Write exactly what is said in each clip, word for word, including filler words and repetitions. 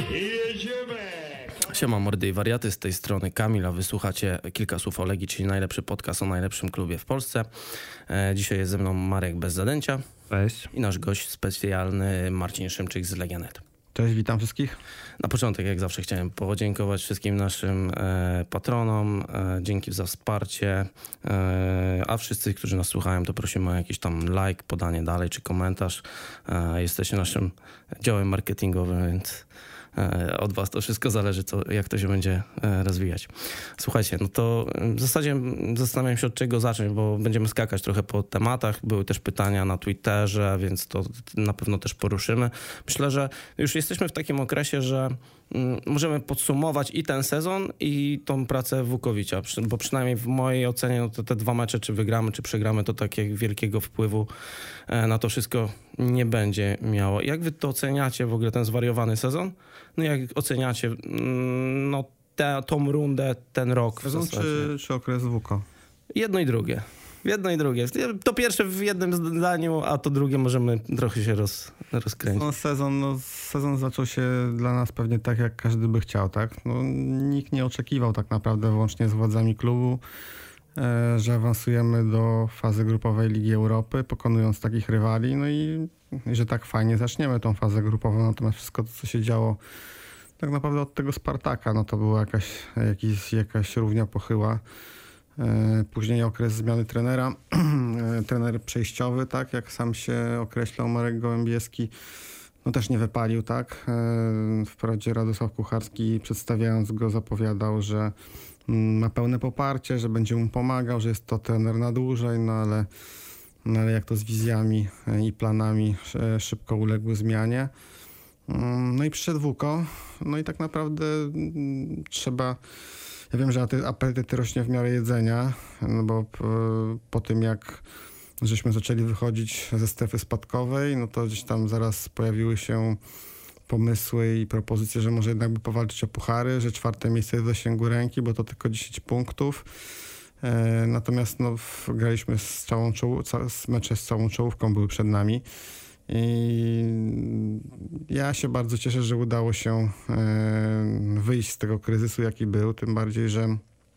Jedziemy! Siema mordy i wariaty, z tej strony Kamil, a wysłuchacie Kilka Słów o Legii, czyli najlepszy podcast o najlepszym klubie w Polsce. E, dzisiaj jest ze mną Marek bez zadęcia. Cześć. I nasz gość specjalny Marcin Szymczyk z Legia kropka net. Cześć, witam wszystkich. Na początek, jak zawsze, chciałem podziękować wszystkim naszym e, patronom. E, dzięki za wsparcie. E, a wszyscy, którzy nas słuchają, to prosimy o jakiś tam like, podanie dalej czy komentarz. E, jesteście naszym działem marketingowym, więc e, od was to wszystko zależy, co, jak to się będzie e, rozwijać. Słuchajcie, no to w zasadzie zastanawiam się, od czego zacząć, bo będziemy skakać trochę po tematach. Były też pytania na Twitterze, więc to na pewno też poruszymy. Myślę, że już jesteśmy w takim okresie, że mm, możemy podsumować i ten sezon, i tą pracę Wukowicza, bo przynajmniej w mojej ocenie no to te dwa mecze, czy wygramy, czy przegramy, to takiego wielkiego wpływu e, na to wszystko nie będzie miało. Jak wy to oceniacie w ogóle, ten zwariowany sezon? No jak oceniacie mm, no, te, tą rundę, ten rok? Sezon czy, czy okres Wuko? Jedno i drugie. Jedno i drugie. To pierwsze w jednym zdaniu, a to drugie możemy trochę się roz, rozkręcić. No, sezon, no, sezon zaczął się dla nas pewnie tak, jak każdy by chciał, tak? No, nikt nie oczekiwał tak naprawdę, wyłącznie z władzami klubu, e, że awansujemy do fazy grupowej Ligi Europy, pokonując takich rywali, no i, i że tak fajnie zaczniemy tą fazę grupową, natomiast wszystko to, co się działo tak naprawdę od tego Spartaka, no to była jakaś, jakiś, jakaś równia pochyła. Później okres zmiany trenera, trener przejściowy, tak jak sam się określał Marek Gołębieski, no też nie wypalił, tak. Wprawdzie Radosław Kucharski, przedstawiając go, zapowiadał, że ma pełne poparcie, że będzie mu pomagał, że jest to trener na dłużej, no ale, no ale jak to z wizjami i planami szybko uległy zmianie. No i przyszedł Wuko, no i tak naprawdę trzeba... Ja wiem, że apetyt rośnie w miarę jedzenia, no bo po, po tym jak żeśmy zaczęli wychodzić ze strefy spadkowej, no to gdzieś tam zaraz pojawiły się pomysły i propozycje, że może jednak by powalczyć o puchary, że czwarte miejsce jest w zasięgu ręki, bo to tylko dziesięć punktów. E, natomiast no, graliśmy z całą czołówką, mecze z całą czołówką były przed nami. I ja się bardzo cieszę, że udało się wyjść z tego kryzysu, jaki był, tym bardziej, że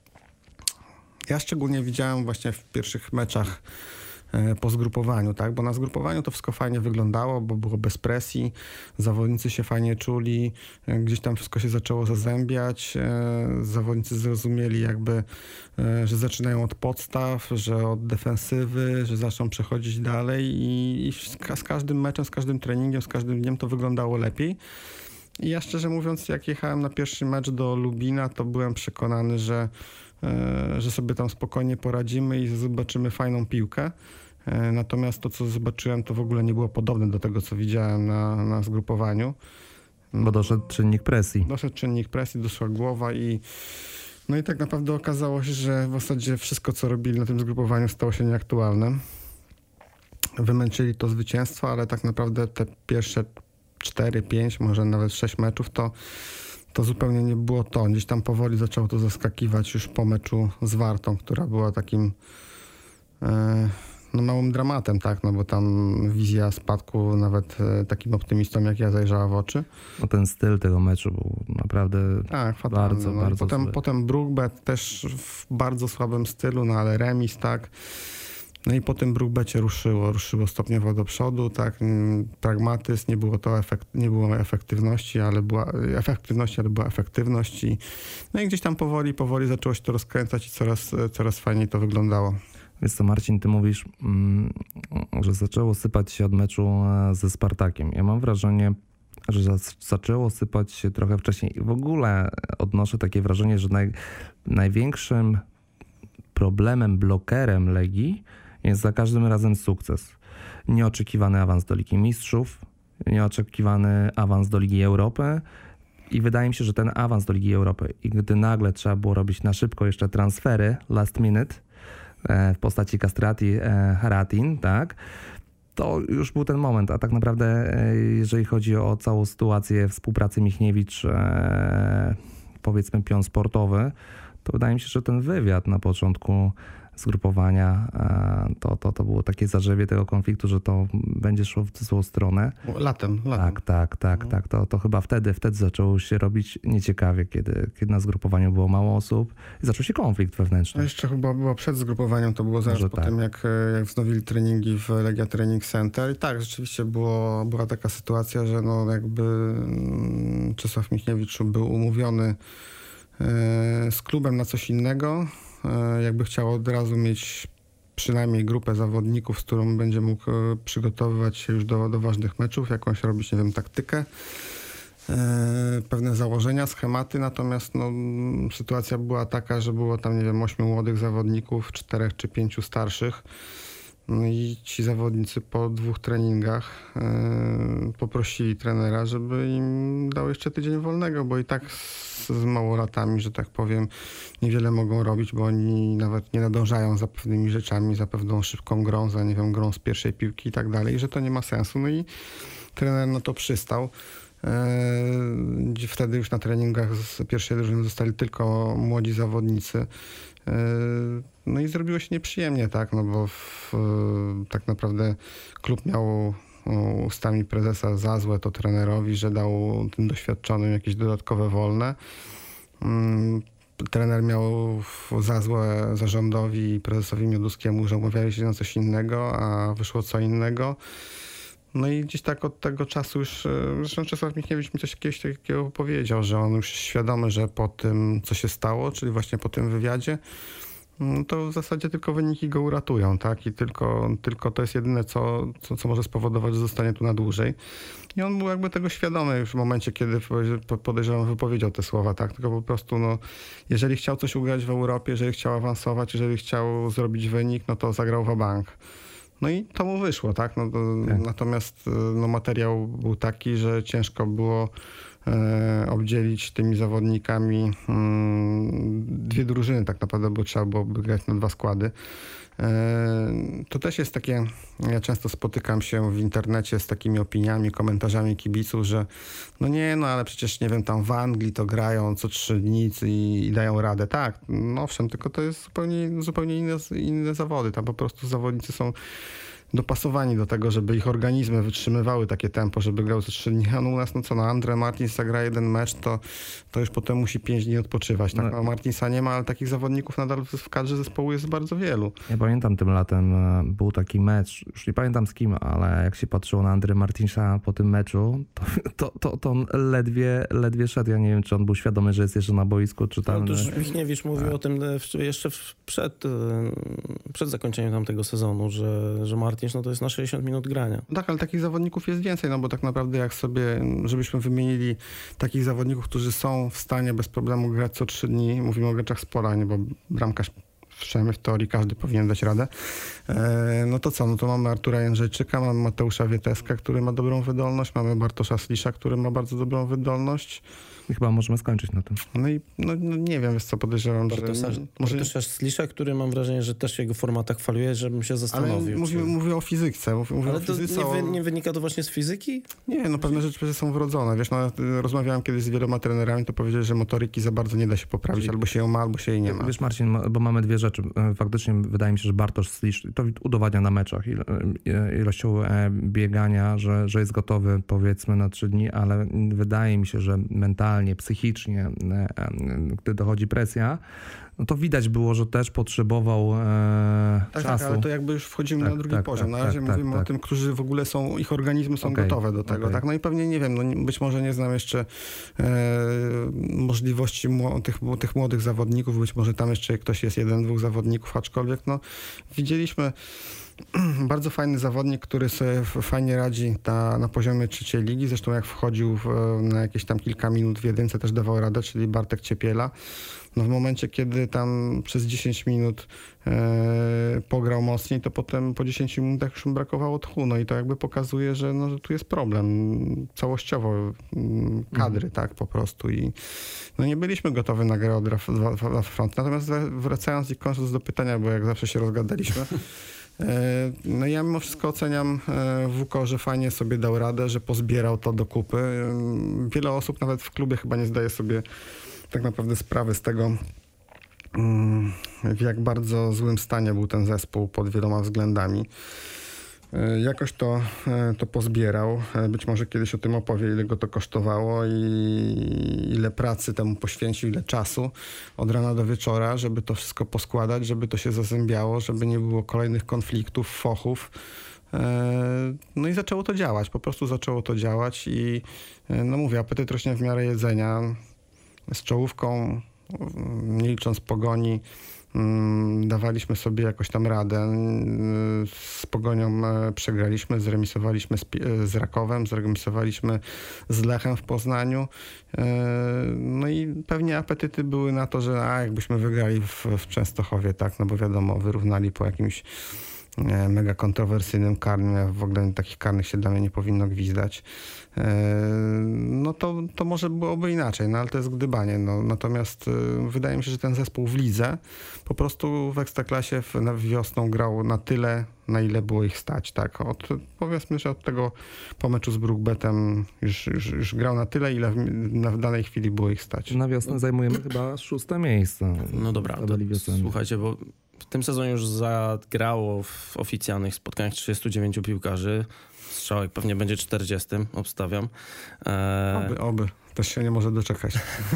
ja szczególnie widziałem właśnie w pierwszych meczach po zgrupowaniu, tak? Bo na zgrupowaniu to wszystko fajnie wyglądało, bo było bez presji, zawodnicy się fajnie czuli, gdzieś tam wszystko się zaczęło zazębiać, zawodnicy zrozumieli jakby, że zaczynają od podstaw, że od defensywy, że zaczną przechodzić dalej i, i z każdym meczem, z każdym treningiem, z każdym dniem to wyglądało lepiej. I ja szczerze mówiąc, jak jechałem na pierwszy mecz do Lubina, to byłem przekonany, że że sobie tam spokojnie poradzimy i zobaczymy fajną piłkę. Natomiast to, co zobaczyłem, to w ogóle nie było podobne do tego, co widziałem na, na zgrupowaniu. Bo doszedł czynnik presji. Doszedł czynnik presji, doszła głowa i no i tak naprawdę okazało się, że w zasadzie wszystko, co robili na tym zgrupowaniu, stało się nieaktualne. Wymęczyli to zwycięstwo, ale tak naprawdę te pierwsze cztery, pięć, może nawet sześć meczów to to zupełnie nie było to. Gdzieś tam powoli zaczęło to zaskakiwać już po meczu z Wartą, która była takim e, no małym dramatem, tak, no bo tam wizja spadku nawet e, takim optymistom jak ja zajrzała w oczy. No ten styl tego meczu był naprawdę tak, fatalny, bardzo, no. bardzo Potem, zły. potem Brookbet też w bardzo słabym stylu, no ale remis, tak. No i po tym Brookbecie ruszyło, ruszyło stopniowo do przodu, tak, pragmatyzm, nie było to efekt, nie było efektywności, ale była efektywność, ale była efektywność i no i gdzieś tam powoli, powoli zaczęło się to rozkręcać i coraz, coraz fajniej to wyglądało. Więc to Marcin, ty mówisz, mm, że zaczęło sypać się od meczu ze Spartakiem. Ja mam wrażenie, że za- zaczęło sypać się trochę wcześniej. I w ogóle odnoszę takie wrażenie, że naj, największym problemem, blokerem Legii jest za każdym razem sukces. Nieoczekiwany awans do Ligi Mistrzów, nieoczekiwany awans do Ligi Europy i wydaje mi się, że ten awans do Ligi Europy i gdy nagle trzeba było robić na szybko jeszcze transfery last minute e, w postaci Castrati, e, Haratin, tak, to już był ten moment, a tak naprawdę e, jeżeli chodzi o całą sytuację współpracy Michniewicz, e, powiedzmy pion sportowy, to wydaje mi się, że ten wywiad na początku zgrupowania, to, to, to było takie zarzewie tego konfliktu, że to będzie szło w złą stronę. Latem, latem. Tak, tak, tak, tak. To, to chyba wtedy, wtedy zaczęło się robić nieciekawie, kiedy, kiedy na zgrupowaniu było mało osób i zaczął się konflikt wewnętrzny. No jeszcze chyba było przed zgrupowaniem, to było zaraz Może po tak. tym, jak, jak wznowili treningi w Legia Training Center. I tak, rzeczywiście było, była taka sytuacja, że no jakby Czesław Michniewicz był umówiony z klubem na coś innego. Jakby chciał od razu mieć przynajmniej grupę zawodników, z którą będzie mógł przygotowywać się już do, do ważnych meczów, jakąś robić, nie wiem, taktykę, pewne założenia, schematy, natomiast no, sytuacja była taka, że było tam, nie wiem, ośmiu młodych zawodników, czterech czy pięciu starszych. No i ci zawodnicy po dwóch treningach yy, poprosili trenera, żeby im dał jeszcze tydzień wolnego, bo i tak z, z małolatami, że tak powiem, niewiele mogą robić, bo oni nawet nie nadążają za pewnymi rzeczami, za pewną szybką grą, za, nie wiem, grą z pierwszej piłki i tak dalej, że to nie ma sensu. No i trener na to przystał. Yy, wtedy już na treningach z pierwszej drużyny zostali tylko młodzi zawodnicy. Yy, no i zrobiło się nieprzyjemnie, tak, no bo w, tak naprawdę klub miał ustami prezesa za złe to trenerowi, że dał tym doświadczonym jakieś dodatkowe wolne. Yy, trener miał za złe zarządowi i prezesowi Mioduskiemu, że umawiali się na coś innego, a wyszło co innego. No i gdzieś tak od tego czasu już, zresztą Czesław Michniewicz mi coś kiedyś takiego powiedział, że on już świadomy, że po tym, co się stało, czyli właśnie po tym wywiadzie, no to w zasadzie tylko wyniki go uratują, tak? I tylko, tylko to jest jedyne, co, co, co może spowodować, że zostanie tu na dłużej. I on był jakby tego świadomy już w momencie, kiedy podejrzewam, wypowiedział te słowa, tak? Tylko po prostu, no, jeżeli chciał coś ugrać w Europie, jeżeli chciał awansować, jeżeli chciał zrobić wynik, no to zagrał wa-bank. No i to mu wyszło, tak? No, to, tak. Natomiast no, materiał był taki, że ciężko było e, obdzielić tymi zawodnikami mm, dwie drużyny tak naprawdę, bo trzeba było grać na dwa składy. E, to też jest takie, ja często spotykam się w internecie z takimi opiniami, komentarzami kibiców, że no nie, no ale przecież nie wiem, tam w Anglii to grają co trzy dni i, i dają radę. Tak, no owszem, tylko to jest zupełnie, zupełnie inne, inne zawody. Tam po prostu zawodnicy są dopasowani do tego, żeby ich organizmy wytrzymywały takie tempo, żeby grał ze trzy dni. A no u nas, no co, no Andre Martins zagra jeden mecz, to, to już potem musi pięć dni odpoczywać. Tak, no, Martinsa nie ma, ale takich zawodników nadal w kadrze zespołu jest bardzo wielu. Ja pamiętam tym latem, był taki mecz, już nie pamiętam z kim, ale jak się patrzyło na Andre Martinsa po tym meczu, to, to, to, to on ledwie, ledwie szedł. Ja nie wiem, czy on był świadomy, że jest jeszcze na boisku, czy tam... No, już Michniewicz mówił tak. o tym jeszcze przed, przed zakończeniem tamtego sezonu, że, że Martin no to jest na sześćdziesiąt minut grania. Tak, ale takich zawodników jest więcej, no bo tak naprawdę jak sobie, żebyśmy wymienili takich zawodników, którzy są w stanie bez problemu grać co trzy dni, mówimy o graczach z pola, nie, bo bramkarz przynajmniej w teorii każdy powinien dać radę. E, no to co, no to mamy Artura Jędrzejczyka, mamy Mateusza Wieteska, który ma dobrą wydolność, mamy Bartosza Slisza, który ma bardzo dobrą wydolność. I chyba możemy skończyć na tym. No i no, no nie wiem, wiesz co, podejrzewam, Bartosza, że... Może... Bartosza Slisza, który mam wrażenie, że też jego forma tak faluje, żebym się zastanowił. Ale mówię, czy... mówię o fizyce. Mówię, mówię Ale o to fizyce, nie, wy, o... nie wynika to właśnie z fizyki? Nie, no pewne rzeczy przecież są wrodzone. Wiesz, no, rozmawiałem kiedyś z wieloma trenerami, to powiedzieli, że motoryki za bardzo nie da się poprawić. Albo się ją ma, albo się jej nie ma. Wiesz, Marcin, bo mamy dwie rzeczy. Faktycznie wydaje mi się, że Bartosz Slisz to udowadnia na meczach ilością biegania, że, że jest gotowy powiedzmy na trzy dni, ale wydaje mi się, że mentalnie, psychicznie, gdy dochodzi presja, no to widać było, że też potrzebował e, tak, czasu. Tak, ale to jakby już wchodzimy tak, na drugi tak, poziom. Tak, na razie tak, mówimy tak, o tym, którzy w ogóle są, ich organizmy są okay, gotowe do tego. okay. Tak? No i pewnie, nie wiem, no być może nie znam jeszcze e, możliwości mł- tych, tych młodych zawodników, być może tam jeszcze ktoś jest jeden, dwóch zawodników, aczkolwiek no widzieliśmy bardzo fajny zawodnik, który sobie fajnie radzi na, na poziomie trzeciej ligi. Zresztą jak wchodził w, na jakieś tam kilka minut w jedynce też dawał radę, czyli Bartek Ciepiela. No w momencie, kiedy tam przez dziesięć minut e, pograł mocniej, to potem po dziesięciu minutach już mu brakowało tchu. No i to jakby pokazuje, że, no, że tu jest problem całościowo kadry, mhm. tak po prostu. I no nie byliśmy gotowi na grę od frontu. Natomiast wracając i kończąc do pytania, bo jak zawsze się rozgadaliśmy, no ja mimo wszystko oceniam Wuko, że fajnie sobie dał radę, że pozbierał to do kupy. Wiele osób nawet w klubie chyba nie zdaje sobie tak naprawdę sprawy z tego, w jak bardzo złym stanie był ten zespół pod wieloma względami. Jakoś to, to pozbierał. Być może kiedyś o tym opowie, ile go to kosztowało i ile pracy temu poświęcił, ile czasu od rana do wieczora, żeby to wszystko poskładać, żeby to się zazębiało, żeby nie było kolejnych konfliktów, fochów. No i zaczęło to działać, po prostu zaczęło to działać i no mówię, apetyt rośnie w miarę jedzenia. Z czołówką, nie licząc Pogoni, dawaliśmy sobie jakoś tam radę. Z Pogonią przegraliśmy, zremisowaliśmy z, z Rakowem, zremisowaliśmy z Lechem w Poznaniu. No i pewnie apetyty były na to, że a, jakbyśmy wygrali w, w Częstochowie, tak, no bo wiadomo, wyrównali po jakimś mega kontrowersyjnym karnym, w ogóle takich karnych się dla mnie nie powinno gwizdać, no to, to może byłoby inaczej, no ale to jest gdybanie. No, natomiast wydaje mi się, że ten zespół w lidze po prostu w Ekstraklasie w, na wiosną grał na tyle, na ile było ich stać. Tak? Od, powiedzmy, że od tego po meczu z Brookbetem już, już, już grał na tyle, ile w, na, w danej chwili było ich stać. Na wiosnę zajmujemy chyba szóste miejsce. No dobra, to, słuchajcie, bo w tym sezonie już zagrało w oficjalnych spotkaniach trzydziestu dziewięciu piłkarzy. Strzałek pewnie będzie czterdziestym, obstawiam. E... Oby, oby. Też się nie może doczekać.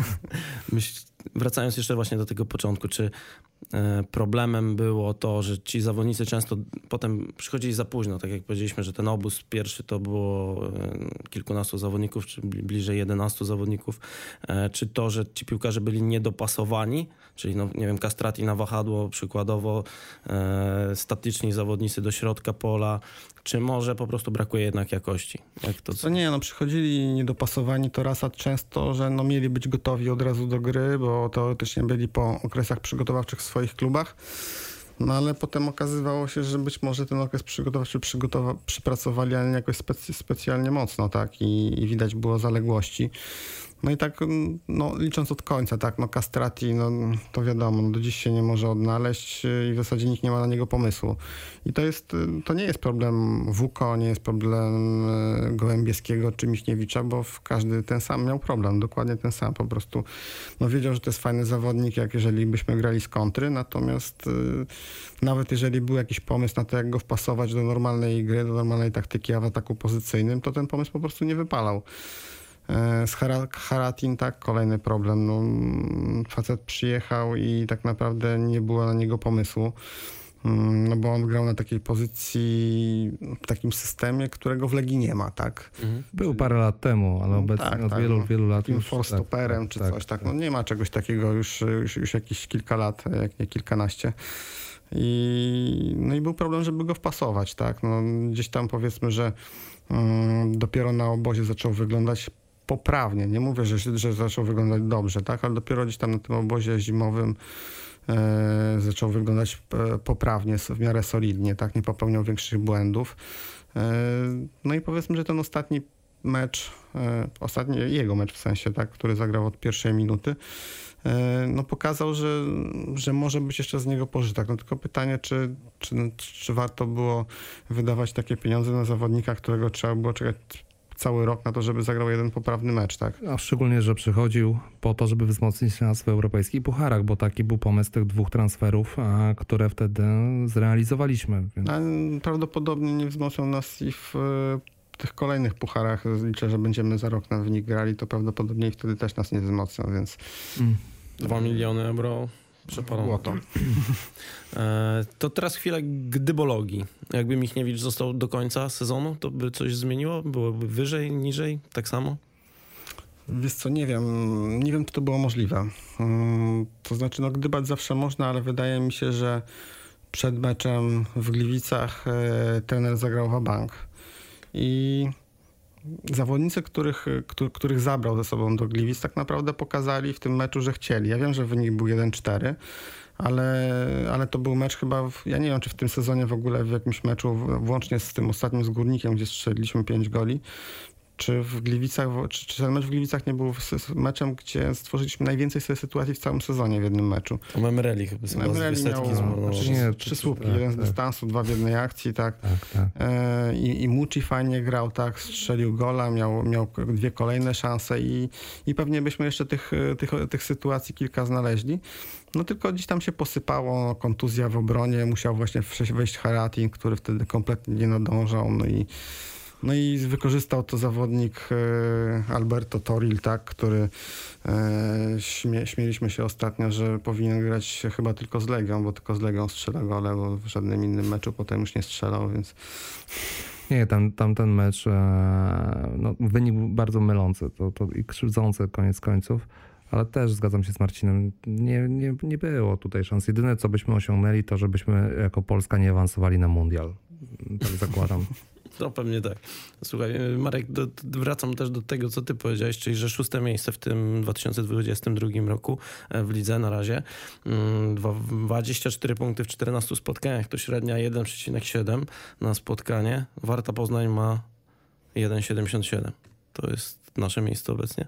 Myśl, wracając jeszcze właśnie do tego początku, czy e, problemem było to, że ci zawodnicy często potem przychodzili za późno, tak jak powiedzieliśmy, że ten obóz pierwszy to było e, kilkunastu zawodników, czy bliżej jedenastu zawodników, e, czy to, że ci piłkarze byli niedopasowani, czyli no, nie wiem, Castrati na wahadło przykładowo, e, statyczni zawodnicy do środka pola, czy może po prostu brakuje jednak jakości? Jak to... Co nie, no przychodzili niedopasowani to raz, a często, że no mieli być gotowi od razu do gry, bo teoretycznie byli po okresach przygotowawczych w swoich klubach. No ale potem okazywało się, że być może ten okres przygotowawczy przygotowa- przypracowali, ale nie jakoś specy- specjalnie mocno, tak? I, I widać było zaległości. No i tak, no licząc od końca, tak, no Castrati, no to wiadomo, no, do dziś się nie może odnaleźć i w zasadzie nikt nie ma na niego pomysłu. I to jest, to nie jest problem Wuko, nie jest problem Gołębieskiego czy Michniewicza, bo każdy ten sam miał problem, dokładnie ten sam, po prostu no wiedział, że to jest fajny zawodnik, jak jeżeli byśmy grali z kontry, natomiast y, nawet jeżeli był jakiś pomysł na to, jak go wpasować do normalnej gry, do normalnej taktyki, a w ataku pozycyjnym, to ten pomysł po prostu nie wypalał. Z Haratin, tak, kolejny problem. No, facet przyjechał i tak naprawdę nie było na niego pomysłu. No bo on grał na takiej pozycji, w takim systemie, którego w Legii nie ma, tak? Mhm. Był parę lat temu, ale obecnie tak, od tak, wielu, no, wielu lat takim już... forstoperem tak, czy tak, coś, tak. tak. No nie ma czegoś takiego już, już, już jakieś kilka lat, jak nie kilkanaście. I, no i był problem, żeby go wpasować, tak? No, gdzieś tam powiedzmy, że um, dopiero na obozie zaczął wyglądać poprawnie. Nie mówię, że, że zaczął wyglądać dobrze, tak? Ale dopiero gdzieś tam na tym obozie zimowym e, zaczął wyglądać e, poprawnie, w miarę solidnie, tak? Nie popełniał większych błędów. E, no i powiedzmy, że ten ostatni mecz, e, ostatni jego mecz w sensie, tak? Który zagrał od pierwszej minuty, e, no pokazał, że, że może być jeszcze z niego pożytek. No tylko pytanie, czy, czy, czy warto było wydawać takie pieniądze na zawodnika, którego trzeba było czekać cały rok na to, żeby zagrał jeden poprawny mecz, tak? A szczególnie, że przychodził po to, żeby wzmocnić nas w europejskich pucharach, bo taki był pomysł tych dwóch transferów, a, które wtedy zrealizowaliśmy. Więc... A prawdopodobnie nie wzmocnią nas i w tych kolejnych pucharach. Liczę, że będziemy za rok na wynik grali, to prawdopodobnie wtedy też nas nie wzmocnią, więc... Mm. Dwa miliony euro przepalono. To. E, to teraz chwilę gdybologii. Jakby Michniewicz został do końca sezonu, to by coś zmieniło? Byłoby wyżej, niżej? Tak samo? Wiesz co, nie wiem. Nie wiem, czy to było możliwe. Hmm, to znaczy, no gdybać zawsze można, ale wydaje mi się, że przed meczem w Gliwicach e, trener zagrał wa-bank. I zawodnicy, których, których zabrał ze sobą do Gliwic, tak naprawdę pokazali w tym meczu, że chcieli. Ja wiem, że wynik był jeden cztery, ale, ale to był mecz chyba, w, ja nie wiem, czy w tym sezonie w ogóle w jakimś meczu, włącznie z tym ostatnim z Górnikiem, gdzie strzeliliśmy pięć goli, Czy w Gliwicach, czy, czy ten mecz w Gliwicach nie był meczem, gdzie stworzyliśmy najwięcej sobie sytuacji w całym sezonie w jednym meczu? O Memreli chyba z Memreli miał trzy, Nie, trzy to- słupki, tak, jeden z tak. dystansu, dwa w jednej akcji, tak. Tak, tak. E, I, i Mucci fajnie grał, tak, strzelił gola, miał, miał dwie kolejne szanse i, i pewnie byśmy jeszcze tych, tych, tych sytuacji kilka znaleźli. No tylko gdzieś tam się posypało, kontuzja w obronie, musiał właśnie wejść Haratin, który wtedy kompletnie nie nadążał, no i No i wykorzystał to zawodnik e, Alberto Toril, tak, który e, śmie, śmieliśmy się ostatnio, że powinien grać chyba tylko z Legią, bo tylko z Legią strzela gole, bo w żadnym innym meczu potem już nie strzelał, więc... Nie, tam, tam ten mecz, e, no, wynik był bardzo mylący to, to i krzywdzący koniec końców, ale też zgadzam się z Marcinem, nie, nie, nie było tutaj szans. Jedyne co byśmy osiągnęli to, żebyśmy jako Polska nie awansowali na mundial. Tak zakładam. No pewnie tak. Słuchaj, Marek, do, wracam też do tego, co ty powiedziałeś, czyli że szóste miejsce w tym dwa tysiące dwudziestym drugim roku w lidze na razie. dwadzieścia cztery punkty w czternastu spotkaniach, to średnia jeden przecinek siedem na spotkanie. Warta Poznań ma jeden przecinek siedemdziesiąt siedem. To jest nasze miejsce obecnie.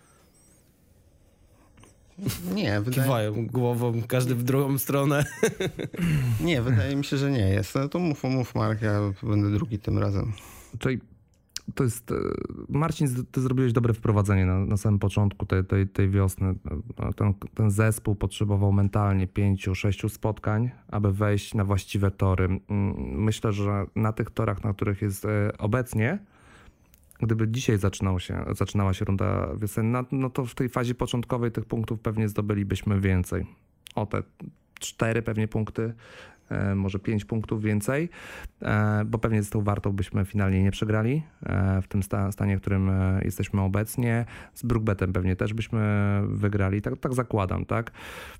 Nie, wydaje, Kiwają głową, każdy w drugą stronę. nie, wydaje mi się, że nie jest. No to mów, mów Marek, ja będę drugi tym razem. Czyli to jest, e, Marcin, ty zrobiłeś dobre wprowadzenie na, na samym początku tej, tej, tej wiosny. Ten, ten zespół potrzebował mentalnie pięciu, sześciu spotkań, aby wejść na właściwe tory. Myślę, że na tych torach, na których jest e, obecnie, gdyby dzisiaj zaczynał się, zaczynała się runda wiosenna, no to w tej fazie początkowej tych punktów pewnie zdobylibyśmy więcej. O te cztery pewnie punkty, e, może pięć punktów więcej, e, bo pewnie z tą Wartą byśmy finalnie nie przegrali e, w tym sta, stanie, w którym e, jesteśmy obecnie. Z Brookbetem pewnie też byśmy wygrali, tak, tak zakładam, tak?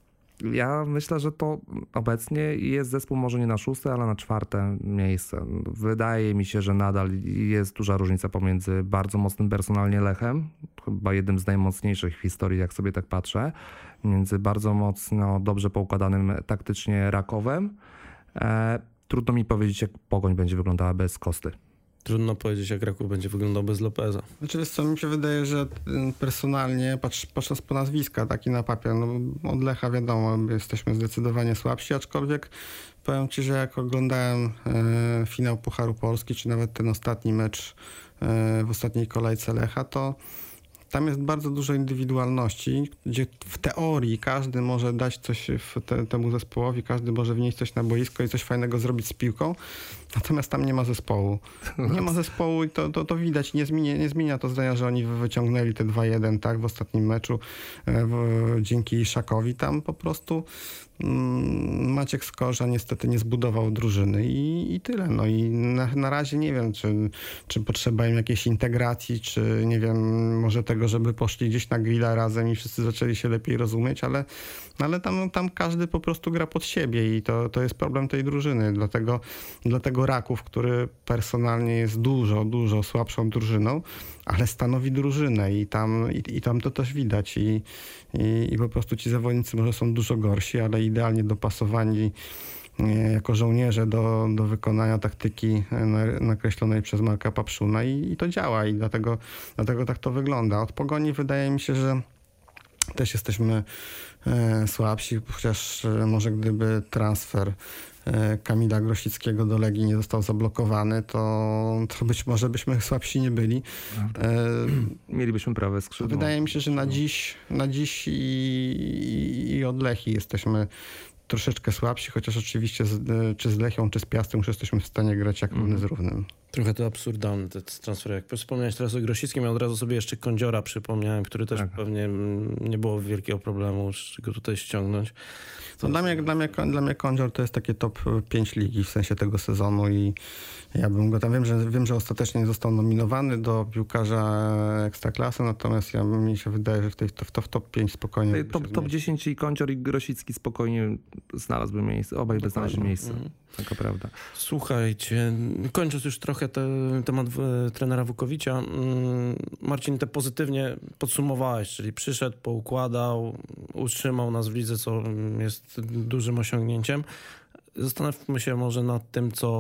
Ja myślę, że to obecnie jest zespół może nie na szóste, ale na czwarte miejsce. Wydaje mi się, że nadal jest duża różnica pomiędzy bardzo mocnym personalnie Lechem, chyba jednym z najmocniejszych w historii, jak sobie tak patrzę, między bardzo mocno dobrze poukładanym taktycznie Rakowem. E, trudno mi powiedzieć, jak Pogoń będzie wyglądała bez Kosty. Trudno powiedzieć, jak Raków będzie wyglądał bez Lopeza. Znaczy, wiesz co, mi się wydaje, że personalnie, patrz, patrząc po nazwiska, tak i na papier, no od Lecha wiadomo, jesteśmy zdecydowanie słabsi, aczkolwiek powiem ci, że jak oglądałem e, finał Pucharu Polski, czy nawet ten ostatni mecz e, w ostatniej kolejce Lecha, to tam jest bardzo dużo indywidualności, gdzie w teorii każdy może dać coś w te, temu zespołowi, każdy może wnieść coś na boisko i coś fajnego zrobić z piłką, natomiast tam nie ma zespołu. Nie ma zespołu i to, to, to widać. Nie zmienia, nie zmienia to zdania, że oni wyciągnęli te dwa jeden, tak, w ostatnim meczu e, w, dzięki Szakowi. Tam po prostu mm, Maciek Skorża niestety nie zbudował drużyny i, i tyle. No i na, na razie nie wiem, czy, czy potrzeba im jakiejś integracji, czy nie wiem, może tego, żeby poszli gdzieś na grilla razem i wszyscy zaczęli się lepiej rozumieć, ale, ale tam, tam każdy po prostu gra pod siebie i to, to jest problem tej drużyny. Dlatego, dlatego Raków, który personalnie jest dużo, dużo słabszą drużyną, ale stanowi drużynę i tam, i, i tam to też widać i, i, i po prostu ci zawodnicy może są dużo gorsi, ale idealnie dopasowani jako żołnierze do, do wykonania taktyki nakreślonej przez Marka Papszuna i, i to działa i dlatego, dlatego tak to wygląda. Od Pogoni wydaje mi się, że też jesteśmy e, słabsi, chociaż e, może gdyby transfer e, Kamila Grosickiego do Legii nie został zablokowany, to, to być może byśmy słabsi nie byli. E, Mielibyśmy prawe skrzydło. Wydaje mi się, że na dziś, na dziś i, i, i od Lechii jesteśmy troszeczkę słabsi, chociaż oczywiście z, czy z Lechią, czy z Piastem już jesteśmy w stanie grać jak równy z równym. Trochę to absurdalne te transfery. Jak wspomniałeś teraz o Grosickim, ja od razu sobie jeszcze Kądziora przypomniałem, który też tak. pewnie nie było wielkiego problemu, czy go tutaj ściągnąć. No dla, mnie, dla, mnie, dla mnie Kądzior to jest takie top pięć ligi w sensie tego sezonu i ja bym go tam, wiem, że, wiem, że ostatecznie został nominowany do piłkarza Ekstraklasy, natomiast ja, mi się wydaje, że w, tej, to, w top pięć spokojnie... Tej, top, top dziesięć i Kądzior i Grosicki spokojnie znalazłby miejsce, obaj by znaleźli miejsce. Mhm. Taka prawda. Słuchajcie, kończąc już trochę te, temat e, trenera Wukowicza, mm, Marcin, te pozytywnie podsumowałeś, czyli przyszedł, poukładał, utrzymał nas w lidze, co jest dużym osiągnięciem. Zastanówmy się może nad tym, co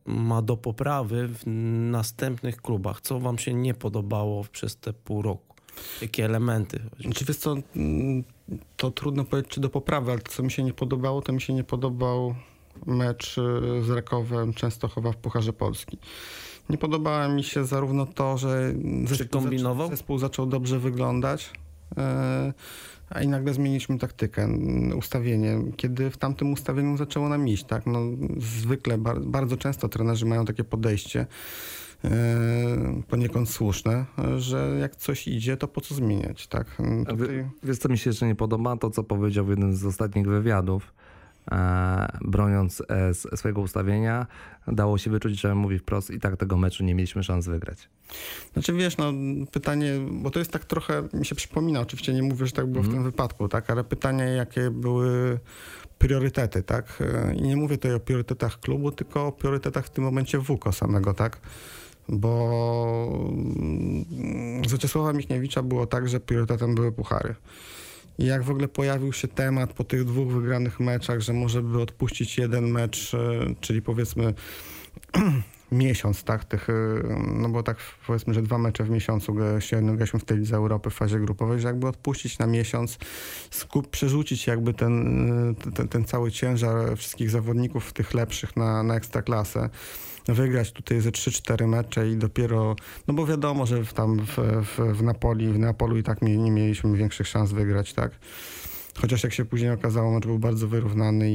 ma do poprawy w następnych klubach? Co wam się nie podobało przez te pół roku? Jakie elementy? Czy wiesz co, to trudno powiedzieć, czy do poprawy, ale to, co mi się nie podobało, to mi się nie podobał mecz z Rakowem Częstochowa w Pucharze Polski. Nie podobało mi się zarówno to, że zespół zaczął, zespół zaczął dobrze wyglądać, a i nagle zmieniliśmy taktykę, ustawienie, kiedy w tamtym ustawieniu zaczęło nam iść. Tak? No, zwykle, bar- bardzo często trenerzy mają takie podejście, poniekąd słuszne, że jak coś idzie, to po co zmieniać, tak? Tutaj... Wiesz, co mi się jeszcze nie podoba? To, co powiedział w jednym z ostatnich wywiadów, e, broniąc e, swojego ustawienia, dało się wyczuć, że mówi wprost i tak tego meczu nie mieliśmy szans wygrać. Znaczy wiesz, no pytanie, bo to jest tak trochę, mi się przypomina, oczywiście nie mówię, że tak było mm. w tym wypadku, tak, ale pytanie, jakie były priorytety, tak? I nie mówię tutaj o priorytetach klubu, tylko o priorytetach w tym momencie W U K O samego, tak? Bo z Wieczesława Michniewicza było tak, że priorytetem były puchary. I jak w ogóle pojawił się temat po tych dwóch wygranych meczach, że może by odpuścić jeden mecz, czyli powiedzmy miesiąc, tak, tych, no bo tak powiedzmy, że dwa mecze w miesiącu graliśmy w tej Lidze Europy w fazie grupowej, że jakby odpuścić na miesiąc, skup, przerzucić jakby ten, ten, ten cały ciężar wszystkich zawodników tych lepszych na, na Ekstraklasę, wygrać tutaj ze trzy cztery mecze i dopiero, no bo wiadomo, że w, tam w, w, w Napoli, w Neapolu i tak nie, nie mieliśmy większych szans wygrać, tak. Chociaż jak się później okazało, mecz był bardzo wyrównany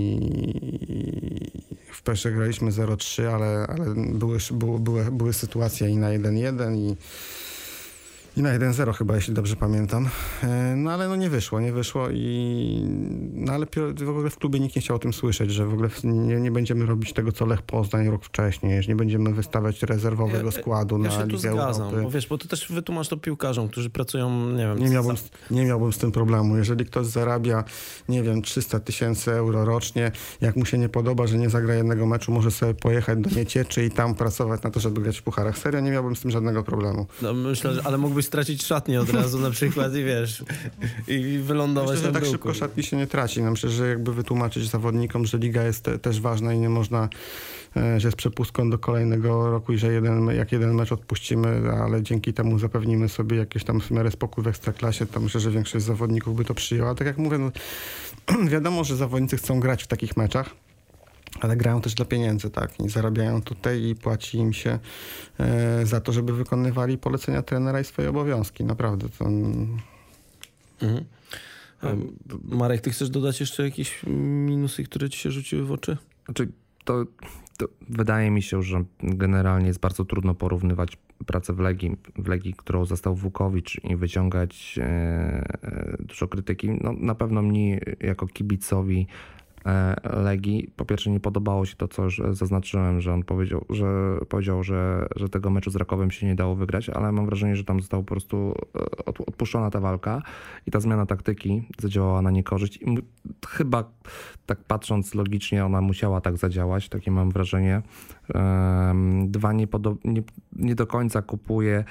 i w Pesze graliśmy zero trzy, ale, ale były, były, były, były sytuacje i na jeden jeden i, i na jeden zero chyba, jeśli dobrze pamiętam. No ale no nie wyszło, nie wyszło i no ale w ogóle w klubie nikt nie chciał o tym słyszeć, że w ogóle nie, nie będziemy robić tego, co Lech Poznań rok wcześniej, że nie będziemy wystawiać rezerwowego ja, składu ja na się tu Ligę zgadzam, Europy. Bo wiesz, bo ty też wytłumacz to piłkarzom, którzy pracują, nie wiem... Nie miałbym, za... nie miałbym z tym problemu. Jeżeli ktoś zarabia, nie wiem, trzysta tysięcy euro rocznie, jak mu się nie podoba, że nie zagra jednego meczu, może sobie pojechać do Niecieczy i tam pracować na to, żeby grać w pucharach. Serio, nie miałbym z tym żadnego problemu. No myślę, że, ale mógłbyś stracić szatnię od razu na przykład i wiesz, i wylądować myślę, że na tak tyłku. szybko szatni się nie traci. No, myślę, że jakby wytłumaczyć zawodnikom, że liga jest te, też ważna i nie można, że jest przepustką do kolejnego roku i że jeden, jak jeden mecz odpuścimy, ale dzięki temu zapewnimy sobie jakieś tam w miarę spokój w Ekstraklasie, to myślę, że większość zawodników by to przyjęła. Tak jak mówię, no, wiadomo, że zawodnicy chcą grać w takich meczach, ale grają też dla pieniędzy, tak? I zarabiają tutaj i płaci im się e, za to, żeby wykonywali polecenia trenera i swoje obowiązki. Naprawdę to... Mhm. Marek, ty chcesz dodać jeszcze jakieś minusy, które ci się rzuciły w oczy? Znaczy, to, to wydaje mi się, że generalnie jest bardzo trudno porównywać pracę w Legii, w Legii, którą zastał Włókowicz i wyciągać e, dużo krytyki. No, na pewno mnie jako kibicowi Legii, po pierwsze nie podobało się to, co już zaznaczyłem, że on powiedział, że, powiedział, że, że tego meczu z Rakowem się nie dało wygrać, ale mam wrażenie, że tam została po prostu odpuszczona ta walka i ta zmiana taktyki zadziałała na niekorzyść i chyba tak patrząc logicznie ona musiała tak zadziałać, takie mam wrażenie. Dwa, nie, podo- nie, nie do końca kupuje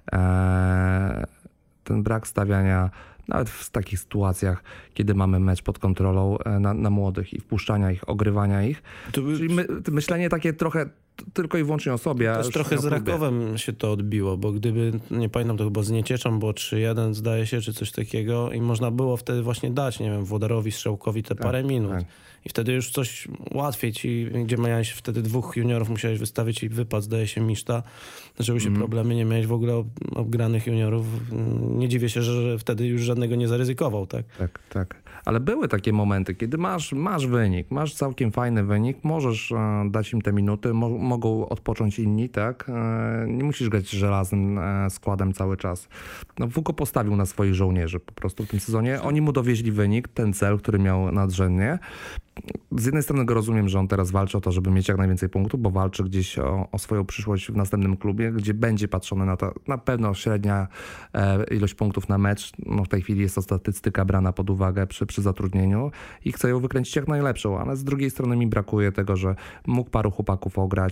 ten brak stawiania nawet w takich sytuacjach, kiedy mamy mecz pod kontrolą na, na młodych i wpuszczania ich, ogrywania ich. To by... Czyli my, myślenie takie trochę tylko i wyłącznie o sobie. Też trochę z Rakowem się to odbiło, bo gdyby, nie pamiętam, to chyba z Niecieczą było trzy jeden zdaje się, czy coś takiego i można było wtedy właśnie dać, nie wiem, Włodarowi, Strzałkowi te tak, parę minut. Tak. I wtedy już coś łatwiej ci, gdzie miałeś wtedy dwóch juniorów, musiałeś wystawić i wypad, zdaje się, Miszta. Zaczęły się mm. problemy, nie miałeś w ogóle obgranych juniorów. Nie dziwię się, że wtedy już żadnego nie zaryzykował, tak? Tak, tak. Ale były takie momenty, kiedy masz, masz wynik, masz całkiem fajny wynik, możesz e, dać im te minuty, mo- mogą odpocząć inni, tak? E, nie musisz grać żelaznym e, składem cały czas. No, W U K O postawił na swoich żołnierzy po prostu w tym sezonie. Oni mu dowieźli wynik, ten cel, który miał nadrzędnie. Z jednej strony go rozumiem, że on teraz walczy o to, żeby mieć jak najwięcej punktów, bo walczy gdzieś o, o swoją przyszłość w następnym klubie, gdzie będzie patrzony na to, na pewno średnia e, ilość punktów na mecz. No w tej chwili jest to statystyka brana pod uwagę przy, przy zatrudnieniu i chce ją wykręcić jak najlepszą, ale z drugiej strony mi brakuje tego, że mógł paru chłopaków ograć,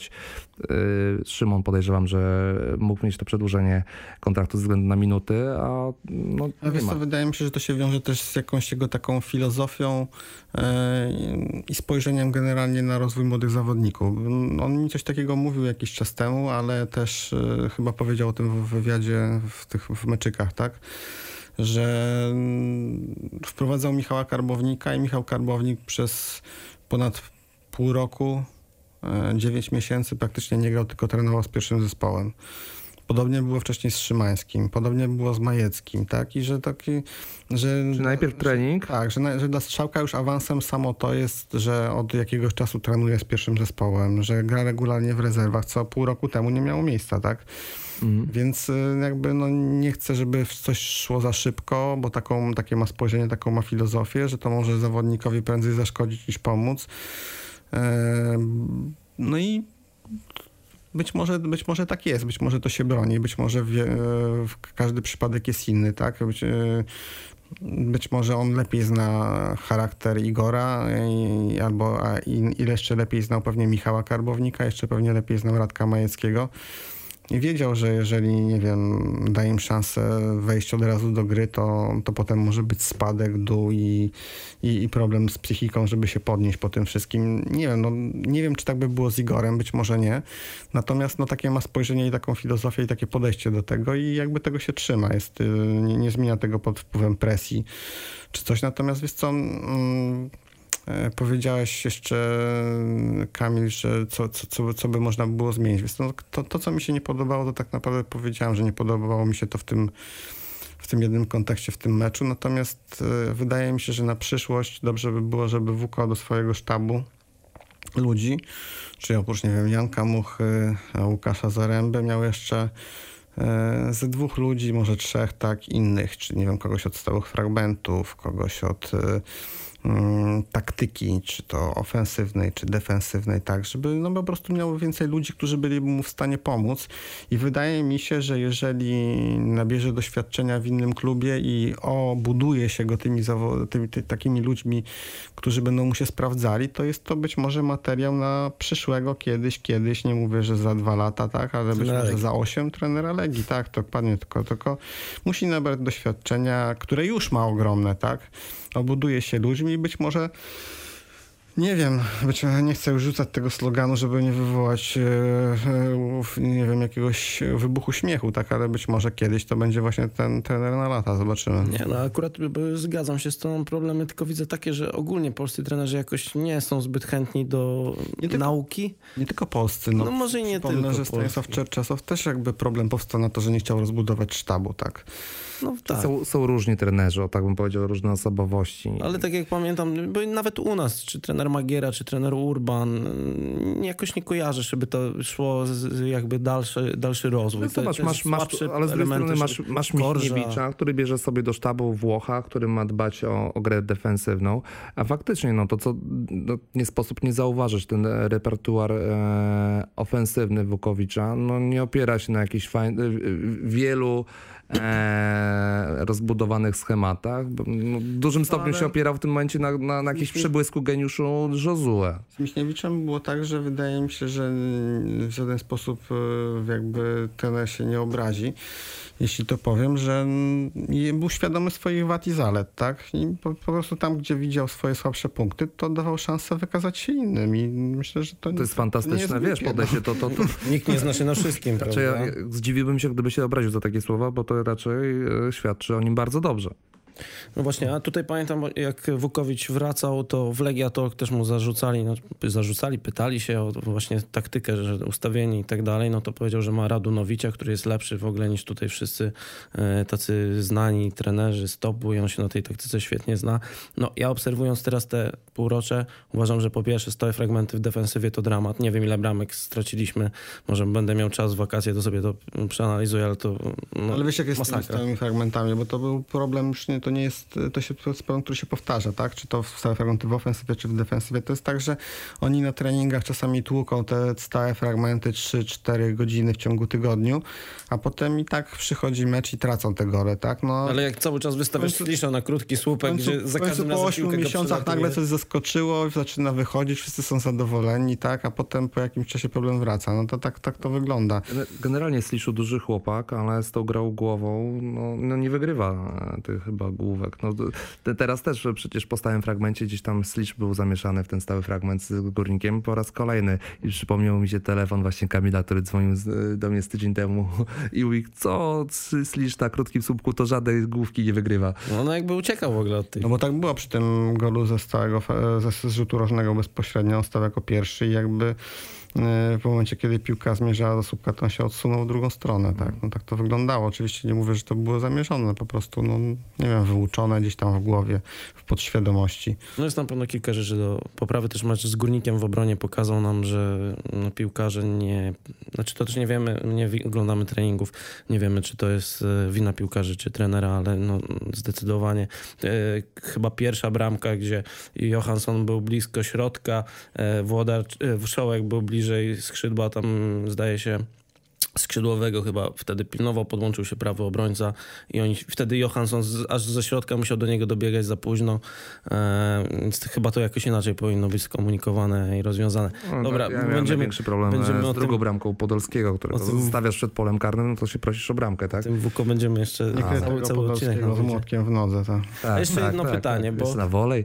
grać. Szymon, podejrzewam, że mógł mieć to przedłużenie kontraktu ze względu na minuty, a no A wiesz co, wydaje mi się, że to się wiąże też z jakąś jego taką filozofią yy, i spojrzeniem generalnie na rozwój młodych zawodników. On mi coś takiego mówił jakiś czas temu, ale też yy, chyba powiedział o tym w wywiadzie w tych w meczykach, tak? Że wprowadzał Michała Karbownika i Michał Karbownik przez ponad pół roku, dziewięć miesięcy praktycznie nie grał, tylko trenował z pierwszym zespołem. Podobnie było wcześniej z Szymańskim, podobnie było z Majeckim, tak? I że taki, że... Czy najpierw że, trening? Tak, że, że dla Strzałka już awansem samo to jest, że od jakiegoś czasu trenuje z pierwszym zespołem, że gra regularnie w rezerwach, co pół roku temu nie miało miejsca, tak? Mhm. Więc jakby no nie chcę, żeby coś szło za szybko, bo taką, takie ma spojrzenie, taką ma filozofię, że to może zawodnikowi prędzej zaszkodzić niż pomóc. No i być może, być może tak jest, być może to się broni, być może wie, każdy przypadek jest inny, tak? Być, być może on lepiej zna charakter Igora i, albo a, i, i jeszcze lepiej znał pewnie Michała Karbownika, jeszcze pewnie lepiej znał Radka Majeckiego. I wiedział, że jeżeli, nie wiem, da im szansę wejść od razu do gry, to, to potem może być spadek, dół i, i, i problem z psychiką, żeby się podnieść po tym wszystkim. Nie wiem, no, nie wiem, czy tak by było z Igorem, być może nie. Natomiast no, takie ma spojrzenie i taką filozofię i takie podejście do tego i jakby tego się trzyma. Jest, nie, nie zmienia tego pod wpływem presji czy coś. Natomiast wiesz co... Mm, powiedziałeś jeszcze, Kamil, że co, co, co, co by można było zmienić. Więc to, to, to, co mi się nie podobało, to tak naprawdę powiedziałem, że nie podobało mi się to w tym, w tym jednym kontekście, w tym meczu. Natomiast wydaje mi się, że na przyszłość dobrze by było, żeby wukłał do swojego sztabu ludzi, czyli oprócz, nie wiem, Janka Muchy, Łukasza Zaręby, miał jeszcze ze dwóch ludzi, może trzech, tak, innych, czy nie wiem, kogoś od stałych fragmentów, kogoś od taktyki, czy to ofensywnej, czy defensywnej, tak, żeby no po prostu miał więcej ludzi, którzy byliby mu w stanie pomóc i wydaje mi się, że jeżeli nabierze doświadczenia w innym klubie i obuduje się go tymi, tymi ty, takimi ludźmi, którzy będą mu się sprawdzali, to jest to być może materiał na przyszłego kiedyś, kiedyś, nie mówię, że za dwa lata, tak, ale być może za osiem trenera Legii, tak, dokładnie, tylko, tylko musi nabrać doświadczenia, które już ma ogromne, tak, obuduje się ludźmi i być może, nie wiem, być może nie chcę już rzucać tego sloganu, żeby nie wywołać, nie wiem, jakiegoś wybuchu śmiechu, tak, ale być może kiedyś to będzie właśnie ten trener na lata, zobaczymy. Nie, no akurat zgadzam się z tą problemy, tylko widzę takie, że ogólnie polscy trenerzy jakoś nie są zbyt chętni do nie nauki. Tylko, nie tylko polscy, no. No może i nie Wspomnę, tylko że Stanisław Czerczesow też jakby problem powstał na to, że nie chciał rozbudować sztabu, tak. No, tak. Są, są różni trenerzy, o tak bym powiedział, różne osobowości. Ale tak jak pamiętam, bo nawet u nas, czy trener Magiera, czy trener Urban, jakoś nie kojarzę, żeby to szło z, jakby dalszy, dalszy rozwój. No zobacz, masz, masz, ale z drugiej strony masz, masz Michniewicza, który bierze sobie do sztabu Włocha, który ma dbać o, o grę defensywną, a faktycznie no to co no, nie sposób nie zauważyć, ten repertuar e, ofensywny Wukowicza no, nie opiera się na jakichś fajnych, wielu E, rozbudowanych schematach. No, w dużym stopniu Ale... się opierał w tym momencie na, na, na jakimś przebłysku geniuszu Josue. Z Michniewiczem było tak, że wydaje mi się, że w żaden sposób jakby trener się nie obrazi, jeśli to powiem, że był świadomy swoich wad i zalet, tak? I po, po prostu tam, gdzie widział swoje słabsze punkty, to dawał szansę wykazać się innym i myślę, że to, to jest fantastyczne, wiesz, podejście to, to, to... Nikt nie zna się na wszystkim, znaczy, prawda? Ja zdziwiłbym się, gdyby się obraził za takie słowa, bo to raczej świadczy o nim bardzo dobrze. No właśnie, a tutaj pamiętam, jak Wukowicz wracał, to w Legia Talk też mu zarzucali, no, zarzucali, pytali się o właśnie taktykę, że ustawienie i tak dalej, no to powiedział, że ma Radunowicza, który jest lepszy w ogóle niż tutaj wszyscy e, tacy znani trenerzy z topu i on się na tej taktyce świetnie zna. No ja obserwując teraz te półrocze, uważam, że po pierwsze stałe fragmenty w defensywie to dramat. Nie wiem, ile bramek straciliśmy. Może będę miał czas w wakacje, to sobie to przeanalizuję, ale to no, ale wiesz, jak jest masakra. z tymi stałymi fragmentami, bo to był problem już nie, to nie jest, to się to jest problem, który się powtarza, tak? Czy to stałe fragmenty w ofensywie, czy w defensywie. To jest tak, że oni na treningach czasami tłuką te stałe fragmenty trzy cztery godziny w ciągu tygodniu, a potem i tak przychodzi mecz i tracą te gole, tak? No, ale jak cały czas wystawiasz slisza na krótki słupek, końcu, gdzie za każdym po razem ośmiu miesiącach nagle coś wyskoczyło, zaczyna wychodzić, wszyscy są zadowoleni, tak, a potem po jakimś czasie problem wraca. No to tak, tak to wygląda. Generalnie Sliszu duży chłopak, ale z tą grą głową no, no nie wygrywa tych chyba główek. No, te, teraz też przecież po stałym fragmencie gdzieś tam Slisz był zamieszany w ten stały fragment z Górnikiem po raz kolejny i przypomniał mi się telefon właśnie Kamila, który dzwonił z, do mnie z tydzień temu i mówi, co Slisz na krótkim słupku to żadnej główki nie wygrywa. No, no jakby uciekał w ogóle od tych. No bo tak było przy tym golu ze stałego, ze rzutu rożnego bezpośrednio, on stał jako pierwszy i jakby w momencie, kiedy piłka zmierzała do słupka, to on się odsunął w drugą stronę, tak? No tak to wyglądało. Oczywiście nie mówię, że to było zamierzone, po prostu, no nie wiem, wyuczone gdzieś tam w głowie, w podświadomości. No jest na pewno kilka rzeczy do poprawy. Też mecz z Górnikiem w obronie pokazał nam, że no, piłkarze nie... Znaczy to też nie wiemy, nie oglądamy treningów, nie wiemy, czy to jest wina piłkarzy, czy trenera, ale no zdecydowanie. E, chyba pierwsza bramka, gdzie Johansson był blisko środka, e, Włodar, e, Wszołek był bliżej skrzydła, tam zdaje się skrzydłowego chyba wtedy pilnował, podłączył się prawy obrońca i oni wtedy Johansson z, aż ze środka musiał do niego dobiegać za późno, e, więc chyba to jakoś inaczej powinno być skomunikowane i rozwiązane. No, Dobra, ja będziemy większy problem będziemy z o drugą tym, bramką Podolskiego, którego tym, stawiasz przed polem karnym, no to się prosisz o bramkę, tak? tym Wuko będziemy jeszcze A, cały, cały odcinek z młotkiem w nodze, tak. Tak, jeszcze tak, jedno tak, pytanie, tak, bo jest na wolej.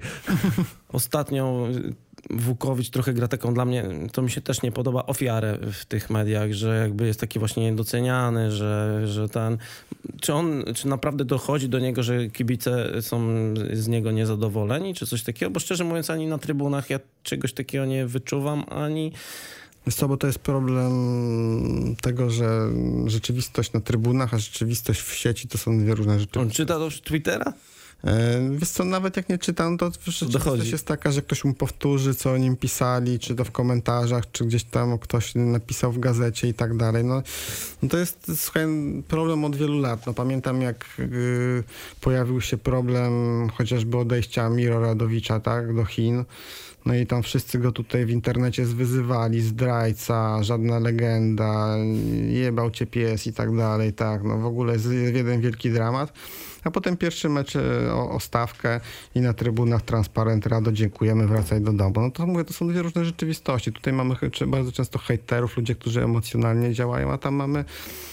ostatnio Wukowicz trochę gra taką dla mnie, to mi się też nie podoba, ofiarę w tych mediach, że jakby jest taki właśnie niedoceniany, że, że ten... Czy on, czy naprawdę dochodzi do niego, że kibice są z niego niezadowoleni, czy coś takiego? Bo szczerze mówiąc, ani na trybunach ja czegoś takiego nie wyczuwam, ani... Wiesz co, bo to jest problem tego, że rzeczywistość na trybunach, a rzeczywistość w sieci to są dwie różne rzeczy. On czyta to Twittera? Wiesz co, nawet jak nie czytam, to rzeczywistość dochodzi. jest taka, że ktoś mu powtórzy, co o nim pisali, czy to w komentarzach, czy gdzieś tam ktoś napisał w gazecie i tak dalej. No, no to jest, słuchaj, problem od wielu lat. No, pamiętam, jak y, pojawił się problem chociażby odejścia Miro Radowicza, tak, do Chin. No i tam wszyscy go tutaj w internecie zwyzywali, zdrajca, żadna legenda, jebał cię pies i tak dalej, tak. No w ogóle jest jeden wielki dramat. A potem pierwszy mecz o, o stawkę i na trybunach transparent Rado, dziękujemy, wracaj do domu. No to mówię, to są dwie różne rzeczywistości. Tutaj mamy bardzo często hejterów, ludzie, którzy emocjonalnie działają, a tam mamy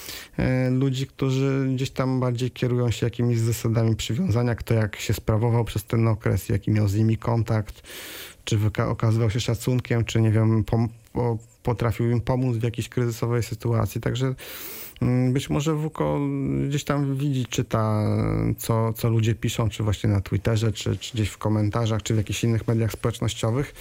e, ludzi, którzy gdzieś tam bardziej kierują się jakimiś zasadami przywiązania, kto jak się sprawował przez ten okres, jaki miał z nimi kontakt, czy wyka- okazywał się szacunkiem, czy nie wiem, pom- po, potrafił im pomóc w jakiejś kryzysowej sytuacji. Także być może Wuko gdzieś tam widzi, czyta, co, co ludzie piszą, czy właśnie na Twitterze, czy, czy gdzieś w komentarzach, czy w jakichś innych mediach społecznościowych.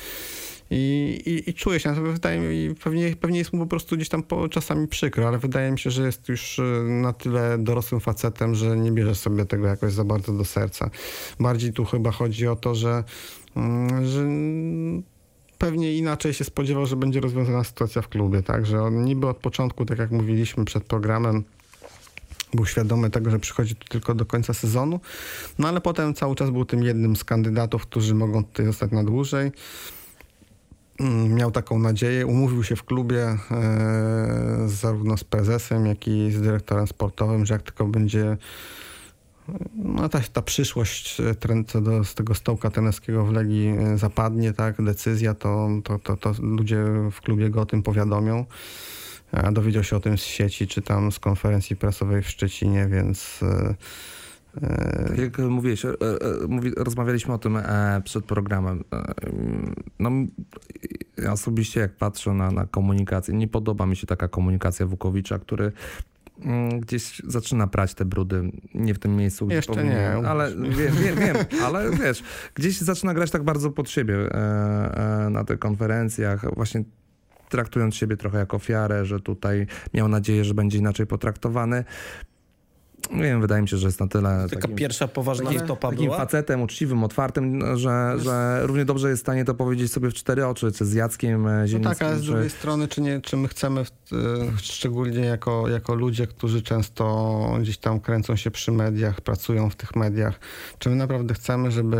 I, i, i czuje się, wydaje mi, pewnie, pewnie jest mu po prostu gdzieś tam po, czasami przykro, ale wydaje mi się, że jest już na tyle dorosłym facetem, że nie bierze sobie tego jakoś za bardzo do serca. Bardziej tu chyba chodzi o to, że, że pewnie inaczej się spodziewał, że będzie rozwiązana sytuacja w klubie, tak? Że on niby od początku, tak jak mówiliśmy przed programem, był świadomy tego, że przychodzi tu tylko do końca sezonu, no ale potem cały czas był tym jednym z kandydatów, którzy mogą tutaj zostać na dłużej. Miał taką nadzieję, umówił się w klubie e, zarówno z prezesem, jak i z dyrektorem sportowym, że jak tylko będzie no ta, ta przyszłość co do, z tego stołka trenerskiego w Legii zapadnie, tak, decyzja, to, to, to, to ludzie w klubie go o tym powiadomią. A dowiedział się o tym z sieci, czy tam z konferencji prasowej w Szczecinie, więc... Tak jak mówiłeś, rozmawialiśmy o tym przed programem. No, ja osobiście jak patrzę na, na komunikację, nie podoba mi się taka komunikacja Wukowicza, który gdzieś zaczyna prać te brudy, nie w tym miejscu, gdzie Jeszcze powinien, nie. ale wiem, wiem, wiem, ale wiesz, gdzieś zaczyna grać tak bardzo pod siebie na tych konferencjach, właśnie traktując siebie trochę jako ofiarę, że tutaj miał nadzieję, że będzie inaczej potraktowany. Nie wiem, wydaje mi się, że jest na tyle Taka takim, pierwsza poważna takim, stopa takim była? facetem, uczciwym, otwartym, że, że równie dobrze jest w stanie to powiedzieć sobie w cztery oczy, czy z Jackiem Zielińskim. No tak, ale z czy... drugiej strony, czy, nie, czy my chcemy, w, szczególnie jako, jako ludzie, którzy często gdzieś tam kręcą się przy mediach, pracują w tych mediach, czy my naprawdę chcemy, żeby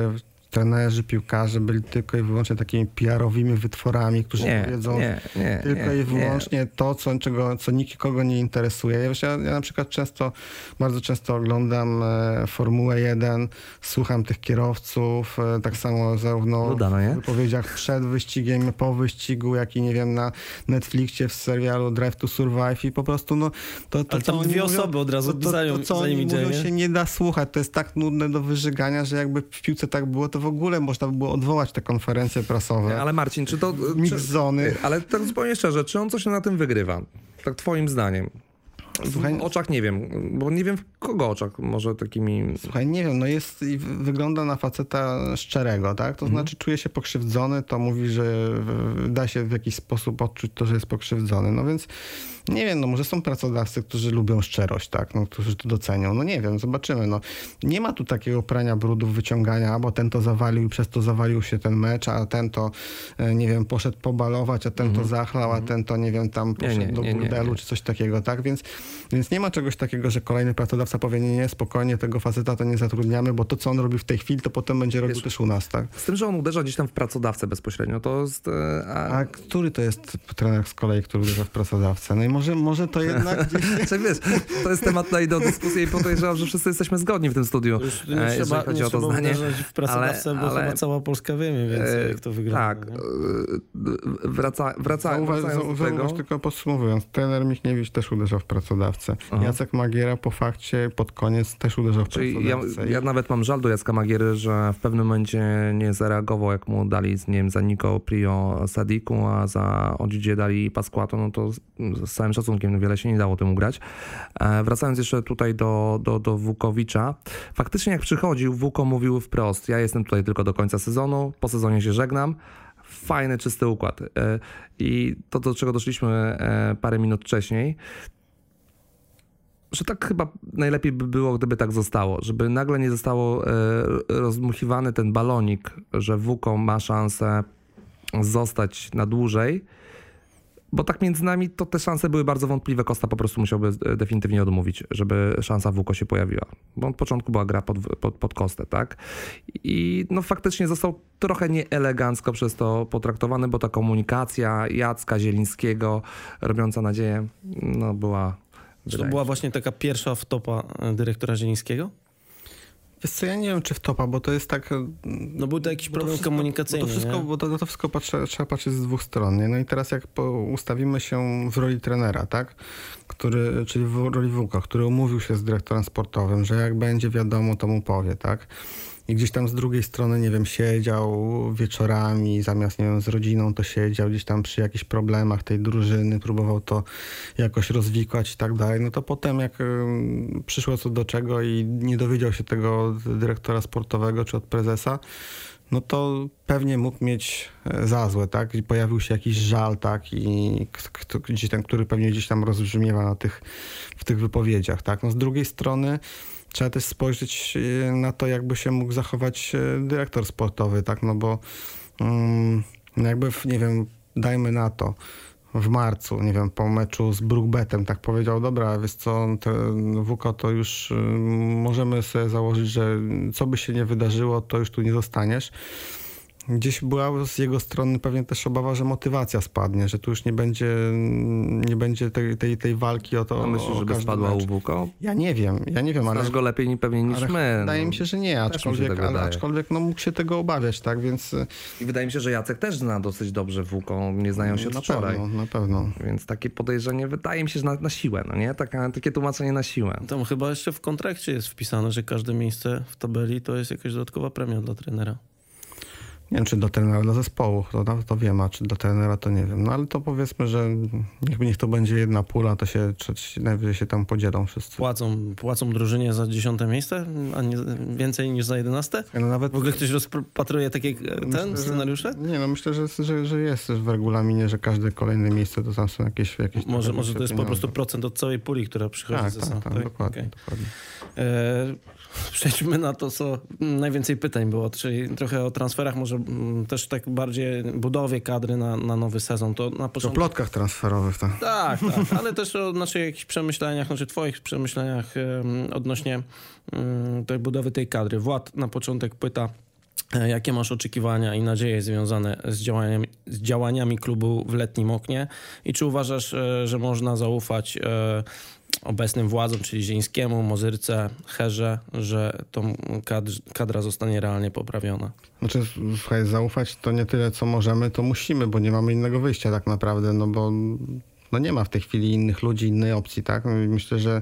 trenerzy, piłkarze byli tylko i wyłącznie takimi P R-owymi wytworami, którzy Nie, powiedzą nie, nie, tylko nie, i wyłącznie nie. to, co, czego, co nikogo nie interesuje. Ja, ja na przykład często, bardzo często oglądam e, Formułę jeden, słucham tych kierowców, e, tak samo zarówno Luda, no nie? w wypowiedziach przed wyścigiem, po wyścigu, jak i nie wiem, na Netflixie w serialu Drive to Survive i po prostu no to, to Ale tam co dwie oni osoby mówią, od razu to, to, zanim- to, co zanim oni idzie, mówią nie? się nie da słuchać. To jest tak nudne do wyżygania, że jakby w piłce tak było, to w ogóle można by było odwołać te konferencje prasowe. Ale Marcin, czy to... Mixzony. Czy, ale tak zupełnie szczerze, czy on coś na tym wygrywa? Tak twoim zdaniem? W Słuchaj, oczach nie wiem, bo nie wiem w kogo oczach może takimi... Słuchaj, nie wiem, no jest i w- wygląda na faceta szczerego, tak? To znaczy czuje się pokrzywdzony, to mówi, że w- da się w jakiś sposób odczuć to, że jest pokrzywdzony. No więc nie wiem, no może są pracodawcy, którzy lubią szczerość, tak? No, którzy to docenią. No nie wiem, zobaczymy. No, nie ma tu takiego prania brudów, wyciągania, bo ten to zawalił i przez to zawalił się ten mecz, a ten to, e, nie wiem, poszedł pobalować, a ten to zachlał, a ten to, nie wiem, tam poszedł nie, do nie, nie, burdelu, nie. czy coś takiego, tak? Więc, więc nie ma czegoś takiego, że kolejny pracodawca powie, nie, nie, spokojnie, tego faceta to nie zatrudniamy, bo to, co on robi w tej chwili, to potem będzie robił Wiesz, też u nas, tak? Z tym, że on uderza gdzieś tam w pracodawcę bezpośrednio, to jest... e, A... A który to jest trener z kolei, który uderza w pracodawcę? No i może, może to jednak gdzieś... Znaczy, wiesz, to jest temat na inną dyskusję i podejrzewam, że wszyscy jesteśmy zgodni w tym studiu, Już nie e, jeżeli trzeba, chodzi nie o to trzeba zdanie. uderzać w pracodawcę, Ale- bo ale- chyba cała Polska wie mniej więcej, E, jak to wygląda. Tak, nie? e, wraca, wraca, Zauważ, wracając do tego... zauważ, tylko podsumowując, trener Michniewicz też uderzał w pracodawcę. Aha. Jacek Magiera po fakcie pod koniec też uderzał w Czyli ja, pracodawcę. ja nawet mam żal do Jacka Magiery, że w pewnym momencie nie zareagował, jak mu dali, nie wiem, za Nico Prio Sadiku, a za Odzidzie dali Pasquato, no to z, z całym szacunkiem no wiele się nie dało temu grać. E, wracając jeszcze tutaj do, do, do Wukowicza. Faktycznie jak przychodził, Wuko mówił wprost, ja jestem tutaj tylko do końca sezonu, po sezonie się żegnam. Fajny, czysty układ. E, I to, do czego doszliśmy e, parę minut wcześniej, że tak chyba najlepiej by było, gdyby tak zostało, żeby nagle nie zostało e, rozmuchiwany ten balonik, że Wuko ma szansę zostać na dłużej, bo tak między nami to te szanse były bardzo wątpliwe. Kosta po prostu musiałby e, definitywnie odmówić, żeby szansa Wuko się pojawiła, bo od początku była gra pod, pod, pod Kostę, tak? I no faktycznie został trochę nieelegancko przez to potraktowany, bo ta komunikacja Jacka Zielińskiego robiąca nadzieję, no była... Czy to wydaje była mi się, właśnie taka pierwsza wtopa e, dyrektora Zielińskiego? Wiesz co, ja nie wiem, czy w topa, bo to jest tak... No był to jakiś Bo to problem wszystko- komunikacyjny, Bo to wszystko, nie? bo to, to wszystko patrzę, trzeba patrzeć z dwóch stron. Nie? No i teraz jak po, ustawimy się w roli trenera, tak? Który, czyli w roli Wuka, który umówił się z dyrektorem sportowym, że jak będzie wiadomo, to mu powie, tak? I gdzieś tam z drugiej strony, nie wiem, siedział wieczorami, zamiast, nie wiem, z rodziną to siedział gdzieś tam przy jakichś problemach tej drużyny, próbował to jakoś rozwikłać i tak dalej. No to potem jak ym, przyszło co do czego i nie dowiedział się tego od dyrektora sportowego czy od prezesa, no to pewnie mógł mieć e, za złe, tak? I pojawił się jakiś żal, tak? I k- k- gdzieś ten, który pewnie gdzieś tam rozbrzmiewa na tych, w tych wypowiedziach, tak? No z drugiej strony trzeba też spojrzeć e, na to, jakby się mógł zachować e, dyrektor sportowy, tak? No bo mm, no jakby, w, nie wiem, dajmy na to, w marcu, nie wiem, po meczu z Brookbetem, tak powiedział, dobra, wiesz co, ten Wuko to już y, możemy sobie założyć, że co by się nie wydarzyło, to już tu nie zostaniesz. Gdzieś była z jego strony pewnie też obawa, że motywacja spadnie, że tu już nie będzie, nie będzie tej, tej, tej walki o to. A myślisz, o żeby każdy spadła mecz. u Wuko? Ja nie wiem, ja nie wiem, ale... Znasz go lepiej pewnie niż ale my. Wydaje no. mi się, że nie, Też mi się aczkolwiek, tak ale, wydaje. aczkolwiek no, mógł się tego obawiać, tak, więc... I wydaje mi się, że Jacek też zna dosyć dobrze Wuko, nie znają się od na wczoraj. pewno, na pewno. Więc takie podejrzenie wydaje mi się, że na, na siłę, no nie? Taka, takie tłumaczenie na siłę. Tam chyba jeszcze w kontrakcie jest wpisane, że każde miejsce w tabeli to jest jakaś dodatkowa premia dla trenera. Nie wiem, czy do trenera dla zespołu, to, to wiem, a czy do trenera to nie wiem. No ale to powiedzmy, że niech, niech to będzie jedna pula, to się, czy, najwyżej się tam podzielą wszyscy. Płacą, płacą drużynie za dziesiąte miejsce, a nie więcej niż za jedenaste? No nawet W ogóle ktoś rozpatruje takie e, ten że- scenariusze? Nie, no myślę, że, że, że jest w regulaminie, że każde kolejne miejsce to tam są jakieś... jakieś Może, tam może to jest po pieniądze. prostu procent od całej puli, która przychodzi Tak, ze tak, sam. tak, dokładnie, Okej. dokładnie. E, Przejdźmy na to, co najwięcej pytań było, czyli trochę o transferach, może mm, też tak bardziej budowie kadry na, na nowy sezon. To na O początku... plotkach transferowych, tak. Tak, tak, ale też o naszych jakichś przemyśleniach, znaczy twoich przemyśleniach em, odnośnie em, tej budowy tej kadry. Wład na początek pyta, Jakie masz oczekiwania i nadzieje związane z działaniami, z działaniami klubu w letnim oknie i czy uważasz, że można zaufać obecnym władzom, czyli Zielińskiemu, Mozyrce, Herze, że tą kadr, kadra zostanie realnie poprawiona? Znaczy, słuchaj, zaufać to nie tyle, co możemy, to musimy, bo nie mamy innego wyjścia tak naprawdę, no bo no nie ma w tej chwili innych ludzi, innej opcji, tak? Myślę, że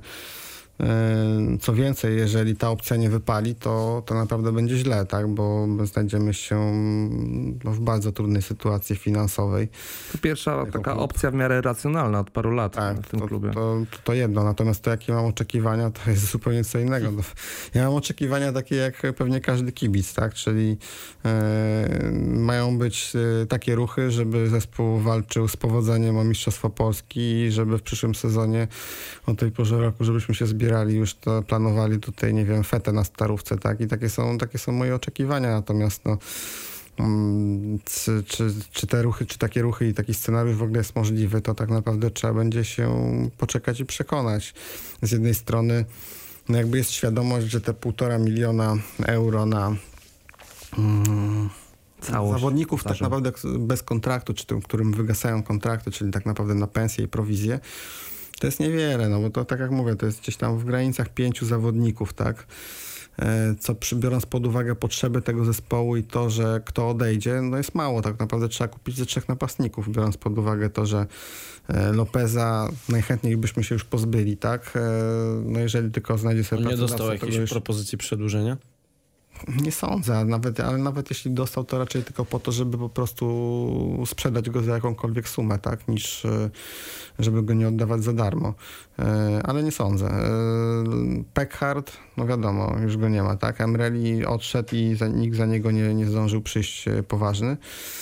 co więcej, jeżeli ta opcja nie wypali, to, to naprawdę będzie źle, tak? Bo znajdziemy się no, w bardzo trudnej sytuacji finansowej. To pierwsza taka klub. Opcja w miarę racjonalna od paru lat tak, w tym to, klubie. To, to, to jedno, natomiast to jakie mam oczekiwania, to jest zupełnie co innego. No, ja mam oczekiwania takie jak pewnie każdy kibic, tak? Czyli e, mają być e, takie ruchy, żeby zespół walczył z powodzeniem o Mistrzostwo Polski i żeby w przyszłym sezonie o tej porze roku, żebyśmy się zbierali już to planowali tutaj, nie wiem, fetę na Starówce, tak? I takie są, takie są moje oczekiwania, natomiast no, czy, czy, czy te ruchy, czy takie ruchy i taki scenariusz w ogóle jest możliwy, to tak naprawdę trzeba będzie się poczekać i przekonać. Z jednej strony no jakby jest świadomość, że te półtora miliona euro na mm, zawodników tak naprawdę bez kontraktu, czy tym, którym wygasają kontrakty, czyli tak naprawdę na pensje i prowizje, to jest niewiele, no bo to tak jak mówię, to jest gdzieś tam w granicach pięciu zawodników, tak? Co przy, biorąc pod uwagę potrzeby tego zespołu i to, że kto odejdzie, no jest mało. Tak naprawdę trzeba kupić ze trzech napastników, biorąc pod uwagę to, że Lopeza najchętniej byśmy się już pozbyli, tak? No jeżeli tylko znajdzie sobie pracę. Nie dostał jakiejś już... propozycji przedłużenia? Nie sądzę, nawet, ale nawet jeśli dostał, to raczej tylko po to, żeby po prostu sprzedać go za jakąkolwiek sumę, tak, niż żeby go nie oddawać za darmo. Ale nie sądzę. Peckhardt, no wiadomo, już go nie ma, tak. Emreli odszedł i za, nikt za niego nie, nie zdążył przyjść poważny.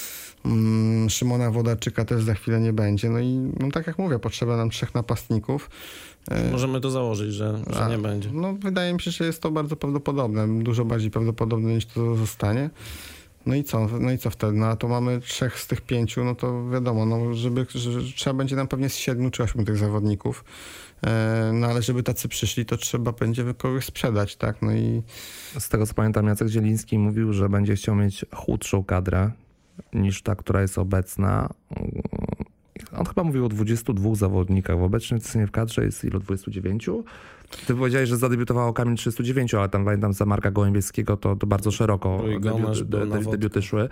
Szymona Wodarczyka też za chwilę nie będzie. No i no tak jak mówię, potrzeba nam trzech napastników. Możemy to założyć, że, że A, nie będzie. No wydaje mi się, że jest to bardzo prawdopodobne. Dużo bardziej prawdopodobne niż to zostanie. No i co? No i co wtedy? No a to mamy trzech z tych pięciu, no to wiadomo, no żeby, że trzeba będzie nam pewnie z siedmiu czy ośmiu tych zawodników. No ale żeby tacy przyszli, to trzeba będzie kogoś sprzedać, tak? No i... Z tego co pamiętam, Jacek Zieliński mówił, że będzie chciał mieć chudszą kadrę niż ta, która jest obecna. On chyba mówił o dwudziestu dwóch zawodnikach. W obecnej cenie w kadrze jest ilu? dwudziestu dziewięciu? Ty powiedziałeś, że zadebiutowało Kamil trzydziestu dziewięciu, ale tam pamiętam za Marka Gołębieskiego to, to bardzo szeroko debiuty, debiuty, debiuty szły.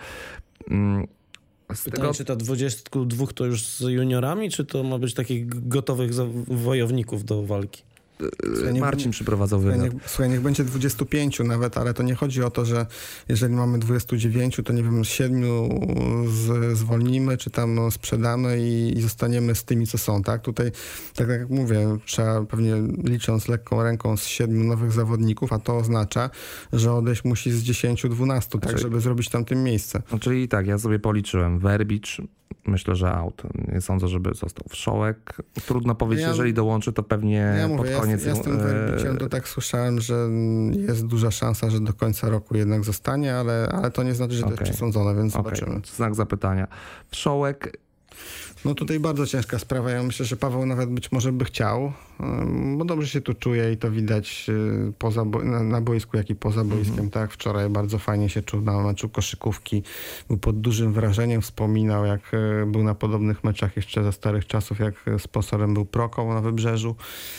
Z Pytanie, tego... czy ta dwudziestu dwóch to już z juniorami, czy to ma być takich gotowych wojowników do walki? Słuchaj, Marcin niech, przyprowadzał wywiad. Słuchaj niech, słuchaj, niech będzie dwudziestu pięciu nawet, ale to nie chodzi o to, że jeżeli mamy dwudziestu dziewięciu, to nie wiem, siedmiu z, zwolnimy, czy tam no, sprzedamy i, i zostaniemy z tymi, co są, tak? Tutaj, tak jak mówię, trzeba pewnie licząc lekką ręką z siedmiu nowych zawodników, a to oznacza, że odejść musi z dziesięciu, dwunastu, tak, żeby zrobić tam tym miejsce. No, czyli tak, ja sobie policzyłem. Werbicz, myślę, że out. Nie sądzę, żeby został. Wszołek. Trudno powiedzieć, ja, jeżeli dołączy, to pewnie ja pod mówię, koniec... Ja, ja z tym Werbiciem to tak słyszałem, że jest duża szansa, że do końca roku jednak zostanie, ale, ale to nie znaczy, że okay. to jest przesądzone, więc okay. zobaczymy. Znak zapytania. Wszołek... No tutaj bardzo ciężka sprawa. Ja myślę, że Paweł nawet być może by chciał, bo dobrze się tu czuje i to widać poza, na boisku, jak i poza boiskiem. Mm-hmm. Tak, wczoraj bardzo fajnie się czuł na meczu koszykówki. Był pod dużym wrażeniem, wspominał, jak był na podobnych meczach jeszcze ze starych czasów, jak sponsorem był Proko na Wybrzeżu.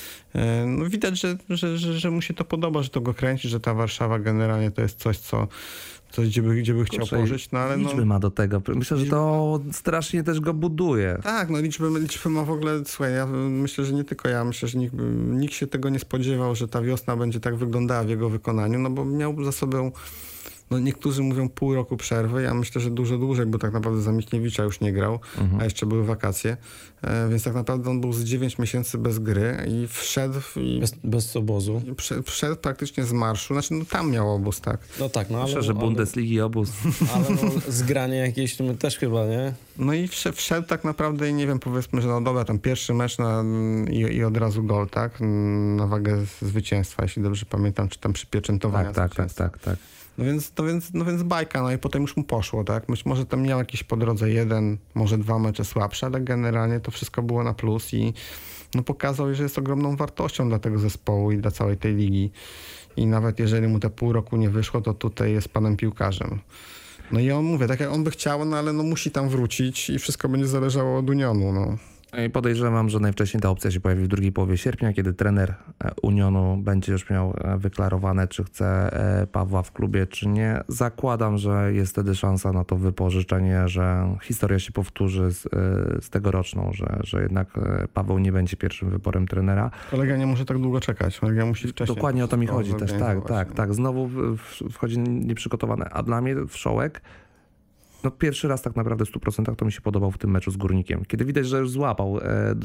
No widać, że, że, że, że mu się to podoba, że to go kręci, że ta Warszawa generalnie to jest coś, co coś, gdzie by, gdzie by chciał Kurczę, pożyć, no ale liczby no, ma do tego. Myślę, liczby... że to strasznie też go buduje. Tak, no liczby, liczby ma w ogóle, słuchaj, ja myślę, że nie tylko ja, myślę, że nikt, nikt się tego nie spodziewał, że ta wiosna będzie tak wyglądała w jego wykonaniu, no bo miał za sobą, no niektórzy mówią pół roku przerwy, ja myślę, że dużo dłużej, bo tak naprawdę za Michniewicza już nie grał, mhm. a jeszcze były wakacje, e, więc tak naprawdę on był z dziewięć miesięcy bez gry i wszedł... I, bez, bez obozu. Wszedł, wszedł praktycznie z marszu, znaczy no tam miał obóz, tak. No tak, no ale... Myślę, że Bundesligi obóz. Ale no, zgranie jakieś też chyba, nie? No i wszedł, wszedł tak naprawdę i nie wiem, powiedzmy, że no dobra, tam pierwszy mecz na, i, i od razu gol, tak? Na wagę zwycięstwa, jeśli dobrze pamiętam, czy tam przypieczętowania. Tak, tak, tak, tak, tak. No więc, no, więc, no więc bajka, no i potem już mu poszło, tak? Być może tam miał jakieś po drodze jeden, może dwa mecze słabsze, ale generalnie to wszystko było na plus i no pokazał, że jest ogromną wartością dla tego zespołu i dla całej tej ligi. i nawet jeżeli mu te pół roku nie wyszło, to tutaj jest panem piłkarzem. No i on, mówię, tak jak on by chciał, no ale no musi tam wrócić i wszystko będzie zależało od Unionu, no. I podejrzewam, że najwcześniej ta opcja się pojawi w drugiej połowie sierpnia, kiedy trener Unionu będzie już miał wyklarowane, czy chce Pawła w klubie, czy nie. Zakładam, że jest wtedy szansa na to wypożyczenie, że historia się powtórzy z, z tegoroczną, że, że jednak Paweł nie będzie pierwszym wyborem trenera. Kolega nie może tak długo czekać, kolega musi wcześniej. Dokładnie o to mi chodzi też, tak, tak, tak. Znowu wchodzi nieprzygotowany, a dla mnie Wszołek no pierwszy raz tak naprawdę w stu procentach to mi się podobał w tym meczu z Górnikiem. Kiedy widać, że już złapał e, e,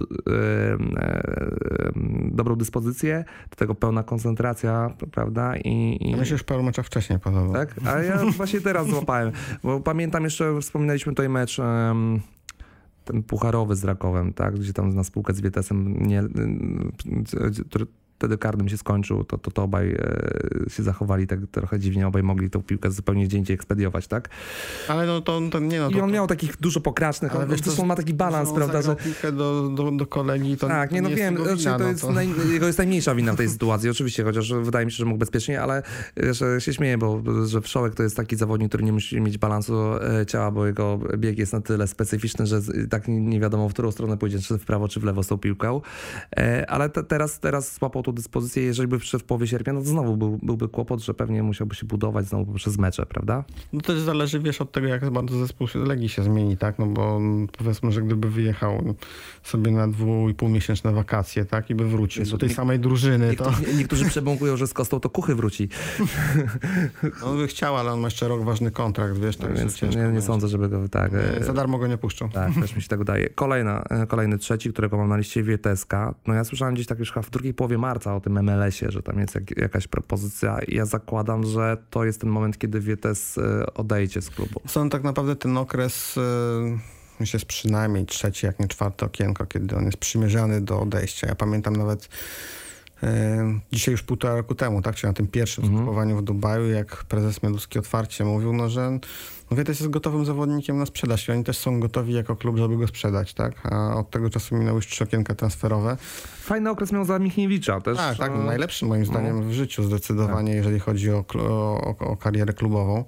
e, dobrą dyspozycję, do tego pełna koncentracja, prawda? I, i... Ja myślę, że już paru meczach wcześniej podobał. Tak? A ja właśnie teraz złapałem, bo pamiętam jeszcze, wspominaliśmy tutaj mecz um, ten pucharowy z Rakowem, tak? Gdzie tam na spółkę z Wietesem nie, który wtedy karnym się skończył, to, to, to obaj e, się zachowali tak trochę dziwnie, obaj mogli tą piłkę zupełnie gdzie indziej ekspediować, tak? Ale no to, to nie no. To, I on to... miał takich dużo pokracznych, ale wiesz, to, on ma taki balans, prawda, że... piłkę do, do, do kolegi, to tak, nie, no nie wiem, jest wina, to no jest to... naj, jego jest najmniejsza wina w tej sytuacji, oczywiście, chociaż wydaje mi się, że mógł bezpiecznie, ale że się śmieję, bo że Wszołek to jest taki zawodnik, który nie musi mieć balansu ciała, bo jego bieg jest na tyle specyficzny, że tak nie wiadomo, w którą stronę pójdzie, czy w prawo, czy w lewo z tą piłką, ale te, teraz, teraz złapał tą dyspozycję, jeżeli by wszedł w połowie sierpnia, no to znowu był, byłby kłopot, że pewnie musiałby się budować znowu przez mecze, prawda? No to też zależy, wiesz, od tego, jak bardzo zespół Legii się zmieni, tak? No bo powiedzmy, że gdyby wyjechał sobie na dwu i pół miesięczne wakacje, tak? I by wrócił Jezu, do tej nie, samej drużyny, niektórzy, to... Niektórzy przebąkują, że z Kostą to Kuchy wróci. No on by chciał, ale on ma jeszcze rok ważny kontrakt, wiesz, tak, no, więc nie, nie sądzę, żeby go tak... Nie, za darmo go nie puszczą. Tak, też mi się tak wydaje. Kolejna, kolejny trzeci, którego mam na liście, Wieteska. No ja słyszałem gdzieś tak już w drugiej połowie marca o tym M L S ie, że tam jest jak, jakaś propozycja. Ja zakładam, że to jest ten moment, kiedy Wietes odejdzie z klubu. Są tak naprawdę ten okres, myślę, jest przynajmniej trzeci, jak nie czwarte okienko, kiedy on jest przymierzany do odejścia. Ja pamiętam nawet e, dzisiaj już półtora roku temu, tak, czyli na tym pierwszym mm-hmm. skupowaniu w Dubaju, jak prezes Mioduski otwarcie mówił, no, że no, Wietes jest gotowym zawodnikiem na sprzedaż i oni też są gotowi jako klub, żeby go sprzedać, tak? A od tego czasu minęły już trzy okienka transferowe. Fajny okres miał za Michniewicza też. Tak, tak, najlepszy moim zdaniem no. w życiu zdecydowanie, tak. jeżeli chodzi o, o, o, o karierę klubową.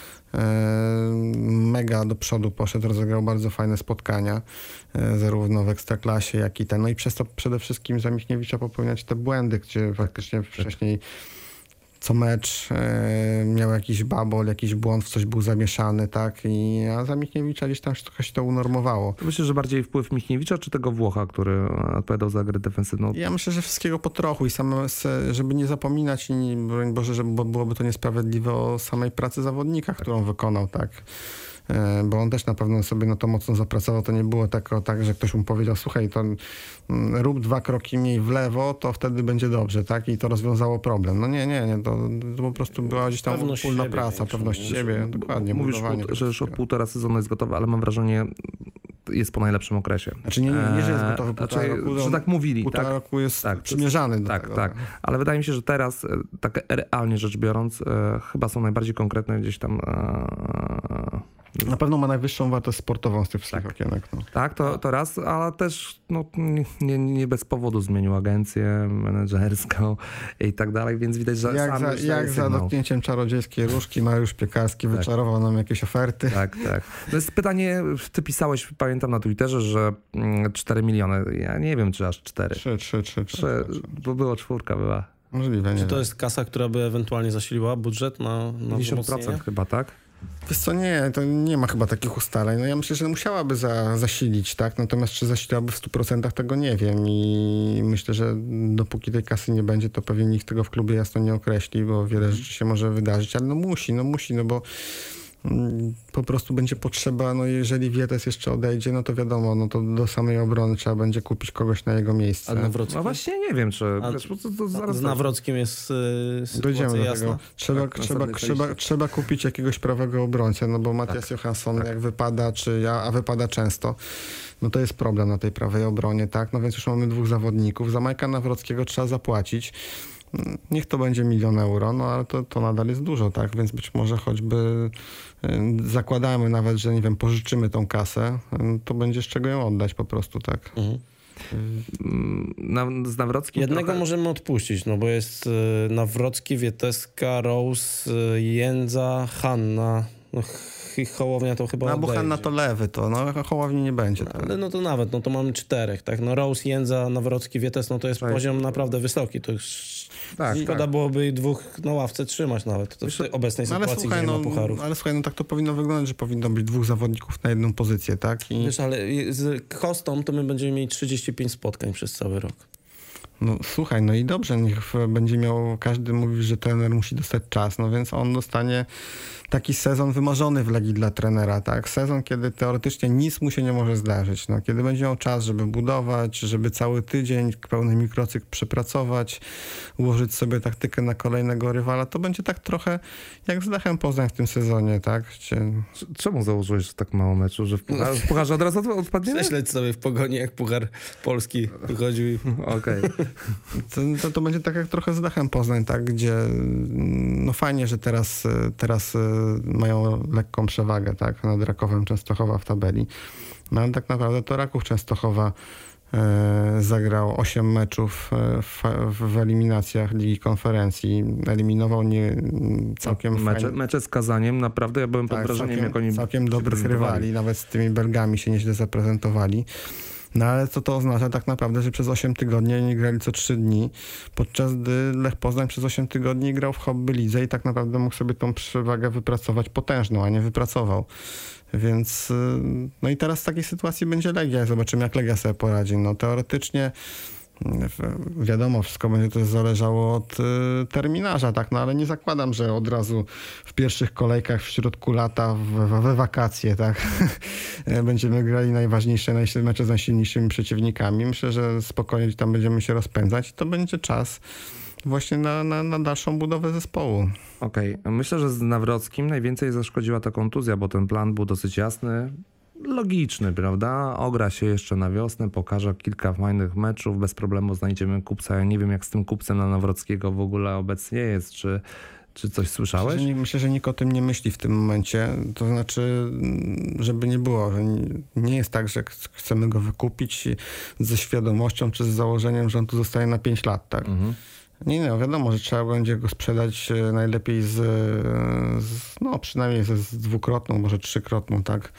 Mega do przodu poszedł, rozegrał bardzo fajne spotkania, zarówno w Ekstraklasie, jak i ten. No i przez to przede wszystkim za Michniewicza popełniać te błędy, gdzie faktycznie wcześniej co mecz e, miał jakiś babol, jakiś błąd, w coś był zamieszany, tak? I a za Michniewicza gdzieś tam trochę się to unormowało. Myślę, że bardziej wpływ Michniewicza czy tego Włocha, który odpowiadał za grę defensywną? Ja myślę, że wszystkiego po trochu i same, żeby nie zapominać i broń Boże, że byłoby to niesprawiedliwe o samej pracy zawodnika, którą wykonał, tak? Bo on też na pewno sobie na to mocno zapracował. To nie było tak, tak, że ktoś mu powiedział, słuchaj, to rób dwa kroki mniej w lewo, to wtedy będzie dobrze, tak? I to rozwiązało problem. No nie, nie, nie. To, to po prostu była gdzieś tam wspólna praca, pewność siebie. Dokładnie. Mówisz, że już od półtora sezonu jest gotowy, ale mam wrażenie, jest po najlepszym okresie. Znaczy nie, nie, nie że jest gotowy półtora znaczy, roku. Że tak mówili. Półtora tak, roku jest tak, przymierzany do tak, tego. Tak, tak. Ale wydaje mi się, że teraz, tak realnie rzecz biorąc, chyba są najbardziej konkretne gdzieś tam... Na pewno ma najwyższą wartość sportową z tych wszystkich tak. okienek. No. Tak, to, to raz, ale też no, nie, nie bez powodu zmienił agencję menedżerską i tak dalej, więc widać, że jak sam za, Jak za dotknięciem czarodziejskiej różki Mariusz Piekarski tak. wyczarował nam jakieś oferty. Tak, tak. To jest pytanie, ty pisałeś, pamiętam na Twitterze, że cztery miliony. Ja nie wiem, czy aż cztery. Trzy, trzy, trzy. trzy, bo było czwórka, była. Możliwe, nie Czy to wiem. jest kasa, która by ewentualnie zasiliła budżet na, na pięćdziesiąt procent chyba, tak? Wiesz co, nie, to nie ma chyba takich ustaleń. No ja myślę, że musiałaby za, zasilić, tak? Natomiast czy zasiliłaby w stu procentach, tego nie wiem i myślę, że dopóki tej kasy nie będzie, to pewnie nikt tego w klubie jasno nie określi, bo wiele rzeczy się może wydarzyć, ale no musi, no musi, no bo po prostu będzie potrzeba, no jeżeli Wietes jeszcze odejdzie, no to wiadomo, no to do samej obrony trzeba będzie kupić kogoś na jego miejsce. A Nawrocki? No właśnie nie wiem, czy... A, wiesz, to, to zaraz z Nawrockim jest yy, sytuacja Dojdziemy jasna? do tego. Trzeba, tak, trzeba, trzeba, trzeba kupić jakiegoś prawego obrońcę, no bo Matias tak, Johansson tak. jak wypada, czy ja, a wypada często, no to jest problem na tej prawej obronie, tak? No więc już mamy dwóch zawodników. Za Majka Nawrockiego trzeba zapłacić. Niech to będzie milion euro, no ale to, to nadal jest dużo, tak? Więc być może choćby zakładamy nawet, że nie wiem, pożyczymy tą kasę, to będzie z czego ją oddać po prostu, tak? Mhm. Na, z Nawrockim Jednego trochę... możemy odpuścić, no bo jest y, Nawrocki, Wieteska, Rose, y, Jędza, Hanna. No, Hołownia to chyba No bo odejdzie. Hanna to lewy, to no Hołowni nie będzie. No, Tak. ale no to nawet, no to mamy czterech, tak? No Rose, Jędza, Nawrocki, Wietes, no to jest Tak. poziom naprawdę wysoki. To już Tak, szkoda tak. byłoby dwóch na ławce trzymać nawet. To w tej obecnej No, ale sytuacji, słuchaj, gdzie nie no, ma pucharów. ale słuchaj, no tak to powinno wyglądać, że powinno być dwóch zawodników na jedną pozycję, tak? I... Wiesz, ale z Kostą to my będziemy mieli trzydzieści pięć spotkań przez cały rok. No słuchaj, no i dobrze, niech będzie miał, każdy mówi, że trener musi dostać czas, no więc on dostanie taki sezon wymarzony w Legii dla trenera, tak? Sezon, kiedy teoretycznie nic mu się nie może zdarzyć, no kiedy będzie miał czas, żeby budować, żeby cały tydzień pełny mikrocykl przepracować, ułożyć sobie taktykę na kolejnego rywala, to będzie tak trochę jak z Lechem Poznań w tym sezonie, tak? Gdzie... Czemu założyłeś tak mało meczu, że w pucharze, w pucharze od razu odpadnie? Prześledź sobie w Pogoni, jak Puchar Polski wychodził i... Okej. To, to, to będzie tak jak trochę z Lechem Poznań, tak? Gdzie no fajnie, że teraz, teraz mają lekką przewagę, tak? Nad Rakowem Częstochowa w tabeli. No ale tak naprawdę to Raków Częstochowa e, zagrał osiem meczów w, w eliminacjach Ligi Konferencji. Eliminował nie całkiem Mecze, fajnie. mecze z Kazaniem, naprawdę ja byłem pod Tak, wrażeniem, całkiem, jak oni całkiem dobrych prezentowali. rywali, nawet z tymi Belgami się nieźle zaprezentowali. No ale co to oznacza tak naprawdę, że przez osiem tygodni nie grali co trzy dni, podczas gdy Lech Poznań przez osiem tygodni grał w hobby lidze i tak naprawdę mógł sobie tą przewagę wypracować potężną, a nie wypracował. Więc no i teraz w takiej sytuacji będzie Legia. Zobaczymy, jak Legia sobie poradzi. No teoretycznie wiadomo, wszystko będzie też zależało od y, terminarza, tak, no ale nie zakładam, że od razu w pierwszych kolejkach w środku lata, we, we wakacje, tak, będziemy grali najważniejsze mecze z najsilniejszymi przeciwnikami. Myślę, że spokojnie tam będziemy się rozpędzać i to będzie czas właśnie na, na, na dalszą budowę zespołu. Okej, myślę, że z Nawrockim najwięcej zaszkodziła ta kontuzja, bo ten plan był dosyć jasny. Logiczny, prawda? Ogra się jeszcze na wiosnę, pokaże kilka fajnych meczów, bez problemu znajdziemy kupca. Ja nie wiem, jak z tym kupcem na Nawrockiego w ogóle obecnie jest, czy, czy coś słyszałeś? Myślę, że, nie, myślę, że nikt o tym nie myśli w tym momencie. To znaczy, żeby nie było, że nie, nie jest tak, że chcemy go wykupić ze świadomością czy z założeniem, że on tu zostaje na pięć lat, tak? Mhm. Nie, no wiadomo, że trzeba będzie go sprzedać najlepiej z, z no przynajmniej ze z dwukrotną, może trzykrotną, tak,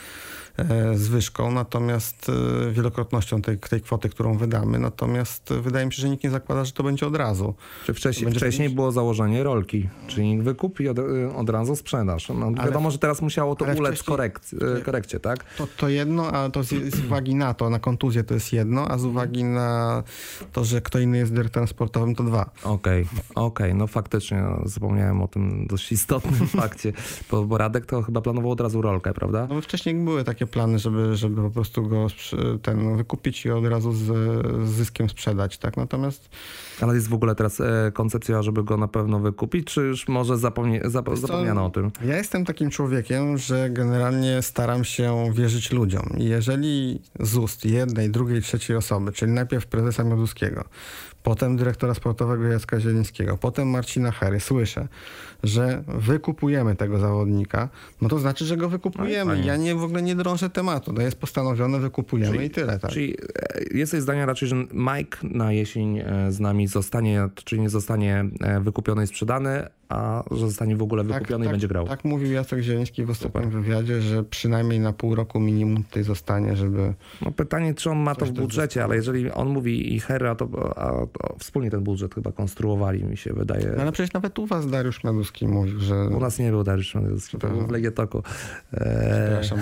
zwyżką, natomiast wielokrotnością tej, tej kwoty, którą wydamy, natomiast wydaje mi się, że nikt nie zakłada, że to będzie od razu. Czy wcześniej, wcześniej było założenie rolki, czyli wykup i od, od razu sprzedaż. No, wiadomo, ale, że teraz musiało to ulec korekt, korekcie, tak? To, to jedno, a to z, z uwagi na to, na kontuzję to jest jedno, a z uwagi na to, że kto inny jest dyrektorem sportowym, to dwa. Okej, okay, okej, okay. No faktycznie zapomniałem o tym dość istotnym fakcie, bo, bo Radek to chyba planował od razu rolkę, prawda? No wcześniej były takie plany, żeby, żeby po prostu go ten wykupić i od razu z, z zyskiem sprzedać, tak? Natomiast... Ale jest w ogóle teraz e, koncepcja, żeby go na pewno wykupić, czy już może zapomnie, zap, zapomniano o tym? Ja jestem takim człowiekiem, że generalnie staram się wierzyć ludziom. I jeżeli z ust jednej, drugiej, trzeciej osoby, czyli najpierw prezesa Mioduskiego, potem dyrektora sportowego Jacka Zielińskiego, potem Marcina Hery, słyszę, że wykupujemy tego zawodnika, no to znaczy, że go wykupujemy. No ja nie, w ogóle nie drążę tematu. No jest postanowione, wykupujemy czyli, i tyle. Tak. Czyli jesteś zdania raczej, że Mike na jesień z nami zostanie, czy nie zostanie wykupiony i sprzedany, a że zostanie w ogóle wykupiony tak, i tak, będzie grał. Tak mówił Jacek Zieliński w ostatnim wywiadzie, że przynajmniej na pół roku minimum tutaj zostanie, żeby... No pytanie, czy on ma to w budżecie, ale jeżeli on mówi i Hera, to, a, to wspólnie ten budżet chyba konstruowali, mi się wydaje. No ale przecież nawet u was Dariusz Mioduski mówił, że... U nas nie był Dariusz Mioduski, to był w Legietoku. Przepraszam.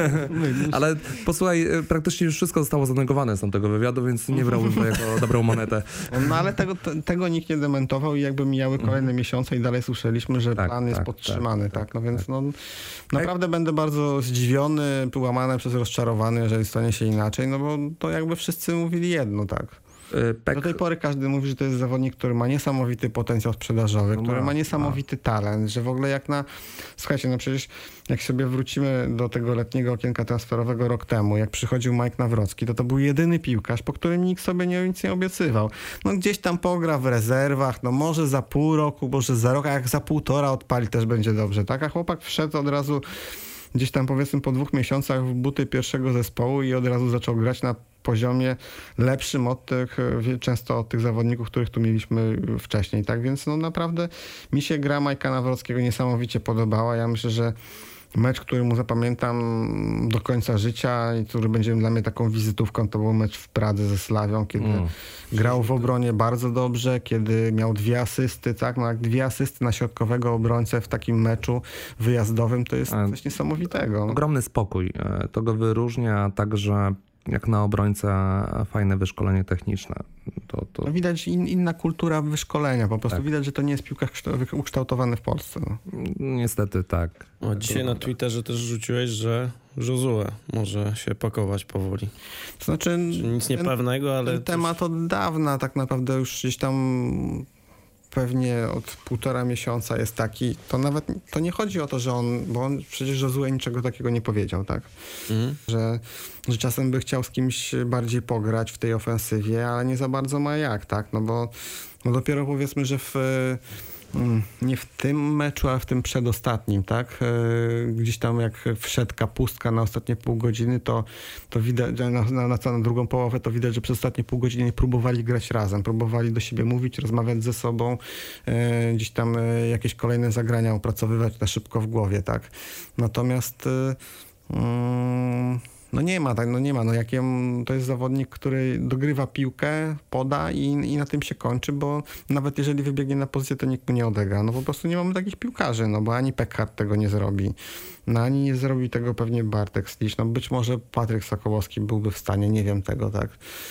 Ale posłuchaj, praktycznie już wszystko zostało zanegowane z tamtego wywiadu, więc nie brałbym to jako dobrą monetę. No ale tego, tego nikt nie dementował i jakby mijały kolejne mm. miesiące i dalej słyszeliśmy, że tak, plan jest tak, podtrzymany, tak, tak, tak no więc tak. no naprawdę tak. Będę bardzo zdziwiony, łamany przez rozczarowany, jeżeli stanie się inaczej, no bo to jakby wszyscy mówili jedno, tak. Pek... Do tej pory każdy mówi, że to jest zawodnik, który ma niesamowity potencjał sprzedażowy, no, który ma niesamowity no. talent, że w ogóle jak na... Słuchajcie, no przecież jak sobie wrócimy do tego letniego okienka transferowego rok temu, jak przychodził Mike Nawrocki, to to był jedyny piłkarz, po którym nikt sobie nie, nic nie obiecywał. No gdzieś tam pogra w rezerwach, no może za pół roku, może za rok, a jak za półtora odpali też będzie dobrze, tak? A chłopak wszedł od razu gdzieś tam powiedzmy po dwóch miesiącach w buty pierwszego zespołu i od razu zaczął grać na poziomie lepszym od tych, często od tych zawodników, których tu mieliśmy wcześniej, tak? Więc no naprawdę mi się gra Majka Nawrockiego niesamowicie podobała. Ja myślę, że mecz, który mu zapamiętam do końca życia i który będzie dla mnie taką wizytówką, to był mecz w Pradze ze Slawią, kiedy mm. grał w obronie bardzo dobrze, kiedy miał dwie asysty, tak? No jak dwie asysty na środkowego obrońcę w takim meczu wyjazdowym, to jest coś niesamowitego. Ogromny spokój. To go wyróżnia także jak na obrońcę fajne wyszkolenie techniczne. To, to... No widać in, inna kultura wyszkolenia, po prostu tak. Widać, że to nie jest piłka ukształtowane w Polsce. No. Niestety tak. O, dzisiaj na Twitterze też rzuciłeś, że Josue może się pakować powoli. To znaczy, Czyli nic niepewnego, ale... Ten temat od dawna tak naprawdę już gdzieś tam pewnie od półtora miesiąca jest taki, to nawet to nie chodzi o to, że on, bo on przecież Josue niczego takiego nie powiedział, tak? Mhm. Że, że czasem by chciał z kimś bardziej pograć w tej ofensywie, ale nie za bardzo ma jak, tak? No bo no dopiero powiedzmy, że w nie w tym meczu, ale w tym przedostatnim, tak? Gdzieś tam jak wszedł Kapustka na ostatnie pół godziny, to, to widać, na, na, na, na drugą połowę to widać, że przez ostatnie pół godziny próbowali grać razem, próbowali do siebie mówić, rozmawiać ze sobą, e, gdzieś tam e, jakieś kolejne zagrania opracowywać na szybko w głowie, tak? Natomiast e, mm, no nie ma, tak, no nie ma. No jakie, to jest zawodnik, który dogrywa piłkę, poda i, i na tym się kończy, bo nawet jeżeli wybiegnie na pozycję, to nikt mu nie odegra. No po prostu nie mamy takich piłkarzy, no bo ani Peckhardt tego nie zrobi, no ani nie zrobi tego pewnie Bartek Slisz. No być może Patryk Sokołowski byłby w stanie, nie wiem tego, tak.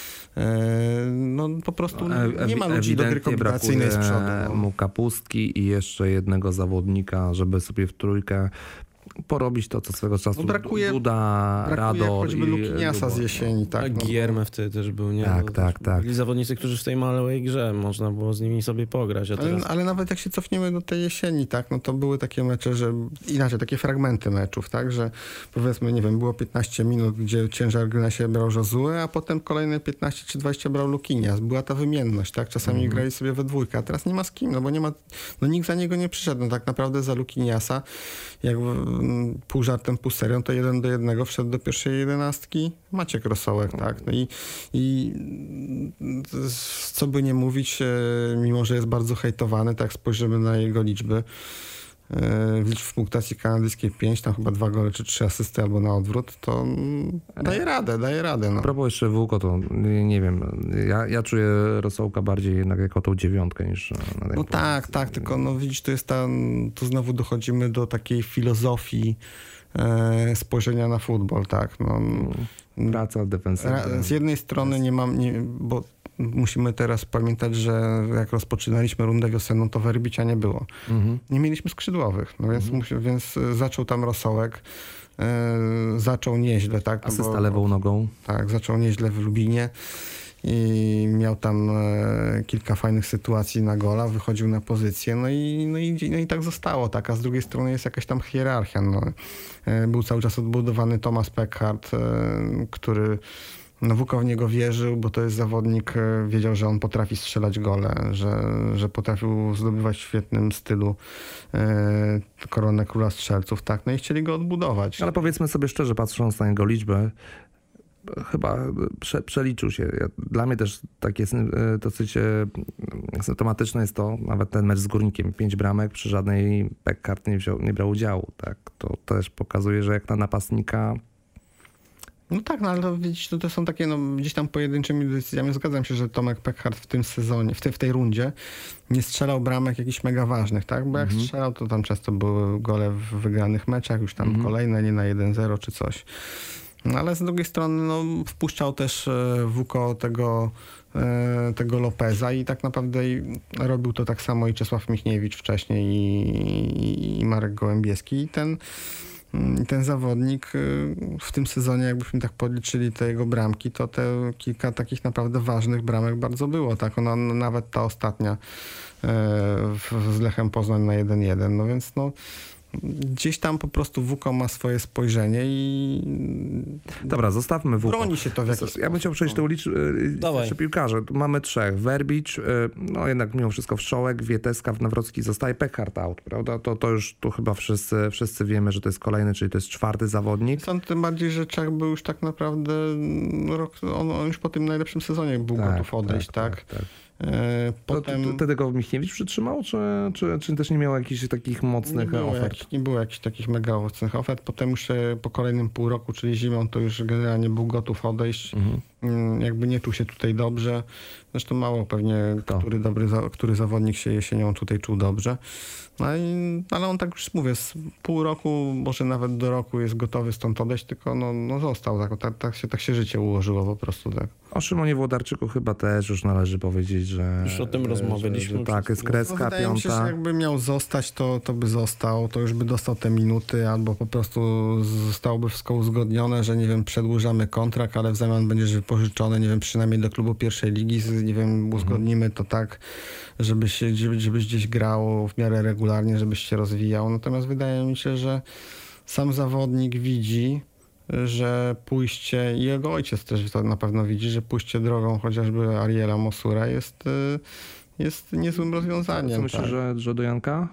No po prostu nie ma ludzi do gry kombinacyjnej z przodu. No. Mu Kapustki i jeszcze jednego zawodnika, żeby sobie w trójkę porobić to, co swego czasu no brakuje, Duda, brakuje Rador choćby Lukiniasa z jesieni. Tak, a no. Gierme wtedy też był, nie? Tak, no, tak, tak. Byli zawodnicy, którzy w tej małej grze można było z nimi sobie pograć. A teraz... ale, ale nawet jak się cofniemy do tej jesieni, tak, no to były takie mecze, że inaczej, takie fragmenty meczów, tak, że powiedzmy, nie wiem, było piętnaście minut, gdzie ciężar gry na siebie brał Josue, a potem kolejne piętnaście czy dwadzieścia brał Lukinias. Była ta wymienność, tak, czasami mm. grali sobie we dwójkę, a teraz nie ma z kim, no bo nie ma, no nikt za niego nie przyszedł, no tak naprawdę za Lukiniasa, jak pół żartem, pół serią, to jeden do jednego wszedł do pierwszej jedenastki Maciek Rosołek, tak, no i, i co by nie mówić, mimo że jest bardzo hejtowany, tak spojrzymy na jego liczby, w punktacji kanadyjskiej pięć, tam chyba dwa gole czy trzy asysty albo na odwrót, to daje radę, daje radę. No. A propos jeszcze Włóko, to nie wiem, ja, ja czuję Rosołka bardziej jednak jako tą dziewiątkę niż... Na no pozycji. Tak, tak, tylko no widzisz, to jest ta, tu znowu dochodzimy do takiej filozofii e, spojrzenia na futbol, tak. No, praca defensywna. Z jednej strony nie mam, nie, bo musimy teraz pamiętać, że jak rozpoczynaliśmy rundę wiosenną, to Werbicia nie było. Mhm. Nie mieliśmy skrzydłowych, no więc, mhm. musi, więc zaczął tam Rosołek, e, zaczął nieźle, tak? Asysta bo, lewą nogą. Tak, zaczął nieźle w Lubinie i miał tam e, kilka fajnych sytuacji na gola, wychodził na pozycję, no i, no, i, no i tak zostało, tak, a z drugiej strony jest jakaś tam hierarchia, no. E, był cały czas odbudowany Thomas Peckhardt, e, który no Wuko w niego wierzył, bo to jest zawodnik, wiedział, że on potrafi strzelać gole, że, że potrafił zdobywać w świetnym stylu e, koronę króla strzelców, tak, no i chcieli go odbudować. Ale powiedzmy sobie szczerze, patrząc na jego liczbę, chyba prze, przeliczył się. Dla mnie też takie dosyć symptomatyczne jest to, nawet ten mecz z Górnikiem, pięć bramek, przy żadnej Peckhardt nie, wziął, nie brał udziału, tak, to też pokazuje, że jak na napastnika. No tak, no ale to, widzisz, to, to są takie no, gdzieś tam pojedynczymi decyzjami. Zgadzam się, że Tomek Peckhardt w tym sezonie, w, te, w tej rundzie nie strzelał bramek jakichś mega ważnych, tak? Bo jak mm-hmm. strzelał, to tam często były gole w wygranych meczach, już tam mm-hmm. kolejne, nie na jeden zero czy coś. No ale z drugiej strony no, wpuszczał też Wuko tego, tego Lopeza i tak naprawdę robił to tak samo i Czesław Michniewicz wcześniej i, i Marek Gołębieski. I ten Ten zawodnik w tym sezonie, jakbyśmy tak podliczyli te jego bramki, to te kilka takich naprawdę ważnych bramek bardzo było. Tak, ona nawet ta ostatnia z Lechem Poznań na jeden jeden. No więc no, gdzieś tam po prostu Wuko ma swoje spojrzenie i Dobra, zostawmy Wuko. broni się to w jakiś sposób. Ja bym chciał przejść do liczby piłkarzy. Tu mamy trzech. Werbicz, no jednak mimo wszystko Wszołek, Wieteska, Nawrocki zostaje, Peckhardt out, prawda? To, to już tu chyba wszyscy, wszyscy wiemy, że to jest kolejny, czyli to jest czwarty zawodnik. Sąd tym bardziej, że Czech był już tak naprawdę rok, on, on już po tym najlepszym sezonie był Tak, gotów odejść, tak? tak, tak, tak. Potem... To, to, wtedy go Michniewicz przytrzymał, czy, czy, czy też nie miał jakichś takich mocnych nie było ofert? Jak, nie było jakichś takich mega mocnych ofert. Potem już po kolejnym pół roku, czyli zimą, to już generalnie był gotów odejść. Mhm. Jakby nie czuł się tutaj dobrze. Zresztą mało pewnie, który, dobry, który zawodnik się jesienią tutaj czuł dobrze. No i, ale on tak już mówię, z pół roku, może nawet do roku jest gotowy stąd odejść, tylko no, no został. Tak, tak, tak, się, tak się życie ułożyło po prostu. Tak. O Szymonie Włodarczyku chyba też już należy powiedzieć, że... Już o tym że, rozmawialiśmy. Że, że tak, jest kreska, no, wydaje piąta. mi się, że jakby miał zostać, to, to by został, to już by dostał te minuty, albo po prostu zostałoby wszystko uzgodnione, że nie wiem, przedłużamy kontrakt, ale w zamian będziesz wypożyczony, nie wiem, przynajmniej do klubu pierwszej ligi, nie wiem, uzgodnimy to tak, żeby się, żebyś gdzieś grał w miarę regularnie, żebyś się rozwijał. Natomiast wydaje mi się, że sam zawodnik widzi, że pójście, i jego ojciec też to na pewno widzi, że pójście drogą chociażby Ariela Mosura jest, jest niezłym rozwiązaniem. Co myślisz, tak? że, że do Janka?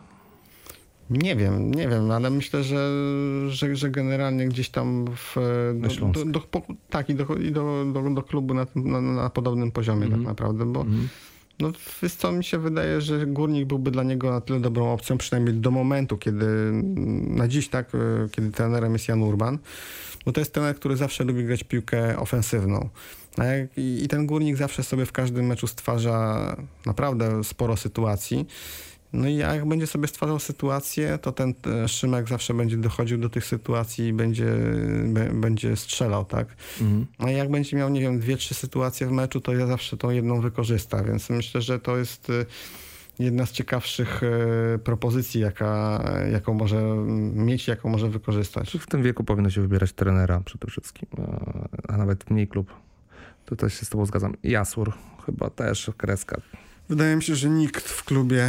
Nie wiem, nie wiem, ale myślę, że, że, że generalnie gdzieś tam w, do, do, do, po, tak i, do, i do, do, do klubu na, na, na podobnym poziomie mm. tak naprawdę, bo mm. no, wiesz co, mi się wydaje, że Górnik byłby dla niego na tyle dobrą opcją, przynajmniej do momentu, kiedy na dziś, tak, kiedy trenerem jest Jan Urban, bo to jest trener, który zawsze lubi grać piłkę ofensywną. A jak, i, I ten Górnik zawsze sobie w każdym meczu stwarza naprawdę sporo sytuacji. No i jak będzie sobie stwarzał sytuację, to ten Szymek zawsze będzie dochodził do tych sytuacji i będzie, b, będzie strzelał, tak? Mhm. A jak będzie miał, nie wiem, dwie, trzy sytuacje w meczu, to ja zawsze tą jedną wykorzysta, więc myślę, że to jest jedna z ciekawszych propozycji, jaka, jaką może mieć, jaką może wykorzystać. W tym wieku powinno się wybierać trenera przede wszystkim, a nawet mniej klub. Tu też się z tobą zgadzam. Jasur chyba też, kreska. Wydaje mi się, że nikt w klubie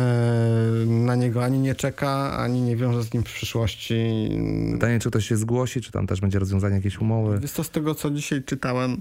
e, na niego ani nie czeka, ani nie wiąże z nim w przyszłości. Pytanie, czy ktoś się zgłosi, czy tam też będzie rozwiązanie jakiejś umowy? Jest to z tego, co dzisiaj czytałem,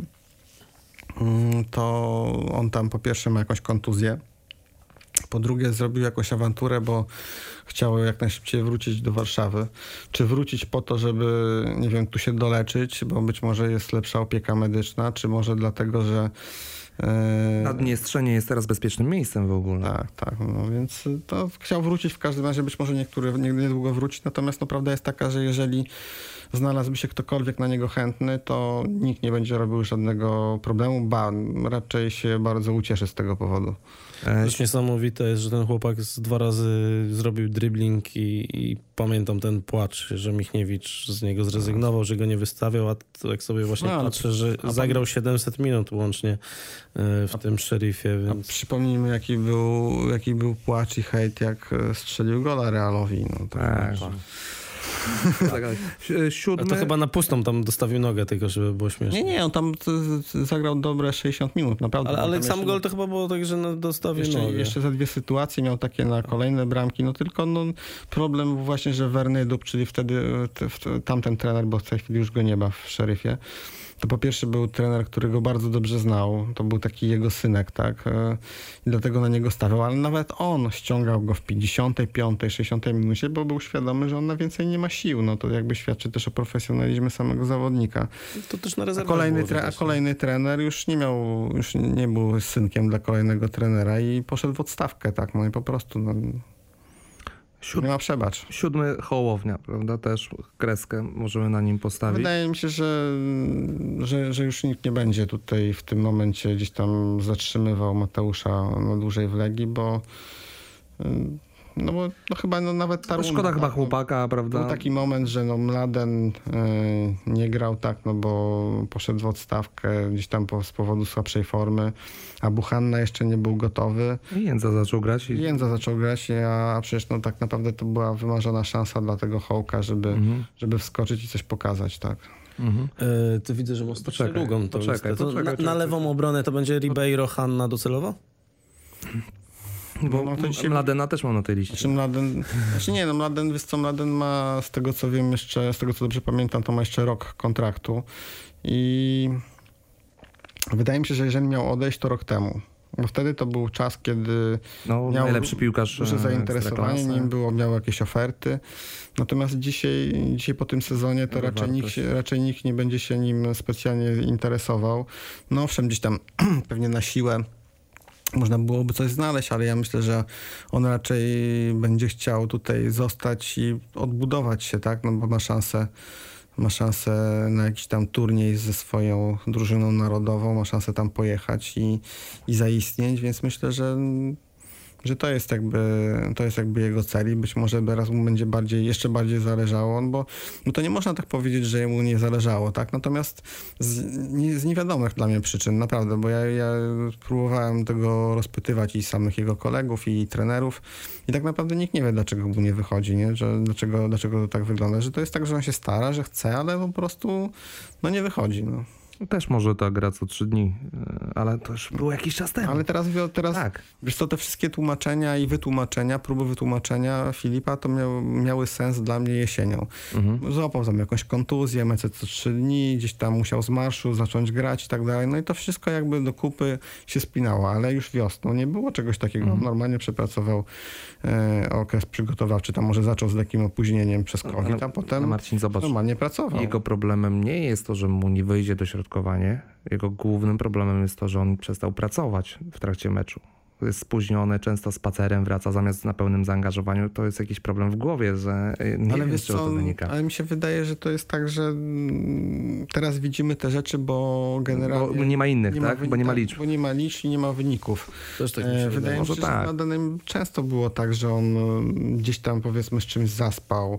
to on tam po pierwsze ma jakąś kontuzję, po drugie zrobił jakąś awanturę, bo chciał jak najszybciej wrócić do Warszawy. Czy wrócić po to, żeby, nie wiem, tu się doleczyć, bo być może jest lepsza opieka medyczna, czy może dlatego, że Naddniestrze nie jest teraz bezpiecznym miejscem w ogóle. Tak, tak. No więc to chciał wrócić w każdym razie, być może niektóry niedługo wrócić, natomiast no, prawda jest taka, że jeżeli znalazłby się ktokolwiek na niego chętny, to nikt nie będzie robił żadnego problemu, ba, raczej się bardzo ucieszy z tego powodu. Też niesamowite jest, że ten chłopak z dwa razy zrobił dribbling i, i pamiętam ten płacz, że Michniewicz z niego zrezygnował, że go nie wystawiał, a to jak sobie właśnie no, patrzę, że zagrał siedemset minut łącznie w a, tym Sheriffie. Więc... Przypomnijmy, jaki był, jaki był płacz i hejt, jak strzelił gola Realowi. No, to tak. Siódmy... To chyba na pustą tam dostawił nogę, tylko żeby było śmiesznie. Nie, nie, on tam zagrał dobre sześćdziesiąt minut, naprawdę. Ale, ale sam jeszcze... gol to chyba było tak, że dostawił jeszcze, nogę. Jeszcze za dwie sytuacje miał takie na kolejne bramki, no tylko no, problem właśnie, że Wernydub, czyli wtedy t, t, tamten trener, bo w tej chwili już go nie ma w Szeryfie, to po pierwsze był trener, który go bardzo dobrze znał. To był taki jego synek, tak? I dlatego na niego stawiał, ale nawet on ściągał go w pięćdziesiątej piątej, sześćdziesiątej minucie, bo był świadomy, że on na więcej nie ma sił. No to jakby świadczy też o profesjonalizmie samego zawodnika. To też na rezerwę. A kolejny, tre- a kolejny trener już nie miał, już nie był synkiem dla kolejnego trenera i poszedł w odstawkę, tak? No i po prostu... No, Siód... nie ma przebacz. Siódmy Hołownia, prawda? Też kreskę możemy na nim postawić. Wydaje mi się, że, że, że już nikt nie będzie tutaj w tym momencie gdzieś tam zatrzymywał Mateusza na dłużej w Legii, bo no bo no chyba no nawet ta no szkoda runda, chyba chłopaka, prawda? Był taki moment, że no Mladen y, nie grał tak, no bo poszedł w odstawkę gdzieś tam po, z powodu słabszej formy, a Buchanna jeszcze nie był gotowy. I Jędza zaczął grać. I... Jędza zaczął grać, a przecież no tak naprawdę to była wymarzona szansa dla tego Hołka, żeby, mhm. żeby wskoczyć i coś pokazać, tak. Mhm. E, to widzę, że masz poczekaj, długą tą poczekaj, listę. To poczekaj, na, na lewą obronę to będzie Ribeiro, Hanna docelowo? Bo no to dzisiaj... Mladena też mam na tej liście. Znaczy Mladen, znaczy nie, no Mladen, wiesz co, Mladen ma, z tego co wiem jeszcze, z tego co dobrze pamiętam, to ma jeszcze rok kontraktu i wydaje mi się, że jeżeli miał odejść, to rok temu. Bo wtedy to był czas, kiedy no, miał najlepszy piłkarz duże zainteresowanie nim było, miał jakieś oferty. Natomiast dzisiaj, dzisiaj po tym sezonie to raczej nikt, się, raczej nikt nie będzie się nim specjalnie interesował. No owszem, gdzieś tam pewnie na siłę można byłoby coś znaleźć, ale ja myślę, że on raczej będzie chciał tutaj zostać i odbudować się, tak? No bo ma szansę ma szansę na jakiś tam turniej ze swoją drużyną narodową, ma szansę tam pojechać i, i zaistnieć, więc myślę, że, że to jest jakby to jest jakby jego cel i być może teraz mu będzie bardziej, jeszcze bardziej zależało, bo no to nie można tak powiedzieć, że mu nie zależało, tak? Natomiast z, nie, z niewiadomych dla mnie przyczyn, naprawdę, bo ja, ja próbowałem tego rozpytywać i samych jego kolegów, i trenerów i tak naprawdę nikt nie wie, dlaczego mu nie wychodzi, nie? Że dlaczego, dlaczego to tak wygląda, że to jest tak, że on się stara, że chce, ale po prostu no nie wychodzi, no. Też może ta gra co trzy dni, ale to już było jakiś czas temu. Ale teraz, teraz tak. Wiesz co, te wszystkie tłumaczenia i wytłumaczenia, próby wytłumaczenia Filipa to miał, miały sens dla mnie jesienią. Mhm. Złapał tam jakąś kontuzję, mecz co trzy dni, gdzieś tam musiał z marszu zacząć grać i tak dalej. No i to wszystko jakby do kupy się spinało, ale już wiosną nie było czegoś takiego. Mhm. Normalnie przepracował e, okres przygotowawczy, tam może zaczął z lekkim opóźnieniem przez COVID, a potem Marcin, zobacz, normalnie pracował. Jego problemem nie jest to, że mu nie wyjdzie do środka. Jego głównym problemem jest to, że on przestał pracować w trakcie meczu. Jest spóźniony, często spacerem wraca zamiast na pełnym zaangażowaniu. To jest jakiś problem w głowie, że nie ale wiem, wiesz, z czego to wynika. Ale mi się wydaje, że to jest tak, że teraz widzimy te rzeczy, bo generalnie... Bo nie ma innych, nie tak? Ma bo nie ma liczb. Bo nie ma liczb i nie ma wyników. Też tak mi się e, wydaje. wydaje mi się, że tak. na danym często było tak, że on gdzieś tam powiedzmy z czymś zaspał,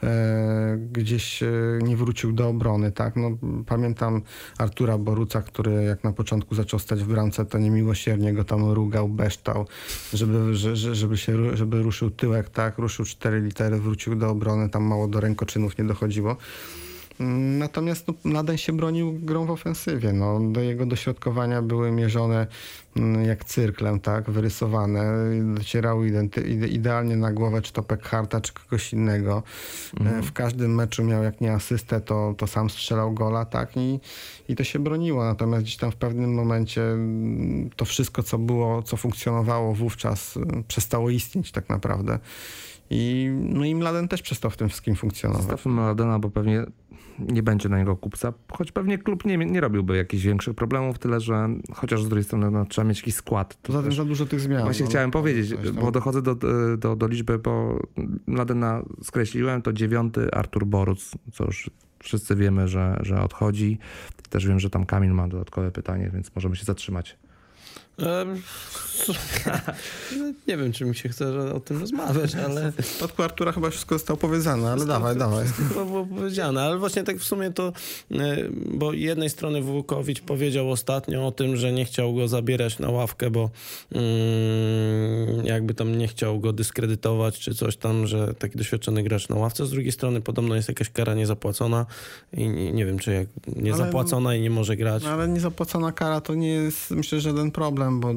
e, gdzieś nie wrócił do obrony, tak? No, pamiętam Artura Boruca, który jak na początku zaczął stać w bramce, to niemiłosiernie go tam rugał, beształ, żeby, że, żeby, się, żeby ruszył tyłek, tak, ruszył cztery litery, wrócił do obrony, tam mało do rękoczynów nie dochodziło. Natomiast no, Mladen się bronił grą w ofensywie. No, do jego dośrodkowania były mierzone jak cyrklem, tak, wyrysowane. Docierały identy- idealnie na głowę czy to Pekharta, czy kogoś innego. Mhm. W każdym meczu miał jak nie asystę, to, to sam strzelał gola, tak, i, i to się broniło. Natomiast gdzieś tam w pewnym momencie to wszystko, co było, co funkcjonowało wówczas, przestało istnieć tak naprawdę. I, no i Mladen też przestał w tym wszystkim funkcjonować. Zostawmy Mladena, bo pewnie nie będzie na niego kupca, choć pewnie klub nie, nie robiłby jakichś większych problemów, tyle że chociaż z drugiej strony no, trzeba mieć jakiś skład. Poza tym za dużo tych zmian. Właśnie no, chciałem powiedzieć, no, bo dochodzę do, do, do liczby, bo Mladena skreśliłem, to dziewiąty Artur Boruc, co już wszyscy wiemy, że, że odchodzi. Też wiem, że tam Kamil ma dodatkowe pytanie, więc możemy się zatrzymać. Nie wiem, czy mi się chce o tym rozmawiać, ale... W przypadku Artura chyba wszystko zostało powiedziane, ale dawaj, dawaj. Wszystko było powiedziane, ale właśnie tak w sumie to, bo jednej strony Wułkowicz powiedział ostatnio o tym, że nie chciał go zabierać na ławkę, bo jakby tam nie chciał go dyskredytować, czy coś tam, że taki doświadczony gracz na ławce. Z drugiej strony podobno jest jakaś kara niezapłacona i nie, nie wiem, czy jak niezapłacona ale, i nie może grać. Ale niezapłacona kara to nie jest, myślę, żaden problem, bo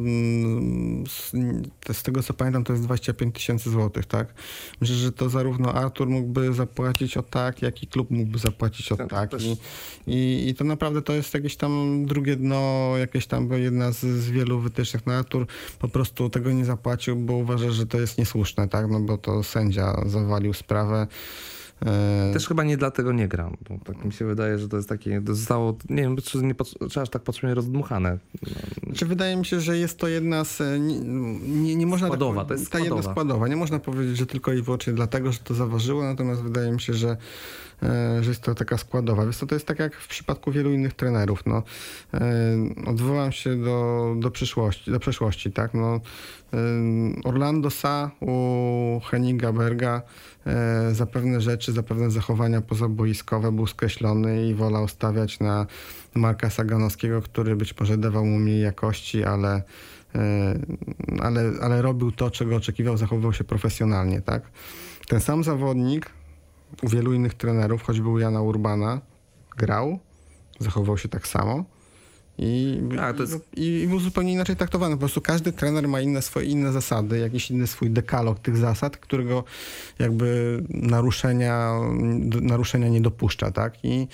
z tego co pamiętam to jest dwadzieścia pięć tysięcy złotych, tak? Myślę, że to zarówno Artur mógłby zapłacić o tak, jak i klub mógłby zapłacić o tak. I, i, I to naprawdę to jest jakieś tam drugie dno, jakieś tam jedna z, z wielu wytycznych. No Artur po prostu tego nie zapłacił, bo uważa, że to jest niesłuszne, tak? No bo to sędzia zawalił sprawę. Też chyba nie dlatego nie gram. Bo tak mi się wydaje, że to jest takie, to zostało, nie wiem, czy, nie, czy aż tak podsumnie rozdmuchane. Znaczy, wydaje mi się, że jest to jedna z, nie, nie, nie można składowa, tak, to jest ta składowa. jedna składowa. Nie można powiedzieć, że tylko i wyłącznie dlatego, że to zaważyło, natomiast wydaje mi się, że, że jest to taka składowa. Więc to, to jest tak jak w przypadku wielu innych trenerów. No, odwołam się do, do przyszłości, do przeszłości, tak? No, Orlando Sa u Henninga Berga za pewne rzeczy, za pewne zachowania pozaboiskowe był skreślony i wolał stawiać na Marka Saganowskiego, który być może dawał mu mniej jakości, ale, ale, ale robił to, czego oczekiwał, zachowywał się profesjonalnie, tak? Ten sam zawodnik u wielu innych trenerów, choćby u Jana Urbana, grał, zachowywał się tak samo I, A, to jest... i, i był zupełnie inaczej traktowany. Po prostu każdy trener ma inne swoje inne zasady, jakiś inny swój dekalog tych zasad, którego jakby naruszenia, naruszenia nie dopuszcza, tak? I,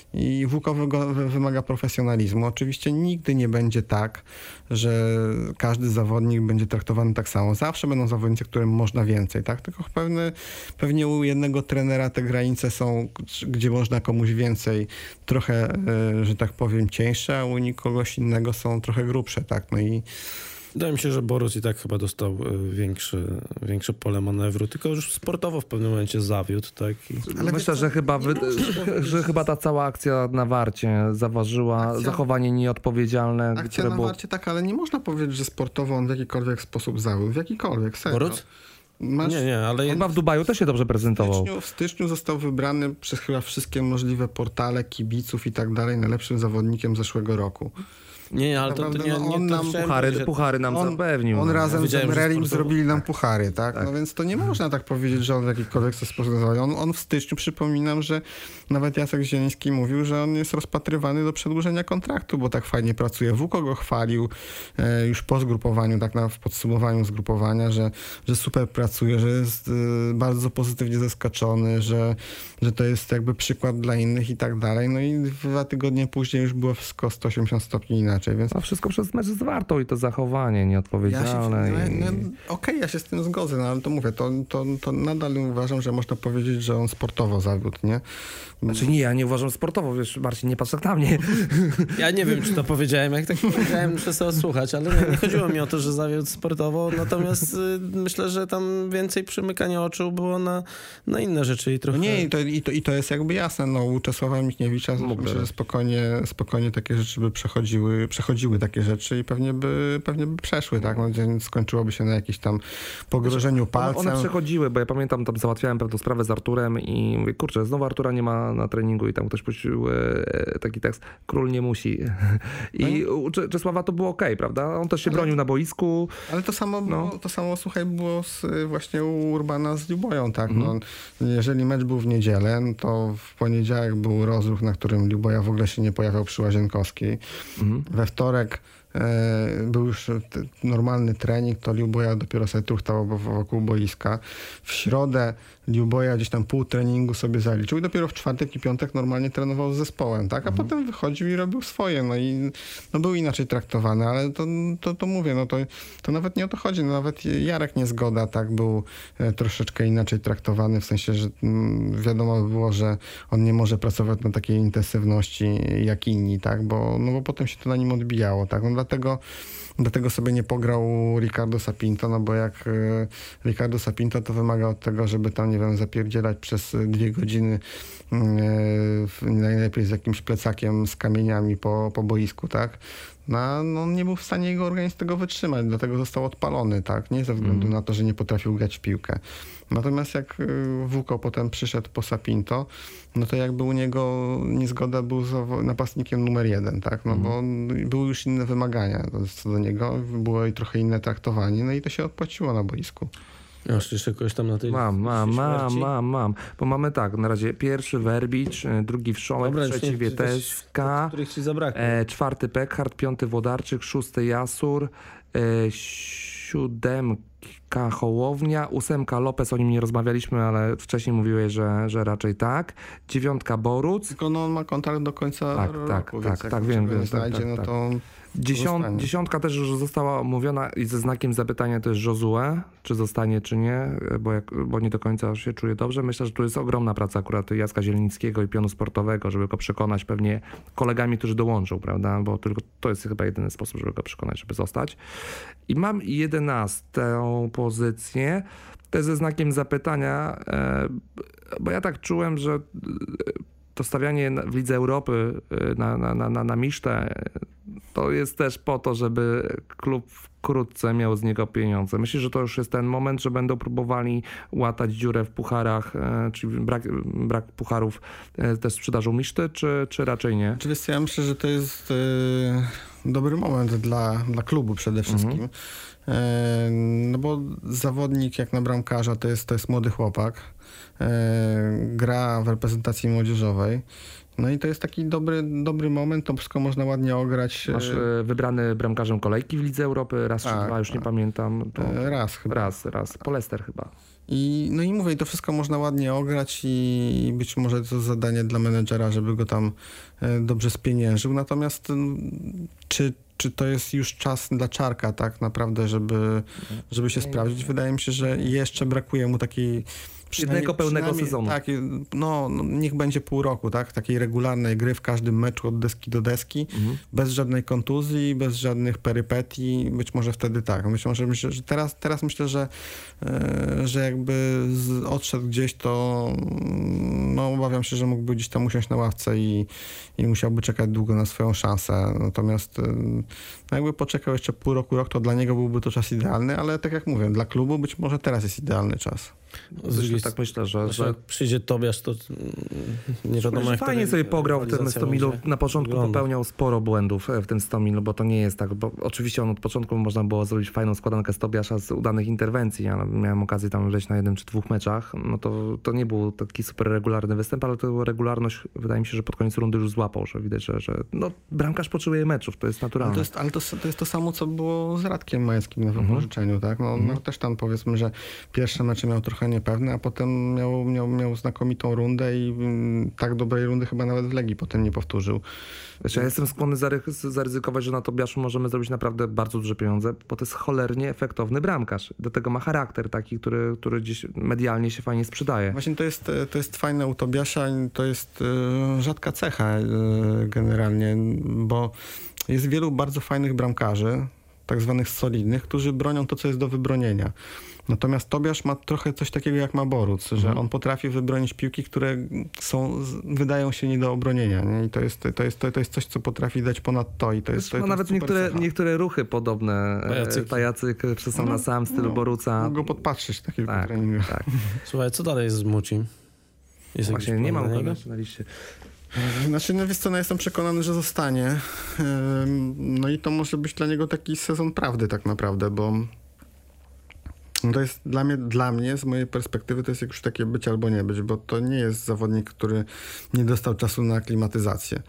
i W U K O wymaga profesjonalizmu. Oczywiście nigdy nie będzie tak, że każdy zawodnik będzie traktowany tak samo. Zawsze będą zawodnicy, którym można więcej, tak? Tylko pewne, pewnie u jednego trenera te granice są, gdzie można komuś więcej, trochę, że tak powiem, cieńsze, a u kogoś innego są trochę grubsze, tak? No i Wydaje mi się, że Boruc i tak chyba dostał większy, większe pole manewru, tylko już sportowo w pewnym momencie zawiódł, tak? I... Ale myślę, że chyba, wy, że chyba ta cała akcja na Warcie zaważyła akcja, zachowanie nieodpowiedzialne. Akcja które na było... Warcie tak, ale nie można powiedzieć, że sportowo on w jakikolwiek sposób zawiódł. W jakikolwiek, serio. Boruc? Masz... Nie, nie, ale... Chyba w Dubaju też się dobrze prezentował. W styczniu, w styczniu został wybrany przez chyba wszystkie możliwe portale, kibiców i tak dalej najlepszym zawodnikiem zeszłego roku. Nie, nie, ale to, to nie, nie, on to nam puchary, że... puchary nam on, zapewnił. On razem ja z Emrelim sportowo... zrobili nam puchary, tak? tak? No więc to nie można tak powiedzieć, że on w jakikolwiek sposób nazywał. On, on w styczniu, przypominam, że nawet Jacek Zieliński mówił, że on jest rozpatrywany do przedłużenia kontraktu, bo tak fajnie pracuje. W U K O go chwalił e, już po zgrupowaniu, tak na, w podsumowaniu zgrupowania, że, że super pracuje, że jest e, bardzo pozytywnie zaskoczony, że, że to jest jakby przykład dla innych i tak dalej. No i dwa tygodnie później już było wszystko sto osiemdziesiąt stopni inaczej, więc... A wszystko przez mecz z Wartą i to zachowanie nieodpowiedzialne. Ja i... no, no, Okej, okay, ja się z tym zgodzę, no ale to mówię, to, to, to nadal uważam, że można powiedzieć, że on sportowo zawiódł, nie? Znaczy nie, ja nie uważam sportowo, wiesz, Marcin, nie patrz tak na mnie. Ja nie wiem, czy to powiedziałem, jak tak powiedziałem, muszę sobie odsłuchać, ale nie, nie chodziło mi o to, że zawiódł sportowo, natomiast y, myślę, że tam więcej przymykania oczu było na, na inne rzeczy i trochę... No nie, i to, i, to, i to jest jakby jasne, no u Czesława Michniewicza myślę, że spokojnie, spokojnie takie rzeczy by przechodziły, przechodziły takie rzeczy i pewnie by, pewnie by przeszły, tak? No, skończyłoby się na jakimś tam pogrożeniu palcem. One przechodziły, bo ja pamiętam, tam załatwiałem pewną sprawę z Arturem i mówię, kurczę, znowu Artura nie ma na treningu i tam ktoś puścił e, taki tekst, król nie musi. I u Czesława to było okej, okay, prawda? On też się ale, bronił na boisku. Ale to samo, było, no. to samo słuchaj, było z, właśnie u Urbana z Liuboją, tak? Mhm. No, jeżeli mecz był w niedzielę, no to w poniedziałek był rozruch, na którym Liuboja w ogóle się nie pojawiał przy Łazienkowskiej. Mhm. We wtorek był już normalny trening, to Liuboja dopiero sobie truchtał wokół boiska. W środę Liuboja gdzieś tam pół treningu sobie zaliczył i dopiero w czwartek i piątek normalnie trenował z zespołem, tak? A mhm. potem wychodził i robił swoje, no i no był inaczej traktowany, ale to, to, to mówię, no to, to nawet nie o to chodzi, no nawet Jarek Niezgoda, tak, był troszeczkę inaczej traktowany, w sensie, że wiadomo było, że on nie może pracować na takiej intensywności jak inni, tak? Bo, no bo potem się to na nim odbijało, tak? No dlatego Dlatego sobie nie pograł Ricardo Sapinto, no bo jak Ricardo Sapinto to wymaga od tego, żeby tam, nie wiem, zapierdzielać przez dwie godziny e, najlepiej z jakimś plecakiem z kamieniami po, po boisku, tak? No, no nie był w stanie jego organizm tego wytrzymać, dlatego został odpalony, tak? Nie ze względu mm. na to, że nie potrafił grać w piłkę. Natomiast jak W U K O potem przyszedł po Sapinto, no to jakby u niego Niezgoda był napastnikiem numer jeden, tak? No mm. bo były już inne wymagania co do niego, było i trochę inne traktowanie, no i to się odpłaciło na boisku. Masz jeszcze kogoś tam na tej... Mam, mam, mam, mam, mam. Bo mamy tak, na razie pierwszy Werbicz, drugi Wszołek, Dobra, trzeci Wieteska, których ci zabrakło. E, czwarty Pekhart, piąty Włodarczyk, szósty Jasur, e, siódemka Hołownia, ósemka Lopez, o nim nie rozmawialiśmy, ale wcześniej mówiłeś, że, że raczej tak. Dziewiątka Boruc. Tylko no, on ma kontrakt do końca tak, roku, tak, więc tak, jak tak, wiem, wiem, znajdzie, tak, no tak, to... Dziesiąt, dziesiątka też już została omówiona i ze znakiem zapytania to jest Josue, czy zostanie, czy nie, bo, jak, bo nie do końca się czuje dobrze. Myślę, że tu jest ogromna praca akurat Jacka Zielińskiego i pionu sportowego, żeby go przekonać pewnie kolegami, którzy dołączą, prawda, bo tylko to jest chyba jedyny sposób, żeby go przekonać, żeby zostać. I mam jedenastą pozycję, to jest ze znakiem zapytania, bo ja tak czułem, że to stawianie w Lidze Europy na, na, na, na, na Misztę to jest też po to, żeby klub wkrótce miał z niego pieniądze. Myślę, że to już jest ten moment, że będą próbowali łatać dziurę w pucharach, czyli brak, brak pucharów też sprzedażą Miszty, czy, czy raczej nie? Oczywiście ja myślę, że to jest yy, dobry moment dla, dla klubu przede wszystkim. Mhm. No bo zawodnik jak na bramkarza to jest, to jest młody chłopak, gra w reprezentacji młodzieżowej. No i to jest taki dobry, dobry moment, to wszystko można ładnie ograć. Masz e, wybrany bramkarzem kolejki w Lidze Europy, raz tak, czy dwa, już tak. nie pamiętam. To raz chyba. Raz, raz. Po Leicester chyba. I, no i mówię, to wszystko można ładnie ograć i być może to zadanie dla menedżera, żeby go tam dobrze spieniężył. Natomiast czy, czy to jest już czas dla Czarka tak naprawdę, żeby, żeby się sprawdzić? Wydaje mi się, że jeszcze brakuje mu takiej jednego pełnego sezonu. Tak, no, no niech będzie pół roku, tak? Takiej regularnej gry w każdym meczu od deski do deski, mhm. bez żadnej kontuzji, bez żadnych perypetii. Być może wtedy tak. Myślę, że, myślę, że teraz, teraz myślę, że, e, że jakby z, odszedł gdzieś, to no, obawiam się, że mógłby gdzieś tam usiąść na ławce i, i musiałby czekać długo na swoją szansę. Natomiast e, no, jakby poczekał jeszcze pół roku, rok, to dla niego byłby to czas idealny, ale tak jak mówię, dla klubu być może teraz jest idealny czas. Zresztą tak myślę, że, że... Jak przyjdzie Tobiasz, to nie wiadomo jak fajnie sobie pograł w tym Stomilu. Na początku wygląda. Popełniał sporo błędów w tym Stomilu, bo to nie jest tak, bo oczywiście on od początku można było zrobić fajną składankę z Tobiasza z udanych interwencji, ale miałem okazję tam wejść na jednym czy dwóch meczach, no to, to nie był taki super regularny występ, ale to regularność wydaje mi się, że pod koniec rundy już złapał, że widać, że, że no, bramkarz potrzebuje meczów, to jest naturalne. Ale to jest, ale to, to jest to samo, co było z Radkiem Majewskim na wypożyczeniu, mhm. tak? No, mhm. no też tam powiedzmy, że pierwsze mecze miał trochę niepewne, a potem miał, miał, miał znakomitą rundę i m, tak dobrej rundy chyba nawet w Legii potem nie powtórzył. Wiesz, ja jestem skłonny zaryzykować, że na Tobiaszu możemy zrobić naprawdę bardzo duże pieniądze, bo to jest cholernie efektowny bramkarz. Do tego ma charakter taki, który, który gdzieś medialnie się fajnie sprzedaje. Właśnie to jest, to jest fajne u Tobiasza, to jest y, rzadka cecha y, generalnie, bo jest wielu bardzo fajnych bramkarzy, tak zwanych solidnych, którzy bronią to, co jest do wybronienia. Natomiast Tobiasz ma trochę coś takiego jak ma Boruc, że mhm. on potrafi wybronić piłki, które są, wydają się nie do obronienia. Nie? I to jest, to, jest, to, to jest coś, co potrafi dać ponad to. I to jest, to, ma to nawet jest niektóre, niektóre ruchy podobne. Pajacyki. Pajacyk przesą no, na sam stylu no, Boruca. Mógł go podpatrzyć w takiego tak, treningu. Tak. Słuchaj, co dalej jest z Mucim? Jest Właśnie nie mam go na liście. Znaczy, no wiesz co, no jestem przekonany, że zostanie. No i to może być dla niego taki sezon prawdy tak naprawdę, bo to jest dla mnie, dla mnie, z mojej perspektywy, to jest już takie być albo nie być, bo to nie jest zawodnik, który nie dostał czasu na aklimatyzację.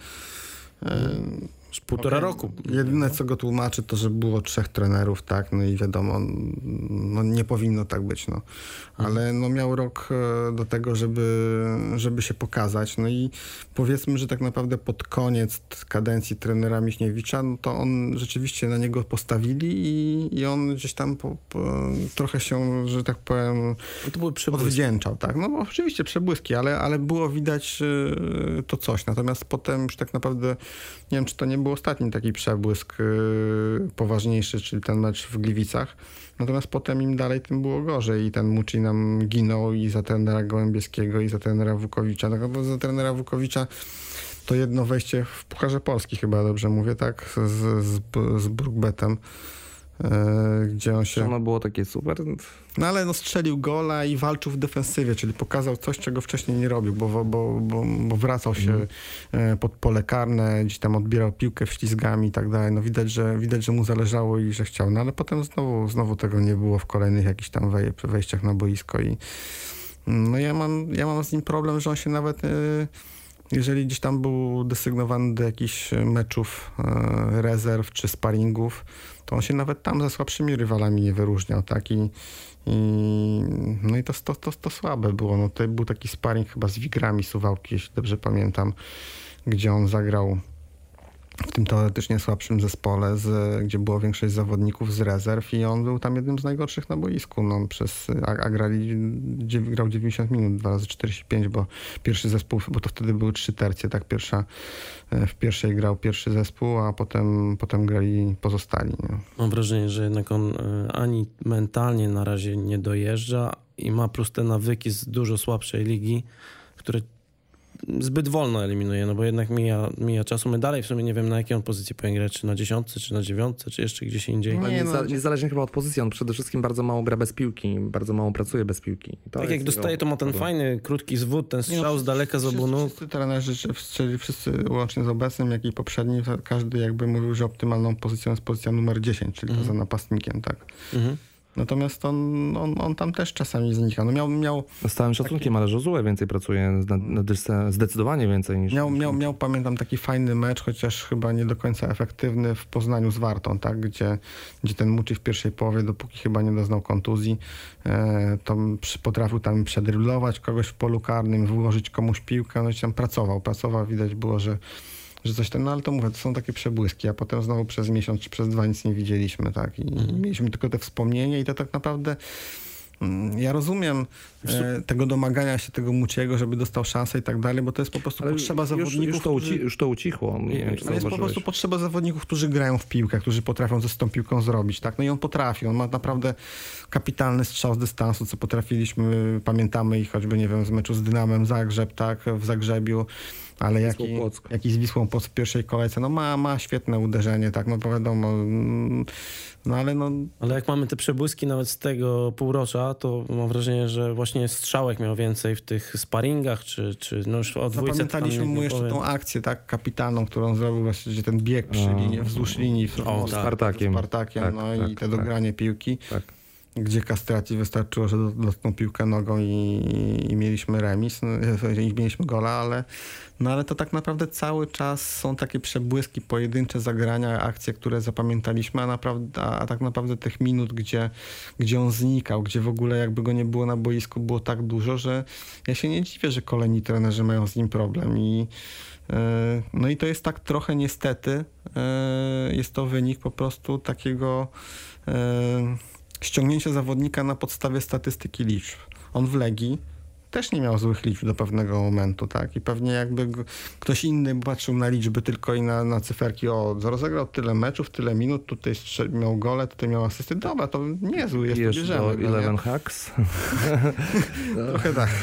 Już półtora okay. roku. Jedyne, co go tłumaczy, to, że było trzech trenerów, tak, no i wiadomo, no nie powinno tak być, no. Ale no miał rok do tego, żeby, żeby się pokazać, no i powiedzmy, że tak naprawdę pod koniec kadencji trenera Michniewicza, no to on rzeczywiście na niego postawili i, i on gdzieś tam po, po, trochę się, że tak powiem, to były przebłyski. Odwdzięczał, tak, no bo oczywiście przebłyski, ale, ale było widać to coś, natomiast potem już tak naprawdę, nie wiem, czy to nie był ostatni taki przebłysk yy, poważniejszy, czyli ten mecz w Gliwicach. Natomiast potem im dalej, tym było gorzej i ten Muci nam ginął i za trenera Gołębieskiego i za trenera Wukowicza. No bo za trenera Wukowicza to jedno wejście w Pucharze Polski chyba, dobrze mówię, tak? Z, z, z Brookbetem. Gdzie on się... Ono było takie super. No ale no strzelił gola i walczył w defensywie, czyli pokazał coś, czego wcześniej nie robił, bo, bo, bo, bo wracał się mm. pod pole karne, gdzieś tam odbierał piłkę ślizgami i tak dalej. No widać, że widać, że mu zależało i że chciał. No ale potem znowu, znowu tego nie było w kolejnych jakichś tam wej- wejściach na boisko i no ja mam, ja mam z nim problem, że on się nawet... Jeżeli gdzieś tam był desygnowany do jakichś meczów e, rezerw czy sparingów, to on się nawet tam ze słabszymi rywalami nie wyróżniał, tak? I, i, no i to, to, to, to słabe było. No, to był taki sparing chyba z Wigrami Suwałki, jeśli dobrze pamiętam, gdzie on zagrał w tym teoretycznie słabszym zespole, z, gdzie było większość zawodników z rezerw i on był tam jednym z najgorszych na boisku. No, przez, a, a grali, gdzie grał dziewięćdziesiąt minut, dwa razy czterdzieści pięć, bo pierwszy zespół, bo to wtedy były trzy tercje, tak, pierwsza, w pierwszej grał pierwszy zespół, a potem, potem grali pozostali. Nie? Mam wrażenie, że jednak on ani mentalnie na razie nie dojeżdża i ma plus te nawyki z dużo słabszej ligi, które zbyt wolno eliminuje, no bo jednak mija, mija czasu. My dalej w sumie nie wiem, na jakiej on pozycji powinien grać, czy na dziesiątce, czy na dziewiątce, czy jeszcze gdzieś indziej. Nie, nie, no, za, niezależnie chyba od pozycji, on przede wszystkim bardzo mało gra bez piłki, bardzo mało pracuje bez piłki. To tak jak dostaje, to ma ten problem. fajny, krótki zwód, ten strzał no, z daleka z obu wszyscy, nóg. wszyscy trenerzy, czyli wszyscy łącznie z obecnym, jak i poprzednim, każdy jakby mówił, że optymalną pozycją jest pozycja numer dziesięć, czyli Mhm. poza napastnikiem, tak. Mhm. Natomiast on, on, on tam też czasami znika. No miał, miał, Z całym szacunkiem, ale Josue więcej pracuje, na, na dysce, zdecydowanie więcej niż... miał, miał, miał, pamiętam, taki fajny mecz, chociaż chyba nie do końca efektywny w Poznaniu z Wartą, tak? Gdzie, gdzie ten Mucci w pierwszej połowie, dopóki chyba nie doznał kontuzji, e, to przy, potrafił tam przedryblować kogoś w polu karnym, wyłożyć komuś piłkę, no i tam pracował, pracował, widać było, że że coś tam, no ale to mówię, to są takie przebłyski, a potem znowu przez miesiąc czy przez dwa nic nie widzieliśmy, tak, i Mhm. mieliśmy tylko te wspomnienia i to tak naprawdę mm, ja rozumiem e, tego domagania się tego Muciego, żeby dostał szansę i tak dalej, bo to jest po prostu Ale potrzeba już, zawodników, już, to uci, którzy, już to ucichło. Nie wiem, czy ale jest po zauważyłeś. prostu potrzeba zawodników, którzy grają w piłkę, którzy potrafią coś z tą piłką zrobić, tak, no i on potrafi, on ma naprawdę kapitalny strzał z dystansu, co potrafiliśmy, pamiętamy ich choćby, nie wiem, z meczu z Dynamem Zagrzeb, tak, w Zagrzebiu, ale jak i, Płock. jak i z Wisłą Płock w pierwszej kolejce, no ma, ma świetne uderzenie, tak, no to wiadomo, mm, no ale no... Ale jak mamy te przebłyski nawet z tego półrocza, to mam wrażenie, że właśnie Strzałek miał więcej w tych sparingach, czy, czy no już o dwójce... Zapamiętaliśmy mu jeszcze tą akcję, tak, kapitalną, którą zrobił właśnie, gdzie ten bieg przy A. linii, wzdłuż linii w, O, z tak. Spartakiem. Spartakiem, Tak, no tak, i te tak. dogranie piłki, Tak. gdzie Castrati wystarczyło, że dotknął piłkę nogą i, i mieliśmy remis, no, i mieliśmy gola, ale, no, ale to tak naprawdę cały czas są takie przebłyski, pojedyncze zagrania, akcje, które zapamiętaliśmy, a, naprawdę, a, a tak naprawdę tych minut, gdzie, gdzie on znikał, gdzie w ogóle jakby go nie było na boisku, było tak dużo, że ja się nie dziwię, że kolejni trenerzy mają z nim problem i yy, no i to jest tak trochę niestety, yy, jest to wynik po prostu takiego yy, ściągnięcie zawodnika na podstawie statystyki liczb. On w Legii też nie miał złych liczb do pewnego momentu, tak? I pewnie jakby g- ktoś inny patrzył na liczby tylko i na, na cyferki, o, rozegrał tyle meczów, tyle minut, tutaj strzel- miał gole, tutaj miał asysty. Dobra, to niezły jest, to Pijesz bierzemy. do no nie? Eleven Hacks? Trochę tak.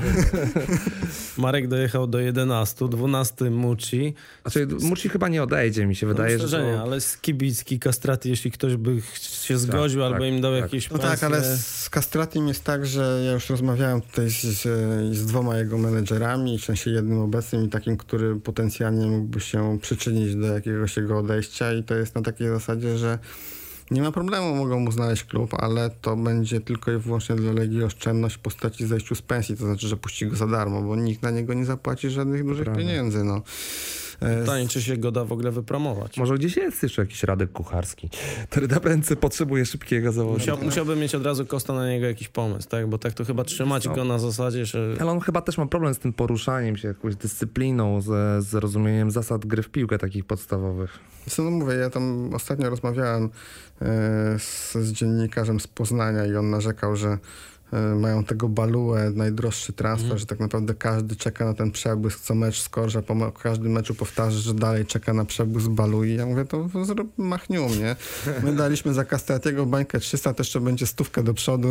Marek dojechał do jedenastu, dwunasty Mucci. Znaczy, Mucci chyba nie odejdzie, mi się wydaje, że Wydaje, to... ale Skibicki, Castrati, jeśli ktoś by ch- się zgodził tak, albo im dał tak. jakieś No tak, ale z Castratim jest tak, że ja już rozmawiałem tutaj z, z, z dwoma jego menedżerami, w sensie jednym obecnym i takim, który potencjalnie mógłby się przyczynić do jakiegoś jego odejścia i to jest na takiej zasadzie, że nie ma problemu, mogą mu znaleźć klub, ale to będzie tylko i wyłącznie dla Legii oszczędność w postaci zejściu z pensji, to znaczy, że puści go za darmo, bo nikt na niego nie zapłaci żadnych dużych Prawda. pieniędzy. No. E, Pytanie, czy się go da w ogóle wypromować. Może gdzieś jest jeszcze jakiś Radek Kucharski, który na ręce potrzebuje szybkiego zawodnika. Musiał, musiałby mieć od razu Costa na niego jakiś pomysł, tak? Bo tak to chyba trzymać Co? go na zasadzie, że... Ale on chyba też ma problem z tym poruszaniem się, jakąś dyscypliną, z, z rozumieniem zasad gry w piłkę takich podstawowych. Co no mówię, ja tam ostatnio rozmawiałem e, z, z dziennikarzem z Poznania i on narzekał, że e, mają tego Baluę, najdroższy transfer, Mhm. że tak naprawdę każdy czeka na ten przebłysk, co mecz skorze, po mo- każdym meczu powtarza, że dalej czeka na przebłysk Balui. Ja mówię, to zrób machniu mnie. My daliśmy za Castratiego bańkę trzysta, to jeszcze będzie stówkę do przodu.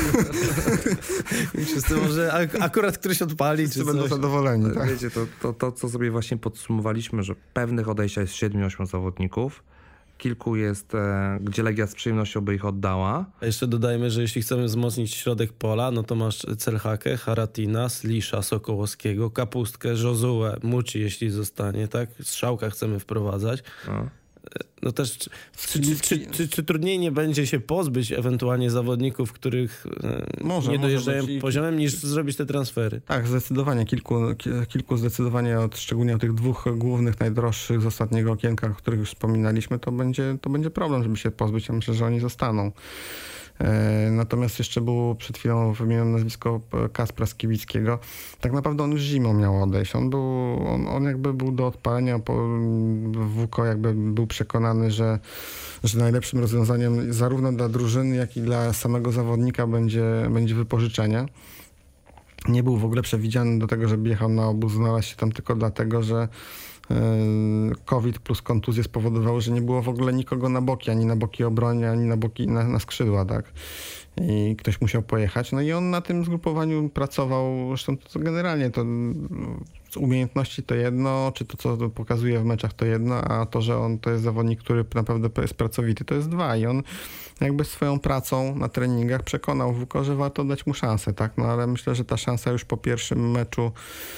I wszyscy może ak- akurat któryś odpali, czy Wszyscy będą coś. zadowoleni. Tak? Wiecie, to, to, to, co sobie właśnie podsumowaliśmy, że pewnych odejścia jest siedmiu, ośmiu zawodników. Kilku jest, e, gdzie Legia z przyjemnością by ich oddała. A jeszcze dodajmy, że jeśli chcemy wzmocnić środek pola, no to masz Celhakę, Haratina, Slisza, Sokołowskiego, Kapustkę, Josue, Mucci, jeśli zostanie, tak? Strzałka chcemy wprowadzać. No. No też, czy, czy, czy, czy, czy trudniej nie będzie się pozbyć ewentualnie zawodników, których e, Może, nie może dojeżdżają być i- poziomem, niż zrobić te transfery? Tak, zdecydowanie. Kilku, ki- kilku zdecydowanie, od, szczególnie od tych dwóch głównych, najdroższych z ostatniego okienka, o których już wspominaliśmy, to będzie, to będzie problem, żeby się pozbyć. Ja myślę, że oni zostaną. E, natomiast jeszcze było przed chwilą wymienione nazwisko Kacpra Skibickiego. Tak naprawdę on już zimą miał odejść. On był, on, on jakby był do odpalenia, po, Wuko jakby był przekonany, że, że najlepszym rozwiązaniem zarówno dla drużyny, jak i dla samego zawodnika będzie, będzie wypożyczenie. Nie był w ogóle przewidziany do tego, żeby jechał na obóz, znalazł się tam tylko dlatego, że COVID plus kontuzje spowodowały, że nie było w ogóle nikogo na boki, ani na boki obrony, ani na boki, na, na skrzydła, tak? I ktoś musiał pojechać. No i on na tym zgrupowaniu pracował, zresztą to generalnie to umiejętności to jedno, czy to, co pokazuje w meczach to jedno, a to, że on to jest zawodnik, który naprawdę jest pracowity, to jest dwa. I on jakby swoją pracą na treningach przekonał Wuko, że warto dać mu szansę, tak? No ale myślę, że ta szansa już po pierwszym meczu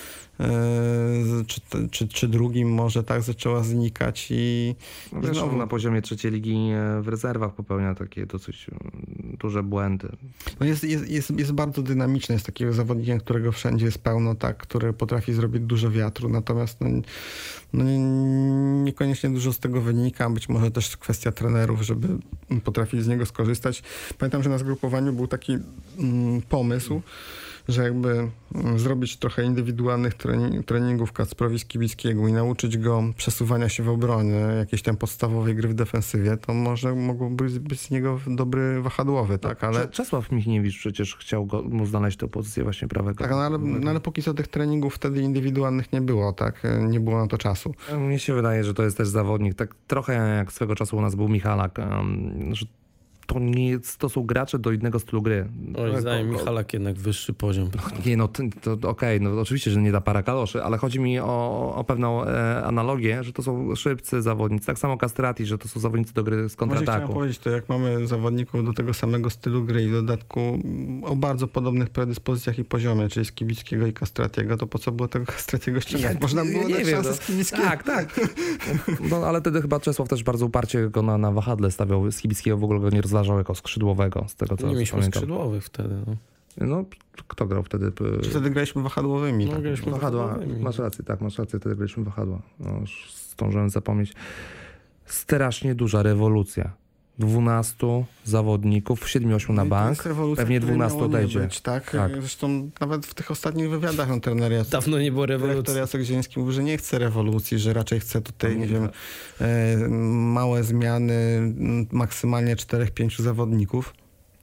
Czy, czy, czy drugim może tak zaczęła znikać i, no i wiesz, znowu... na poziomie trzeciej ligi w rezerwach popełnia takie dosyć duże błędy. No jest, jest, jest, jest bardzo dynamiczny, jest takiego zawodnika, którego wszędzie jest pełno, tak, który potrafi zrobić dużo wiatru, natomiast no, no niekoniecznie dużo z tego wynika, być może też kwestia trenerów, żeby potrafili z niego skorzystać. Pamiętam, że na zgrupowaniu był taki mm, pomysł, że jakby zrobić trochę indywidualnych treningów Kacprowi Skibickiego i nauczyć go przesuwania się w obronie, jakiejś tam podstawowej gry w defensywie, to może mógłby być z niego dobry wahadłowy, tak? Ale... Czesław Michniewicz przecież chciał go, mu znaleźć tę pozycję właśnie prawego. Tak, no ale, no ale póki co tych treningów wtedy indywidualnych nie było, tak? Nie było na to czasu. Mnie się wydaje, że to jest też zawodnik, tak trochę jak swego czasu u nas był Michalak, że to nie jest, to są gracze do innego stylu gry. Oj, zdaje Michalak jednak wyższy poziom. Nie, no to, to okej, okay, no oczywiście, że nie da para kaloszy, ale chodzi mi o, o pewną e, analogię, że to są szybcy zawodnicy. Tak samo Castrati, że to są zawodnicy do gry z kontrataku. Chciałem powiedzieć, to jak mamy zawodników do tego samego stylu gry i w dodatku o bardzo podobnych predyspozycjach i poziomie, czyli Skibickiego i Castratiego, to po co było tego Castratiego ściągać? Można było nie dać wiem, szansę no. Skibickiego. Tak, tak. No ale wtedy chyba Czesław też bardzo uparcie go na, na wahadle stawiał. Skibickiego w ogóle go nie rozważał jako skrzydłowego, z tego co nie mieliśmy pamiętam. skrzydłowych wtedy. No. No, kto grał wtedy? Czy wtedy graliśmy wahadłowymi? No, tak? graliśmy Wahadła. wahadłowymi. Masz rację, tak, masz rację, wtedy graliśmy wahadła. No, już zdążyłem zapomnieć. Strasznie duża rewolucja. dwunastu zawodników, siedmiu ośmiu na bank, pewnie dwunastu odejdzie. Być, tak? tak. Zresztą nawet w tych ostatnich wywiadach on trener Jacek, Dawno nie było rewolucji. Dyrektor Jacek Zieliński mówi, że nie chce rewolucji, że raczej chce tutaj, nie wiem, e, małe zmiany, maksymalnie czterech, pięciu zawodników.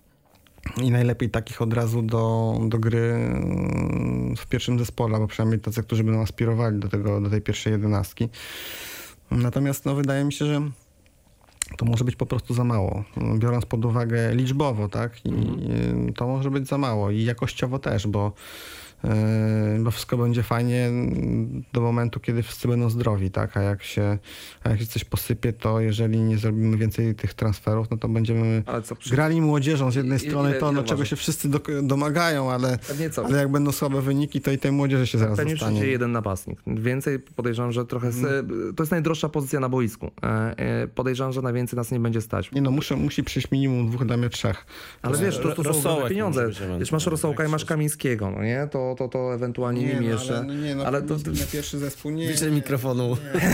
I najlepiej takich od razu do, do gry w pierwszym zespole, bo przynajmniej tacy, którzy będą aspirowali do, tego, do tej pierwszej jedenastki. Natomiast no, wydaje mi się, że to może być po prostu za mało, biorąc pod uwagę liczbowo, tak? I mm. to może być za mało i jakościowo też, bo, yy, bo wszystko będzie fajnie do momentu, kiedy wszyscy będą zdrowi, tak? A jak się, a jak się coś posypie, to jeżeli nie zrobimy więcej tych transferów, no to będziemy ale co, przy... grali młodzieżą z jednej I, strony to, do czego się wszyscy do, domagają, ale, ale jak będą słabe wyniki, to i tej młodzieży się zaraz Pewnie zostanie. Pewnie jeden napastnik. Więcej podejrzewam, że trochę... Z... To jest najdroższa pozycja na boisku. Podejrzewam, że najwięcej nas nie będzie stać. Nie no, muszę, musi przyjść minimum dwóch, dla mnie trzech. Ale wiesz, to, to są duże pieniądze. Wiesz, masz Rosołka i masz Kamińskiego, no nie? To, to, to ewentualnie nie, nimi no, jeszcze. Ale, nie, no, ale to na pierwszy zespół nie. Wyjdzie mikrofonu.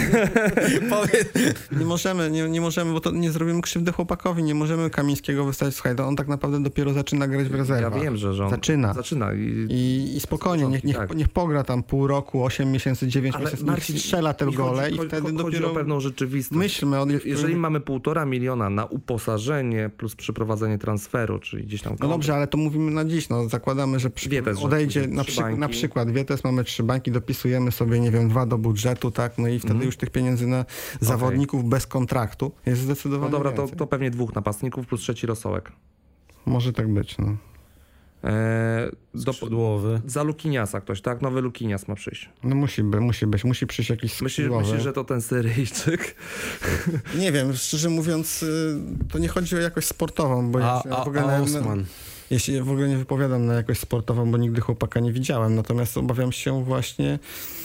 Nie. nie możemy, nie, nie możemy, bo to nie zrobimy krzywdy chłopakowi. Nie możemy Kamińskiego wystawić. Słuchaj, to on tak naprawdę dopiero zaczyna grać w rezerwach. Ja wiem, że, że on zaczyna. Zaczyna. I, I, i spokojnie, niech, niech, tak. niech pogra tam pół roku, osiem miesięcy, dziewięć miesięcy, niech strzela te gole i, chodzi, i wtedy chodzi dopiero o pewną rzeczywistość. Myślmy o... Jeżeli mamy półtora miliona na uposażenie plus przeprowadzenie transferu, czyli gdzieś tam... No dobrze, ale to mówimy na dziś. No, zakładamy, że przy... Wietes, odejdzie że na, przy... na przykład Wietes, mamy trzy bańki, dopisujemy sobie, nie wiem, dwa do budżetu, tak? No i wtedy mm. już tych pieniędzy na zawodników okay. bez kontraktu jest zdecydowanie No dobra, to, więcej. to pewnie dwóch napastników plus trzeci Rosołek. Może tak być, no. Eee, skrzydłowy. Za Lukiniasa ktoś, tak? Nowy Lukinias ma przyjść. No musi być, musi być. Musi przyjść jakiś skrzydłowy. Myślisz, że to ten Syryjczyk? Nie wiem, szczerze mówiąc, to nie chodzi o jakość sportową, bo a, ja a, w ogóle a Osman. Ja się w ogóle nie wypowiadam na jakość sportową, bo nigdy chłopaka nie widziałem. Natomiast obawiam się właśnie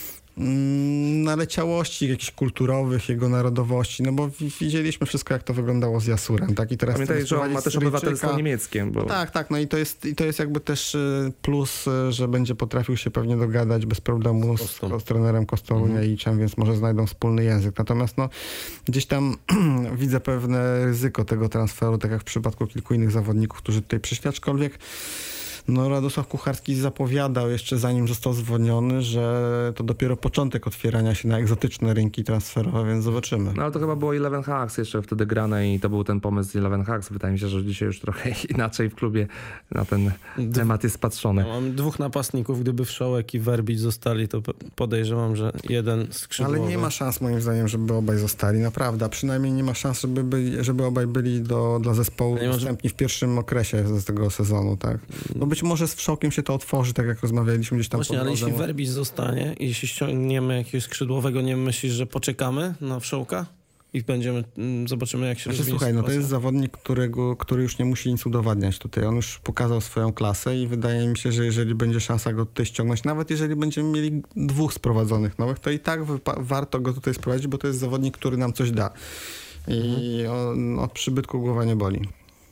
naleciałości jakichś kulturowych, jego narodowości, no bo widzieliśmy wszystko, jak to wyglądało z Jasurem, tak? I teraz pamiętaj, że on ma też obywatelstwo niemieckie. Bo... No tak, tak, no i to jest, i to jest jakby też plus, że będzie potrafił się pewnie dogadać bez problemu z, z trenerem Kostoluniewiczem, mhm. więc może znajdą wspólny język. Natomiast no, gdzieś tam widzę pewne ryzyko tego transferu, tak jak w przypadku kilku innych zawodników, którzy tutaj przyszli, aczkolwiek no Radosław Kucharski zapowiadał jeszcze zanim został zwolniony, że to dopiero początek otwierania się na egzotyczne rynki transferowe, więc zobaczymy. No ale to chyba było Eleven Hacks jeszcze wtedy grane i to był ten pomysł Eleven Hacks. Wydaje mi się, że dzisiaj już trochę inaczej w klubie na ten temat jest patrzony. No, mam dwóch napastników, gdyby Wszołek i Werbić zostali, to podejrzewam, że jeden skrzydłowy. Ale nie ma szans moim zdaniem, żeby obaj zostali, naprawdę. A przynajmniej nie ma szans, żeby, byli, żeby obaj byli do, dla zespołu dostępni w pierwszym okresie z tego sezonu, tak? No być może z Wszołkiem się to otworzy, tak jak rozmawialiśmy gdzieś tam. Właśnie, ale jeśli Werbić zostanie i jeśli ściągniemy jakiegoś skrzydłowego, nie myślisz, że poczekamy na Wszołka? I będziemy, zobaczymy, jak się znaczy, rozwinie słuchaj, sytuacja. no to jest zawodnik, którego, który już nie musi nic udowadniać tutaj. On już pokazał swoją klasę i wydaje mi się, że jeżeli będzie szansa go tutaj ściągnąć, nawet jeżeli będziemy mieli dwóch sprowadzonych nowych, to i tak wypa- warto go tutaj sprowadzić, bo to jest zawodnik, który nam coś da. I on, od przybytku głowa nie boli.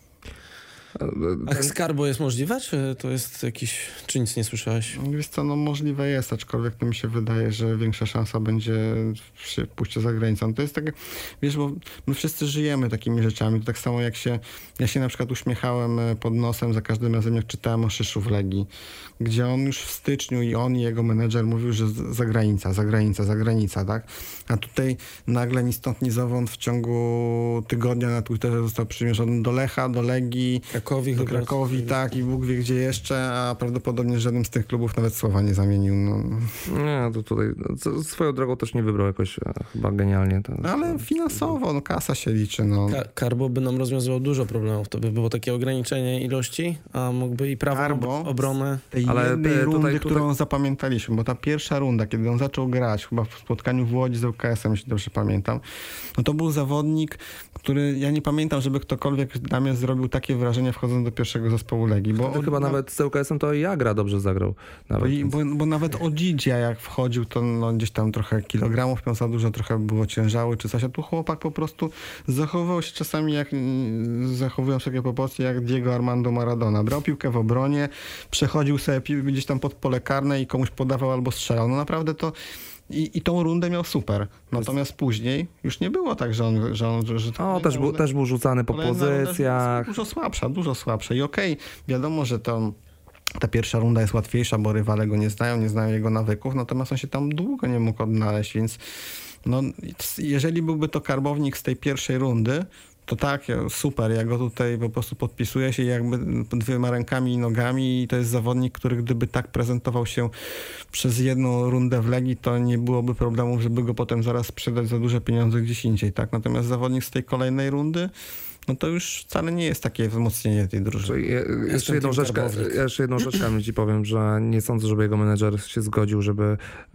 A Skarbo jest możliwe, czy to jest jakiś, czy nic nie słyszałeś? Wiesz co, no możliwe jest, aczkolwiek to mi się wydaje, że większa szansa będzie przy pójściu za granicą. To jest tak, wiesz, bo my wszyscy żyjemy takimi rzeczami. To tak samo jak się, ja się na przykład uśmiechałem pod nosem za każdym razem, jak czytałem o Szyszu w Legii, gdzie on już w styczniu i on i jego menedżer mówił, że za granica, za granica, za granica, tak? A tutaj nagle ni stąd, ni zowąd w ciągu tygodnia na Twitterze został przymierzony do Lecha, do Legii, Krakowi, do Krakowi, tak, i Bóg wie gdzie jeszcze, a prawdopodobnie żaden z tych klubów nawet słowa nie zamienił. No. Nie, to tutaj co, swoją drogą też nie wybrał jakoś e, chyba genialnie. To, Ale finansowo, no kasa się liczy, no. Ka- Karbo by nam rozwiązywał dużo problemów. To by było takie ograniczenie ilości, a mógłby i prawą Karbo, ob- obronę. Tej Ale jednej tutaj- rundy, tutaj- którą zapamiętaliśmy, bo ta pierwsza runda, kiedy on zaczął grać, chyba w spotkaniu w Łodzi z U K S-em, jeśli dobrze pamiętam, no to był zawodnik, który, ja nie pamiętam, żeby ktokolwiek na mnie zrobił takie wrażenie wchodząc do pierwszego zespołu Legii. Bo to chyba no, nawet z U K S-em to i Agra dobrze zagrał. Nawet, Bo, bo, bo nawet Odzidzia jak wchodził, to no, gdzieś tam trochę kilogramów miał za dużo, trochę było ciężały czy coś, a tu chłopak po prostu zachowywał się czasami jak, zachowują się takie proporcje jak Diego Armando Maradona. Brał piłkę w obronie, przechodził sobie piłkę gdzieś tam pod pole karne i komuś podawał albo strzelał. No naprawdę to I, I tą rundę miał super. Natomiast później już nie było tak, że on... Że on że o, też był, też był rzucany po pozycjach. Dużo słabsza, dużo słabsza. I okej, okay, wiadomo, że to... Ta pierwsza runda jest łatwiejsza, bo rywale go nie znają, nie znają jego nawyków, natomiast on się tam długo nie mógł odnaleźć, więc no, jeżeli byłby to karbownik z tej pierwszej rundy, to tak, super, ja go tutaj po prostu podpisuję się jakby dwiema rękami i nogami i to jest zawodnik, który gdyby tak prezentował się przez jedną rundę w Legii, to nie byłoby problemów, żeby go potem zaraz sprzedać za duże pieniądze gdzieś indziej, tak? Natomiast zawodnik z tej kolejnej rundy, no to już wcale nie jest takie wzmocnienie tej drużyny. Je, jeszcze, jedną rzecz, jeszcze jedną rzecz ci powiem, że nie sądzę, żeby jego menedżer się zgodził, żeby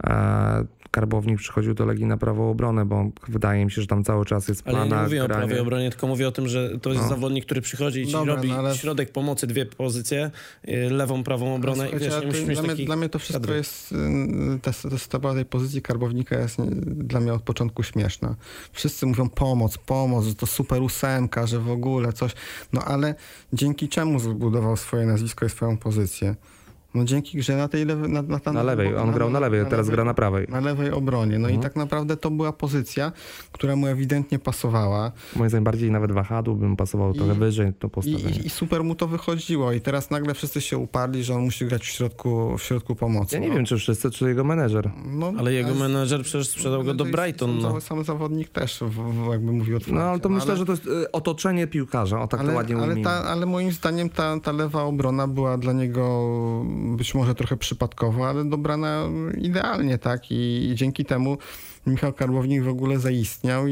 e, Karbownik przychodził do Legii na prawą obronę, bo wydaje mi się, że tam cały czas jest plana. Ale ja nie mówię granie. o prawej obronie, tylko mówię o tym, że to jest no. zawodnik, który przychodzi i ci Dobra, robi no ale... środek pomocy, dwie pozycje, lewą, prawą obronę i wiesz, nie musisz mieć dla, mnie, dla mnie to wszystko kadry. jest, ta, ta sprawa tej pozycji Karbownika jest nie, dla mnie od początku śmieszna. Wszyscy mówią pomoc, pomoc, że to super ósemka, że w ogóle coś, no ale dzięki czemu zbudował swoje nazwisko i swoją pozycję? No dzięki grze na tej lewej... Na, na, na, na lewej, on na, grał na lewej, na teraz lewej, gra na prawej. Na lewej obronie. No mhm. i tak naprawdę to była pozycja, która mu ewidentnie pasowała. Moim zdaniem bardziej nawet wahadł bym pasował I, trochę wyżej to postawienie. I, I super mu to wychodziło i teraz nagle wszyscy się uparli, że on musi grać w środku, w środku pomocy. Ja nie no. wiem, czy wszyscy, czy jego menedżer. No, ale jego jest, menedżer przecież sprzedał go do Brighton. Sam, no. sam zawodnik też w, w, jakby mówił otwarcie. No ale to no, myślę, ale, że to jest y, otoczenie piłkarza, o tak ale, to ładnie ale, ujmijmy. ta, ale moim zdaniem ta, ta lewa obrona była dla niego być może trochę przypadkowo, ale dobrana idealnie, tak? I, i dzięki temu Michał Karbownik w ogóle zaistniał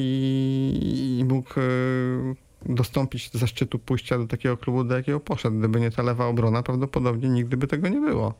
i, i mógł y, dostąpić zaszczytu pójścia do takiego klubu, do jakiego poszedł. Gdyby nie ta lewa obrona, prawdopodobnie nigdy by tego nie było.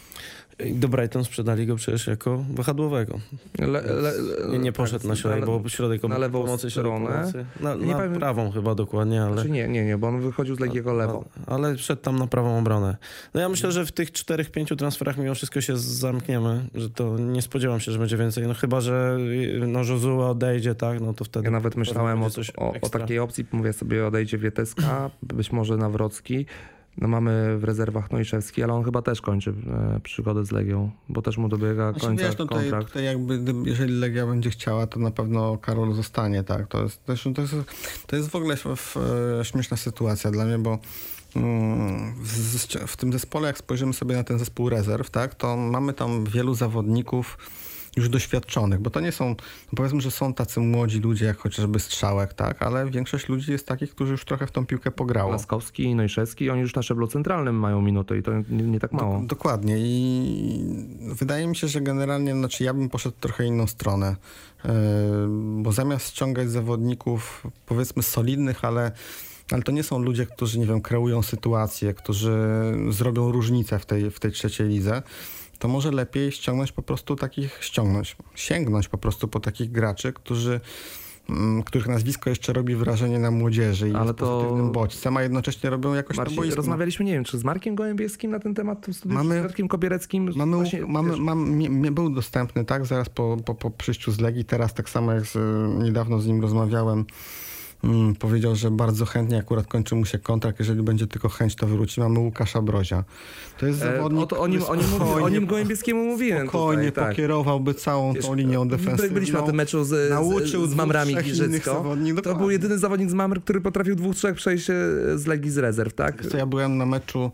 Do Brighton sprzedali go przecież jako wahadłowego. Le, le, nie, nie poszedł tak, na środek, ale, bo środek na lewą pomocy, stronę. Na, na powiem, prawą chyba dokładnie, ale... Znaczy nie, nie, nie, bo on wychodził z Legiego lewo. Ale, ale szedł tam na prawą obronę. No ja myślę, że w tych czterech, pięciu transferach mimo wszystko się zamkniemy, że to nie spodziewam się, że będzie więcej. No chyba, że no Josua odejdzie, tak, no to wtedy... Ja nawet myślałem o, o, o takiej opcji, mówię sobie, odejdzie Wieteska, być może Nawrocki. No mamy w rezerwach Nojszewski, ale on chyba też kończy e, przygodę z Legią, bo też mu dobiega znaczy, końca wiesz, no tutaj, kontrakt. Tutaj jakby, jeżeli Legia będzie chciała, to na pewno Karol zostanie, tak. To jest, to jest, to jest, to jest w ogóle w, w, śmieszna sytuacja dla mnie, bo w, w tym zespole, jak spojrzymy sobie na ten zespół rezerw, tak, to mamy tam wielu zawodników już doświadczonych, bo to nie są, no powiedzmy, że są tacy młodzi ludzie, jak chociażby Strzałek, tak, ale większość ludzi jest takich, którzy już trochę w tą piłkę pograło. Laskowski, Nojszewski, oni już na szczeblu centralnym mają minutę i to nie, nie tak mało. Do, dokładnie i wydaje mi się, że generalnie, znaczy ja bym poszedł trochę inną stronę, yy, bo zamiast ściągać zawodników, powiedzmy solidnych, ale Ale to nie są ludzie, którzy, nie wiem, kreują sytuację, którzy zrobią różnicę w tej, w tej trzeciej lidze, to może lepiej ściągnąć po prostu takich, ściągnąć, sięgnąć po prostu po takich graczy, którzy, m, których nazwisko jeszcze robi wrażenie na młodzieży i Ale jest to... pozytywnym bodźcem, a jednocześnie robią jakoś Marcin, na boisku. rozmawialiśmy, nie wiem, czy z Markiem Gołębiewskim na ten temat, w studiu Mamy- z Radkiem Kobiereckim. Mamy, Właśnie, mamy, wiesz, mam, mi, mi był dostępny, tak, zaraz po, po, po przyjściu z Legii, teraz tak samo jak z, niedawno z nim rozmawiałem, mm, powiedział, że bardzo chętnie, akurat kończy mu się kontrakt, jeżeli będzie tylko chęć, to wróci. Mamy Łukasza Brozia. To jest e, zawodnik, o, to o, nim, o, nim mówi, spokojnie- o nim Gołębieskiemu mówiłem spokojnie tutaj, tak. pokierowałby całą Wiesz, tą linią defensywną. Byliśmy na tym meczu z, Nauczył z, z Mamrami dwóch, trzech innych Giżycko. zawodników, To dokładnie. był jedyny zawodnik z Mamr, który potrafił dwóch, trzech przejść e, z Legii z rezerw, tak? Wiesz co, ja byłem na meczu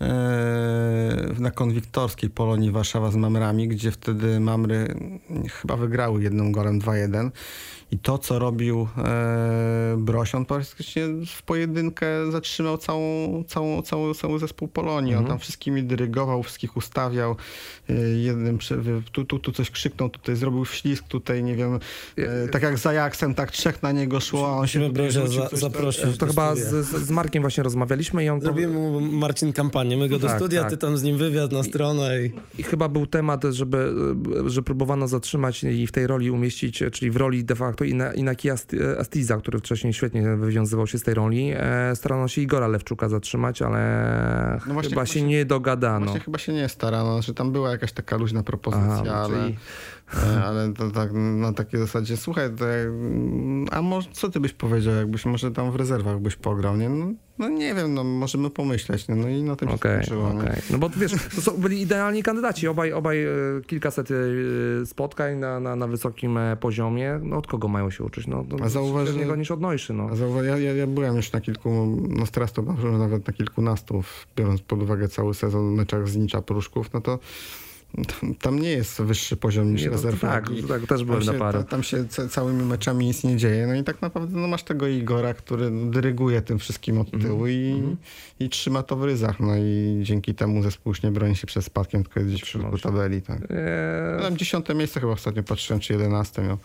e, na konwiktorskiej Polonii Warszawa z Mamrami, gdzie wtedy Mamry chyba wygrały jednym golem dwa jeden. I to, co robił e, Broś, on praktycznie w pojedynkę zatrzymał całą, całą, cały, cały zespół Polonii. Mhm. On tam wszystkimi dyrygował, wszystkich ustawiał. E, jednym przy, tu, tu, tu coś krzyknął, tutaj zrobił wślizg, tutaj nie wiem, e, tak jak z Ajaxem, tak trzech na niego szło, a on się Musimy Brozia rzucił za, coś zaprosić To do chyba z, studia. z, z Markiem właśnie rozmawialiśmy i on... Zrobimy mu, Marcin, kampanię. My go do Tak, studia, tak. ty tam z nim wywiad na stronę i... I chyba był temat, żeby, że próbowano zatrzymać i w tej roli umieścić, czyli w roli de facto Ina, Inaki Ast- Astiza, który wcześniej świetnie wywiązywał się z tej roli. E, starano się Igora Lewczuka zatrzymać, ale No właśnie, chyba chyba się się- nie dogadano. Właśnie chyba się nie starano, że tam była jakaś taka luźna propozycja, Aha, ale, czyli- e, ale to tak na takiej zasadzie, słuchaj, to jak, a może, co ty byś powiedział, jakbyś może tam w rezerwach byś pograł, nie? No, no nie wiem, no możemy pomyśleć, nie? No i na tym się Okej, skończyło. nie? okej. No bo wiesz, to są, byli idealni kandydaci, obaj, obaj e, kilkaset e, spotkań na, na, na wysokim e, poziomie. No od kogo mają się uczyć? No, no A zauważ, od niego niż od Nojszy, no. A zauważ, ja, ja, ja byłem już na kilku, no teraz to może nawet na kilkunastu, biorąc pod uwagę cały sezon w meczach z Nicza Pruszków, no to tam, tam nie jest wyższy poziom niż Nie, no, rezerw. tak, Legii. tak, też byłem Tam na się, parę. ta, tam się ca- całymi meczami nic nie dzieje. No i tak naprawdę no, masz tego Igora, który dyryguje tym wszystkim od tyłu i, i trzyma to w ryzach. No i dzięki temu zespół już nie broni się przed spadkiem, tylko jest gdzieś w środku tabeli. Tak. Eee, No, tam dziesiąte miejsce chyba ostatnio patrzyłem, czy jedenaste miał.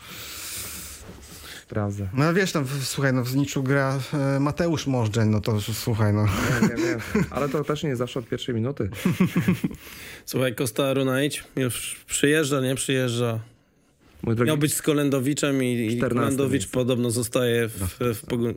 sprawdzę. No wiesz, no, w- słuchaj, no w Zniczu gra e, Mateusz Możdżeń, no to słuchaj, no. Nie, nie, nie. Ale to też nie jest zawsze od pierwszej minuty. Słuchaj, Kosta Runajć już przyjeżdża, nie przyjeżdża. Mój drogi, Miał być z Kolendowiczem i, i czternaste Kolendowicz miejsce. podobno zostaje w, w Pogoń.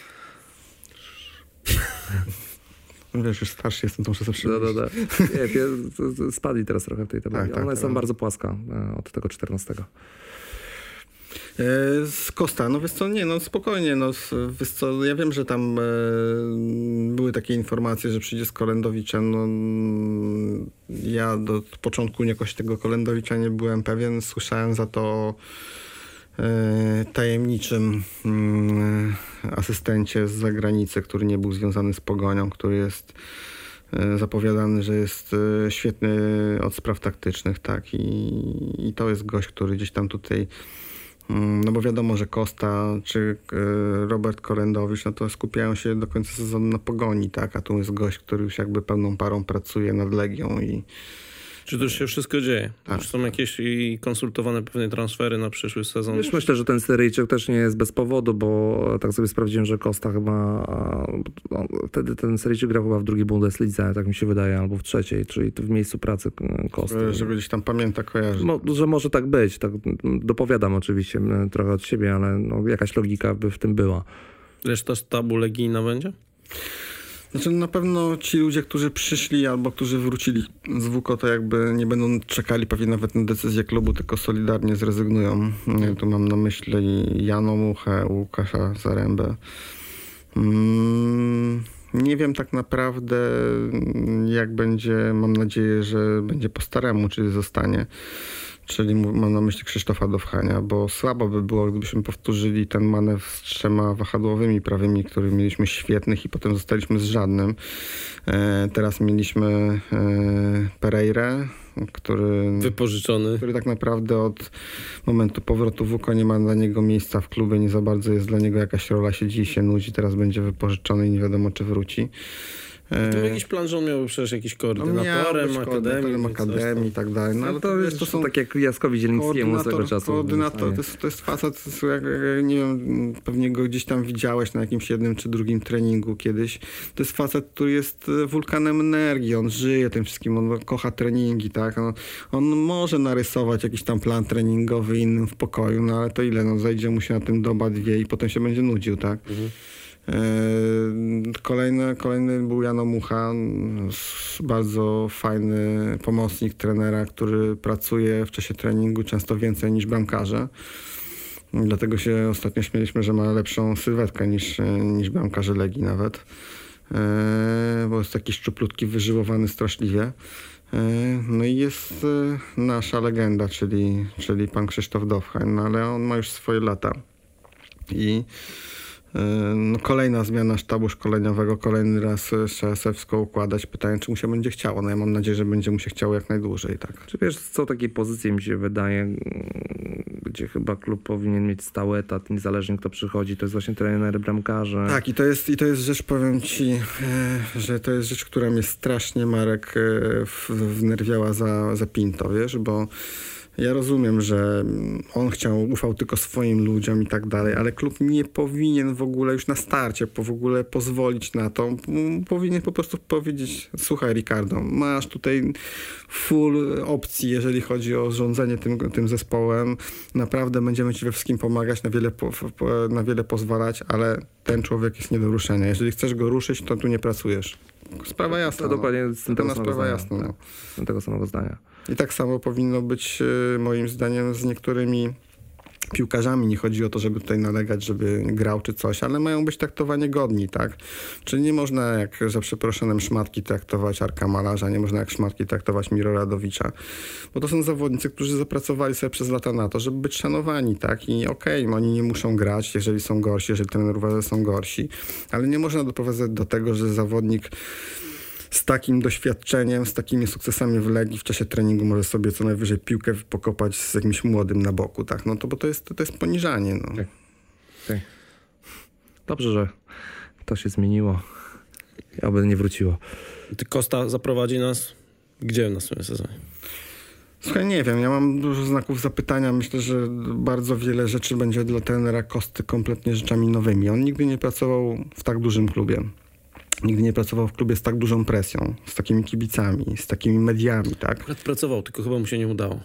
Wiesz, już starszy jestem, to muszę sobie Da, przypomnieć. da, da. Nie, pie- to- to spadli teraz trochę w tej tabeli. Tak, tak, Ona tak. jest bardzo płaska e, od tego czternastego. E, Z Costa, no wiesz co, nie, no spokojnie, no s- wiesz co, ja wiem, że tam e, były takie informacje, że przyjdzie z Kolendowiczem, no mm, ja do początku jakoś tego Kolendowicza nie byłem pewien, słyszałem za to o e, tajemniczym mm, asystencie z zagranicy, który nie był związany z Pogonią, który jest e, zapowiadany, że jest e, świetny od spraw taktycznych, tak, i, i to jest gość, który gdzieś tam tutaj. No bo wiadomo, że Costa czy e, Robert Kolendowicz, no to skupiają się do końca sezonu na Pogoni, tak? A tu jest gość, który już jakby pełną parą pracuje nad Legią i Czy to już się wszystko dzieje? Tak. Już są jakieś i konsultowane pewnie transfery na przyszły sezon? Wiesz, myślę, że ten Syryjczyk też nie jest bez powodu, bo tak sobie sprawdziłem, że Costa chyba... a, on, wtedy ten Syryjczyk grał chyba w drugiej Bundeslidze, tak mi się wydaje, albo w trzeciej, czyli w miejscu pracy Costy. żeby gdzieś tam pamięta, kojarzy. Mo, że może tak być, tak dopowiadam oczywiście m, trochę od siebie, ale no, jakaś logika by w tym była. Reszta sztabu legijna będzie? Znaczy na pewno ci ludzie, którzy przyszli albo którzy wrócili z W K O, to jakby nie będą czekali pewnie nawet na decyzję klubu, tylko solidarnie zrezygnują. Nie, tu mam na myśli Jano Muchę, Łukasza Zarębę. Mm, nie wiem tak naprawdę jak będzie, mam nadzieję, że będzie po staremu, czyli zostanie. czyli mam na myśli Krzysztofa Dowchania, bo słabo by było, gdybyśmy powtórzyli ten manewr z trzema wahadłowymi prawymi, który mieliśmy świetnych i potem zostaliśmy z żadnym. E, teraz mieliśmy e, Pereirę, który, Wypożyczony. który tak naprawdę od momentu powrotu Wuko nie ma dla niego miejsca w klubie, nie za bardzo jest dla niego jakaś rola, siedzi i się nudzi, teraz będzie wypożyczony i nie wiadomo, czy wróci. To był jakiś plan, że on miał przecież jakiś koordynatorem no akademii, akademii i tak dalej. No, ale to, to, wiesz, to są tak jak Jaskowi Zielińskiemu swego czasu. Koordynator, to jest, to jest facet, to jak, nie wiem, pewnie go gdzieś tam widziałeś na jakimś jednym czy drugim treningu kiedyś. To jest facet, który jest wulkanem energii, on żyje tym wszystkim, on kocha treningi, tak? On, on może narysować jakiś tam plan treningowy innym w pokoju, no ale to ile? No zajdzie mu się na tym doba, dwie i potem się będzie nudził, tak? Mhm. Kolejny, kolejny był Jano Mucha, bardzo fajny pomocnik trenera, który pracuje w czasie treningu często więcej niż bramkarze. Dlatego się ostatnio śmieliśmy, że ma lepszą sylwetkę niż, niż bramkarze Legii nawet. Bo jest taki szczuplutki, wyżyłowany straszliwie. No i jest nasza legenda, czyli, czyli pan Krzysztof Dowchań, no ale on ma już swoje lata. I no, kolejna zmiana sztabu szkoleniowego, kolejny raz trzeba sobie wszystko układać. Pytanie, czy mu się będzie chciało. No ja mam nadzieję, że będzie mu się chciało jak najdłużej. Tak. Czy wiesz, co takiej pozycji mi się wydaje, gdzie chyba klub powinien mieć stały etat, niezależnie kto przychodzi, to jest właśnie trener, bramkarze. Tak, i to jest, i to jest rzecz, powiem ci, że to jest rzecz, która mnie strasznie, Marek, wnerwiała za, za Pinto, wiesz, bo ja rozumiem, że on chciał, ufał tylko swoim ludziom i tak dalej, ale klub nie powinien w ogóle już na starcie po w ogóle pozwolić na to. Powinien po prostu powiedzieć, słuchaj Ricardo, masz tutaj full opcji, jeżeli chodzi o rządzenie tym, tym zespołem. Naprawdę będziemy ci we wszystkim pomagać, na wiele, po, na wiele pozwalać, ale ten człowiek jest nie do ruszenia. Jeżeli chcesz go ruszyć, to tu nie pracujesz. Sprawa jasna. To dokładnie no. z tym tego sprawa zdania. jasna. No. Z tego samego zdania. I tak samo powinno być moim zdaniem z niektórymi piłkarzami. Nie chodzi o to, żeby tutaj nalegać, żeby grał czy coś, ale mają być traktowani godni, tak? Czyli nie można jak za przeproszonym szmatki traktować Arka Malarza, nie można jak szmatki traktować Miro Radowicza, bo to są zawodnicy, którzy zapracowali sobie przez lata na to, żeby być szanowani, tak? I okej, okay, oni nie muszą grać, jeżeli są gorsi, jeżeli trener uważa, że są gorsi, ale nie można doprowadzać do tego, że zawodnik z takim doświadczeniem, z takimi sukcesami w Legii w czasie treningu może sobie co najwyżej piłkę pokopać z jakimś młodym na boku, tak? No to bo to jest, to jest poniżanie, no. Okay. Okay. Dobrze, że to się zmieniło. Aby nie wróciło. Ty Costa zaprowadzi nas gdzie w następnym sezonie? Słuchaj, nie wiem, ja mam dużo znaków zapytania. Myślę, że bardzo wiele rzeczy będzie dla trenera Costy kompletnie rzeczami nowymi. On nigdy nie pracował w tak dużym klubie. Nigdy nie pracował w klubie z tak dużą presją, z takimi kibicami, z takimi mediami, tak? Pracował, tylko chyba mu się nie udało.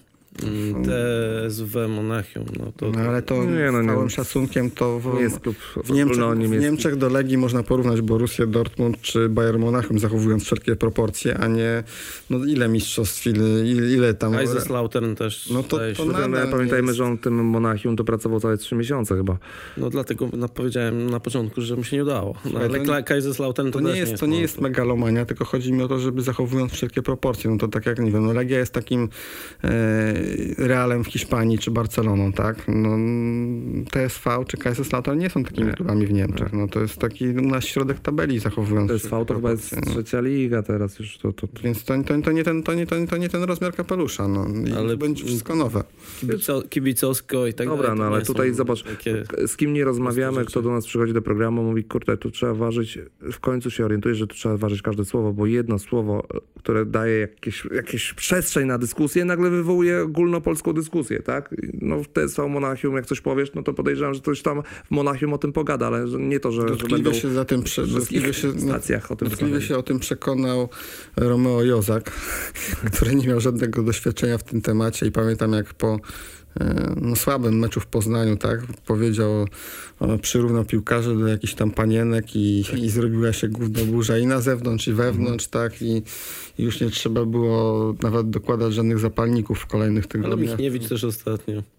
T S W Monachium, no to... No, ale to nie, no, z całym nie, szacunkiem to w, jest klub, w, Niemczech, w Niemczech do Legii można porównać Borussię Dortmund czy Bayern Monachium, zachowując wszelkie proporcje, a nie no ile mistrzostw, ile, ile tam... Kaiserslautern też... No to, to nadal pamiętajmy, jest... że on w tym Monachium to pracował całe trzy miesiące chyba. No dlatego no, powiedziałem na początku, że mu się nie udało. No, ale to nie, Kaiserslautern to, to nie też jest, nie jest to nie jest megalomania, tylko chodzi mi o to, żeby zachowując wszelkie proporcje. No to tak jak, nie wiem, no Legia jest takim e, Realem w Hiszpanii czy Barceloną, tak? No, T S V czy Kaiserslautern nie są takimi nie. klubami w Niemczech. No, to jest taki u nas środek tabeli zachowując. T S V to chyba jest trzecia liga teraz już. To, to, to. Więc to, to, to, nie ten, to, nie, to, to nie ten rozmiar kapelusza. No. Ale będzie wszystko nowe. Kibico, kibicowsko i tak Dobra, dalej. no ale tutaj zobacz, takie... z kim nie rozmawiamy, kto do nas przychodzi do programu, mówi, kurde, tu trzeba ważyć, w końcu się orientuje, że tu trzeba ważyć każde słowo, bo jedno słowo, które daje jakieś, jakieś przestrzeń na dyskusję, nagle wywołuje ogólnopolską dyskusję, tak? No w T S V Monachium, jak coś powiesz, no to podejrzewam, że ktoś tam w Monachium o tym pogada, ale nie to, że, że będą się za tym prze... w się, stacjach o tym dotkliwie się o tym przekonał Romeo Jozak, który nie miał żadnego doświadczenia w tym temacie i pamiętam jak po no, słabym meczu w Poznaniu, tak, powiedział, o, przyrównał piłkarzy do jakichś tam panienek i, i zrobiła się gówno burza i na zewnątrz i wewnątrz, tak, i, i już nie trzeba było nawet dokładać żadnych zapalników w kolejnych tygodniach. Ale Michniewicz też ostatnio.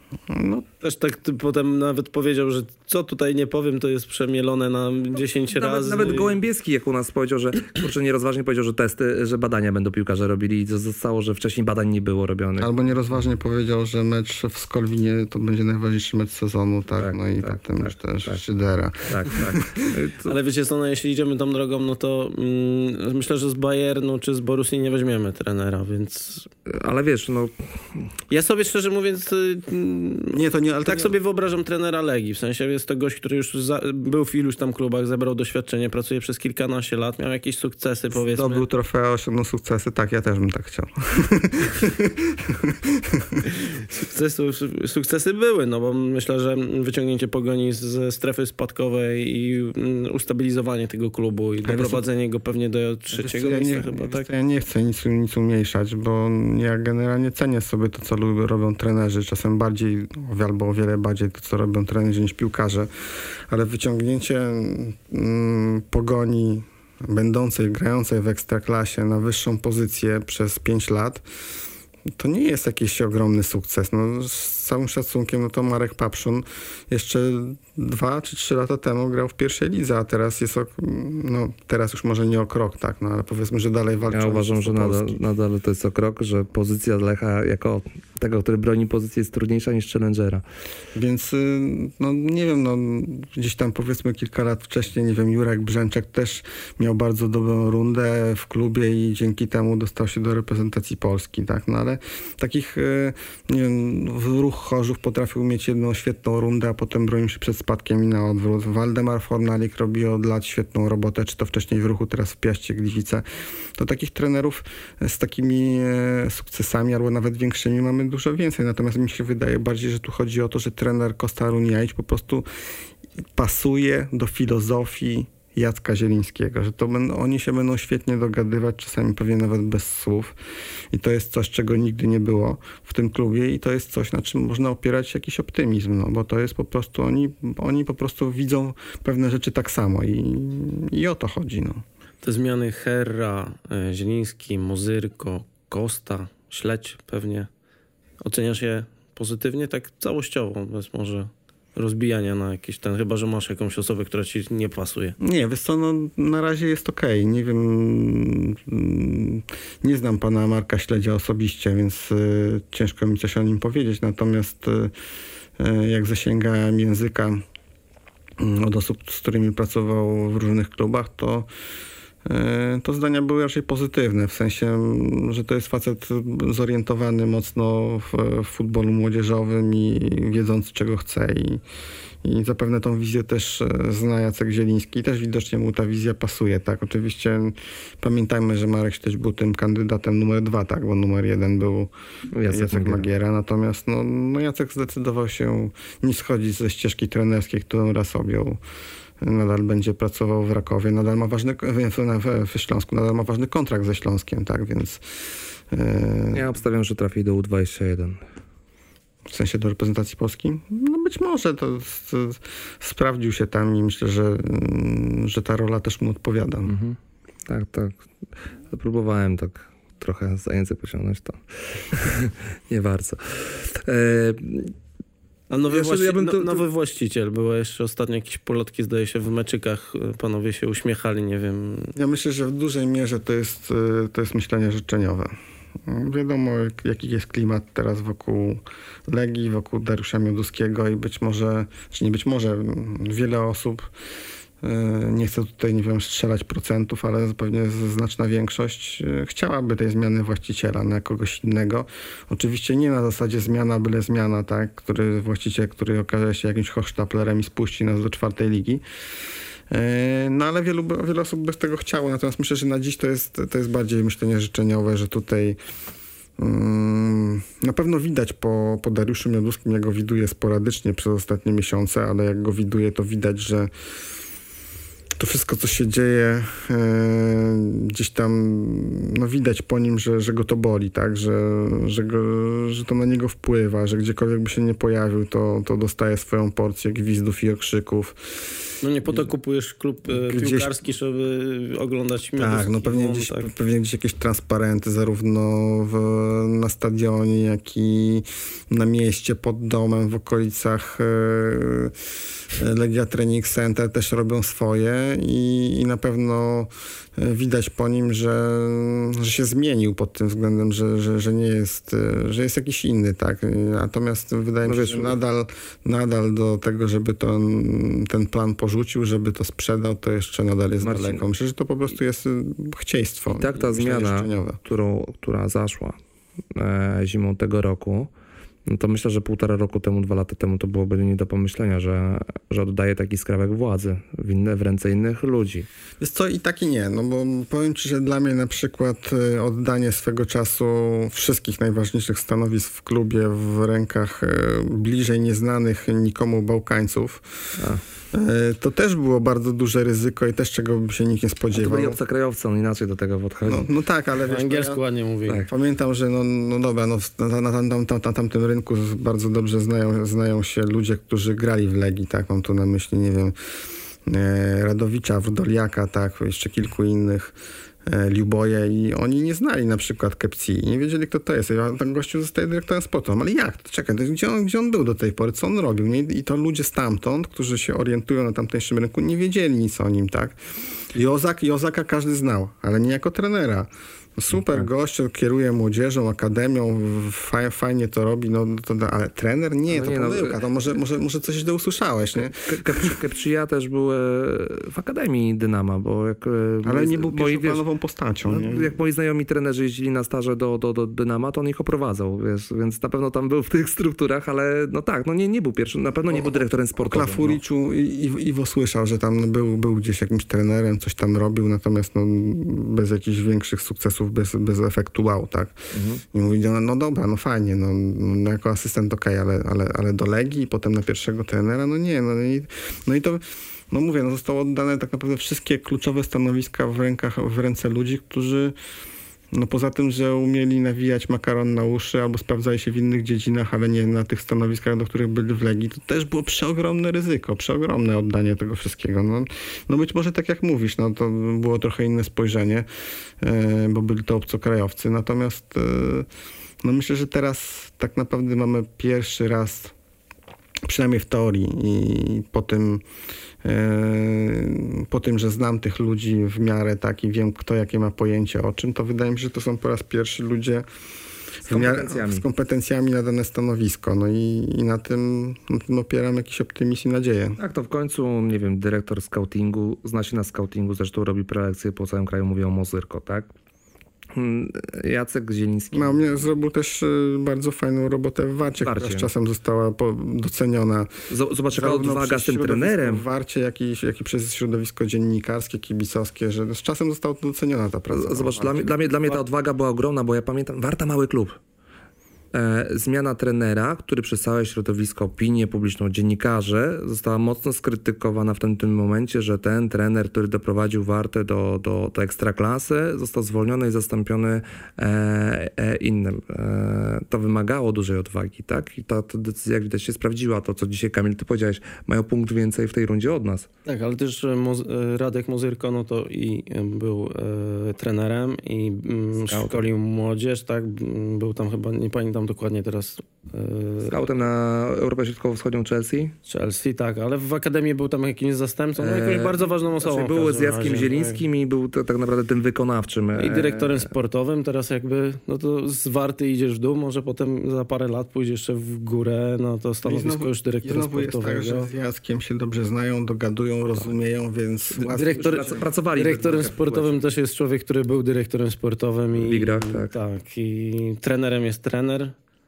No, Też tak ty potem nawet powiedział, że co tutaj nie powiem, to jest przemielone na dziesięć Nawet, razy. nawet Gołębieski, jak u nas powiedział, że kurczę, nierozważnie powiedział, że testy, że badania będą piłkarze robili i to zostało, że wcześniej badań nie było robionych. albo nierozważnie powiedział, że mecz w Skolwinie to będzie najważniejszy mecz sezonu, tak? Tak, no i tak, potem tak, już też tak. Szydera. Tak, tak. To, Ale wiecie co, no jeśli idziemy tą drogą, no to mm, myślę, że z Bayernu czy z Borussii nie weźmiemy trenera, więc ale wiesz, no ja sobie szczerze mówiąc y, mm, Nie, to nie, ale to tak nie, sobie wyobrażam trenera Legii, w sensie jest to gość, który już za, był w iluś tam klubach, zebrał doświadczenie, pracuje przez kilkanaście lat, miał jakieś sukcesy, powiedzmy. zdobył trofea, osiągnął sukcesy, tak, ja też bym tak chciał. Sukcesy, sukcesy były, no bo myślę, że wyciągnięcie Pogoni ze strefy spadkowej i mm, ustabilizowanie tego klubu i doprowadzenie go pewnie do trzeciego ja miejsca nie, chyba, wiesz tak? co, ja nie chcę nic, nic umniejszać, bo ja generalnie cenię sobie to, co lubią, robią trenerzy, czasem bardziej albo o wiele bardziej to, co robią trenerzy niż piłkarze, ale wyciągnięcie mm, Pogoni będącej, grającej w Ekstraklasie na wyższą pozycję przez pięć lat, to nie jest jakiś ogromny sukces. No, z całym szacunkiem, no to Marek Papszun jeszcze dwa czy trzy lata temu grał w pierwszej lidze, a teraz jest o, no teraz już może nie o krok, tak, no ale powiedzmy, że dalej walczy. ja o uważam, że Mistrzostwo nadal, Polski. nadal to jest o krok, że pozycja Lecha jako tego, który broni pozycję, jest trudniejsza niż Challengera. Więc y, no nie wiem, no gdzieś tam powiedzmy kilka lat wcześniej, nie wiem, Jurek Brzęczek też miał bardzo dobrą rundę w klubie i dzięki temu dostał się do reprezentacji Polski, tak, no ale takich, y, nie wiem, Ruch Chorzów potrafił mieć jedną świetną rundę, a potem bronił się przed spadkiem i na odwrót. Waldemar Fornalik robi od lat świetną robotę, czy to wcześniej w Ruchu, teraz w Piaście Gliwice. To takich trenerów z takimi e, sukcesami, albo nawet większymi mamy dużo więcej. Natomiast mi się wydaje bardziej, że tu chodzi o to, że trener Kosta Runjaić po prostu pasuje do filozofii Jacka Zielińskiego, że to będą, oni się będą świetnie dogadywać, czasami pewnie nawet bez słów. I to jest coś, czego nigdy nie było w tym klubie i to jest coś, na czym można opierać jakiś optymizm, no bo to jest po prostu, oni, oni po prostu widzą pewne rzeczy tak samo i, i o to chodzi, no. Te zmiany Herra, e, Zieliński, Mozyrko, Kosta, Śledź pewnie. Oceniasz je pozytywnie, tak całościowo, bez może rozbijania na jakiś ten, chyba że masz jakąś osobę, która ci nie pasuje. Nie, wiesz co, no na razie jest okej. Nie wiem, mm, nie znam pana Marka Śledzia osobiście, więc y, ciężko mi coś o nim powiedzieć. Natomiast y, y, jak zasięgałem języka y, od osób, z którymi pracował w różnych klubach, to y, to zdania były raczej pozytywne, w sensie, że to jest facet zorientowany mocno w, w futbolu młodzieżowym i wiedzący, czego chce i I zapewne tą wizję też zna Jacek Zieliński i też widocznie mu ta wizja pasuje, tak. Oczywiście pamiętajmy, że Marek Śledź był tym kandydatem numer dwa, tak, bo numer jeden był Jacek, Jacek Magiera. Magiera. Natomiast no, no Jacek zdecydował się nie schodzić ze ścieżki trenerskiej, którą raz objął. Nadal będzie pracował w Rakowie, nadal ma ważny, w, w Śląsku, nadal ma ważny kontrakt ze Śląskiem, tak, więc... Yy... Ja obstawiam, że trafi do U dwadzieścia jeden. W sensie do reprezentacji Polski? No być może to, to sprawdził się tam i myślę, że, że ta rola też mu odpowiada. Mhm. Tak, tak. Próbowałem tak trochę za język pociągnąć, to nie bardzo. E... A nowy, Ja właści- ja bym to- no, nowy właściciel, było jeszcze ostatnio jakieś polotki, zdaje się, w meczykach panowie się uśmiechali, nie wiem. Ja myślę, że w dużej mierze to jest, to jest myślenie życzeniowe. Wiadomo, jaki jest klimat teraz wokół Legii, wokół Dariusza Mioduskiego i być może, czy nie być może, wiele osób, nie chcę tutaj, nie wiem, strzelać procentów, ale pewnie znaczna większość chciałaby tej zmiany właściciela na kogoś innego. Oczywiście nie na zasadzie zmiana, byle zmiana, tak, który właściciel, który okaże się jakimś hochsztaplerem i spuści nas do czwartej ligi. No ale wielu, wiele osób by z tego chciało, natomiast myślę, że na dziś to jest, to jest bardziej myślenie życzeniowe, że tutaj um, na pewno widać po, po Dariuszu Mioduskim, ja go widuję sporadycznie przez ostatnie miesiące, ale jak go widuję, to widać, że to wszystko, co się dzieje, e, gdzieś tam no widać po nim, że, że go to boli, tak? Że, że, go, że to na niego wpływa, że gdziekolwiek by się nie pojawił, to, to dostaje swoją porcję gwizdów i okrzyków. No nie po to kupujesz klub e, Gdzieś... piłkarski, żeby oglądać mecz. Tak, no pewnie gdzieś, tak. pewnie gdzieś jakieś transparenty zarówno w, na stadionie, jak i na mieście, pod domem, w okolicach e, Legia Training Center też robią swoje i, i na pewno widać po nim, że, że się zmienił pod tym względem, że, że, że nie jest, że jest jakiś inny, tak. Natomiast wydaje mi się, że nadal, nadal do tego, żeby to, ten plan porzucił, żeby to sprzedał, to jeszcze nadal jest Marcin, daleko. Myślę, że to po prostu jest chcieństwo. I tak ta zmiana, którą, która zaszła e, zimą tego roku, no to myślę, że półtora roku temu, dwa lata temu to byłoby nie do pomyślenia, że, że oddaje taki skrawek władzy w, inne, w ręce innych ludzi. Jest co i tak i nie, no bo powiem ci, że dla mnie na przykład oddanie swego czasu wszystkich najważniejszych stanowisk w klubie w rękach bliżej nieznanych nikomu Bałkańców, A. to też było bardzo duże ryzyko i też czego by się nikt nie spodziewał. A to byli obcokrajowcy, on inaczej do tego podchodzi. No, no tak, ale... Po angielsku ładnie mówi. Tak. Pamiętam, że no, no dobra, no, na, na, na, na, na tamtym rynku bardzo dobrze znają, znają się ludzie, którzy grali w Legii, tak, mam tu na myśli, nie wiem, e, Radowicza, Wdoliaka, tak, jeszcze kilku innych, e, Liuboje i oni nie znali na przykład Kepcji, nie wiedzieli, kto to jest. A ten gościu zostaje dyrektorem sportu. Ale jak? Czekaj, gdzie on, gdzie on był do tej pory? Co on robił? Nie? I to ludzie stamtąd, którzy się orientują na tamtejszym rynku, nie wiedzieli nic o nim, tak? Jozak, Jozaka każdy znał, ale nie jako trenera. Super tak. Gość, kieruje młodzieżą, akademią, faj, fajnie to robi, no to, ale trener? Nie, to nie, pomyłka, no, to może, może, może coś źle usłyszałeś, nie? Kepczyja też był w Akademii Dynama, bo jak... Ale nie był pierwszoplanową postacią, no, nie? Jak moi znajomi trenerzy jeździli na staże do, do, do Dynama, to on ich oprowadzał, wiesz, więc na pewno tam był w tych strukturach, ale no tak, no nie, nie był pierwszy, na pewno nie o, był dyrektorem sportowym. O Klafuriczu no. i Iwo słyszał, że tam był, był gdzieś jakimś trenerem, coś tam robił, natomiast no, bez jakichś większych sukcesów, bez, bez efektu wow, tak? Mhm. I mówi, no, no dobra, no fajnie, no, no jako asystent okej, okay, ale, ale, ale do Legii i potem na pierwszego trenera, no nie, no i, no i to, no mówię, no zostało oddane tak naprawdę wszystkie kluczowe stanowiska w rękach, w ręce ludzi, którzy no poza tym, że umieli nawijać makaron na uszy albo sprawdzali się w innych dziedzinach, ale nie na tych stanowiskach, do których byli w Legii, to też było przeogromne ryzyko, przeogromne oddanie tego wszystkiego. No, no być może tak jak mówisz, no to było trochę inne spojrzenie, e, bo byli to obcokrajowcy. Natomiast e, no myślę, że teraz tak naprawdę mamy pierwszy raz, przynajmniej w teorii i po tym po tym, że znam tych ludzi w miarę tak i wiem, kto jakie ma pojęcie o czym, to wydaje mi się, że to są po raz pierwszy ludzie z kompetencjami, z kompetencjami na dane stanowisko. No i, i na, tym, na tym opieram jakiś optymizm i nadzieję. Tak, to w końcu, nie wiem, dyrektor scoutingu, zna się na scoutingu, zresztą robi prelekcje po całym kraju, mówię o Mozyrko, tak? Jacek Zieliński. No, mnie zrobił też bardzo fajną robotę w Warcie, Warcie. która z czasem została doceniona. Zobacz, jaka odwaga z tym trenerem. W Warcie, jak i, jak i przez środowisko dziennikarskie, kibicowskie, że z czasem została doceniona ta praca. Zobacz, dla mnie, dla, mnie, dla mnie ta odwaga była ogromna, bo ja pamiętam, Warta mały klub. E, zmiana trenera, który przez całe środowisko, opinię publiczną, dziennikarze, została mocno skrytykowana w tym, tym momencie, że ten trener, który doprowadził Wartę do, do, do ekstraklasy, został zwolniony i zastąpiony e, e, innym. E, to wymagało dużej odwagi, tak? I ta, ta decyzja, jak widać, się sprawdziła. To, co dzisiaj, Kamil, ty powiedziałeś, mają punkt więcej w tej rundzie od nas. Tak, ale też Moz- Radek Mozyrko, no to i był e, trenerem i m, szkolił młodzież, tak? Był tam chyba, nie pamiętam dokładnie teraz. E, Scoutem na Europę Środkowo-Wschodnią Chelsea. Chelsea, tak, ale w Akademii był tam jakimś zastępcą, no jakąś bardzo ważną osobą. Znaczy, był z Jackiem razie, Zielińskim tak. I był to, tak naprawdę tym wykonawczym. I dyrektorem sportowym, teraz jakby, no to z Warty idziesz w dół, może potem za parę lat pójdziesz jeszcze w górę, no to stanowisko znowu, już dyrektora sportowego. Jest tak, że z Jackiem się dobrze znają, dogadują, rozumieją, więc... Dyrektor, pracowali. Dyrektorem sportowym też jest człowiek, który był dyrektorem sportowym. I, w Igrach, tak. Tak, i trenerem jest trener.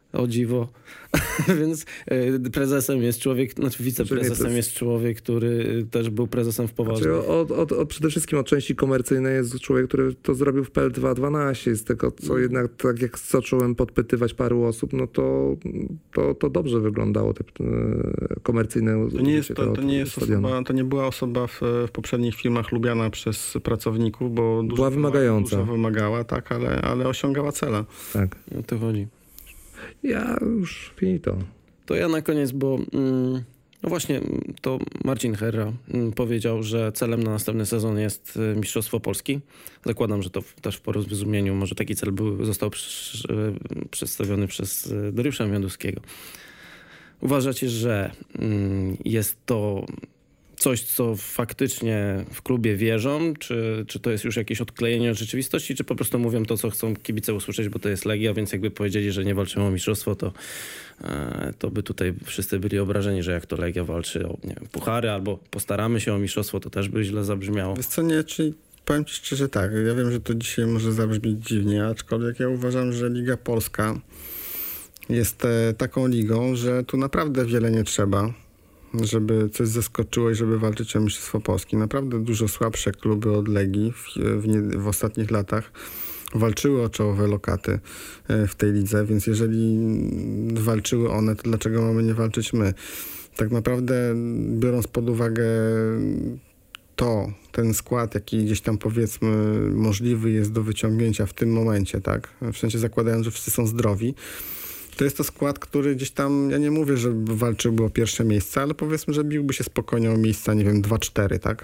O dziwo. Więc prezesem jest człowiek, znaczy wiceprezesem jest człowiek, który też był prezesem w Poważnych. Znaczy od, od, od, przede wszystkim od części komercyjnej jest człowiek, który to zrobił w P L dwa dwanaście. Z tego, co mm. jednak tak jak zacząłem podpytywać paru osób, no to, to, to dobrze wyglądało te e, komercyjne... To nie, jest, to, to, nie jest osoba, to nie była osoba w, w poprzednich filmach lubiana przez pracowników, bo dużo, była wymagająca. Dużo wymagała, tak, ale, ale osiągała cele. Tak. O to chodzi. Ja już finito. To ja na koniec, bo mm, no właśnie to Marcin Herra mm, powiedział, że celem na następny sezon jest Mistrzostwo Polski. Zakładam, że to w, też w porozumieniu, może taki cel był, został przy, przedstawiony przez Dariusza Miodowskiego. Uważacie, że mm, jest to coś, co faktycznie w klubie wierzą, czy, czy to jest już jakieś odklejenie od rzeczywistości, czy po prostu mówią to, co chcą kibice usłyszeć, bo to jest Legia, więc jakby powiedzieli, że nie walczymy o mistrzostwo, to, e, to by tutaj wszyscy byli obrażeni, że jak to Legia walczy o nie wiem, puchary, albo postaramy się o mistrzostwo, to też by źle zabrzmiało. Wiesz co, nie, czyli powiem ci szczerze tak, ja wiem, że to dzisiaj może zabrzmieć dziwnie, aczkolwiek ja uważam, że Liga Polska jest e, taką ligą, że tu naprawdę wiele nie trzeba, żeby coś zaskoczyło i żeby walczyć o Mistrzostwo Polski. Naprawdę dużo słabsze kluby od Legii w, w, nie, w ostatnich latach walczyły o czołowe lokaty w tej lidze, więc jeżeli walczyły one, to dlaczego mamy nie walczyć my? Tak naprawdę biorąc pod uwagę to, ten skład, jaki gdzieś tam powiedzmy możliwy jest do wyciągnięcia w tym momencie, tak? W sensie zakładając, że wszyscy są zdrowi, to jest to skład, który gdzieś tam, ja nie mówię, że walczyłby o pierwsze miejsce, ale powiedzmy, że biłby się spokojnie o miejsca, nie wiem, dwa cztery, tak?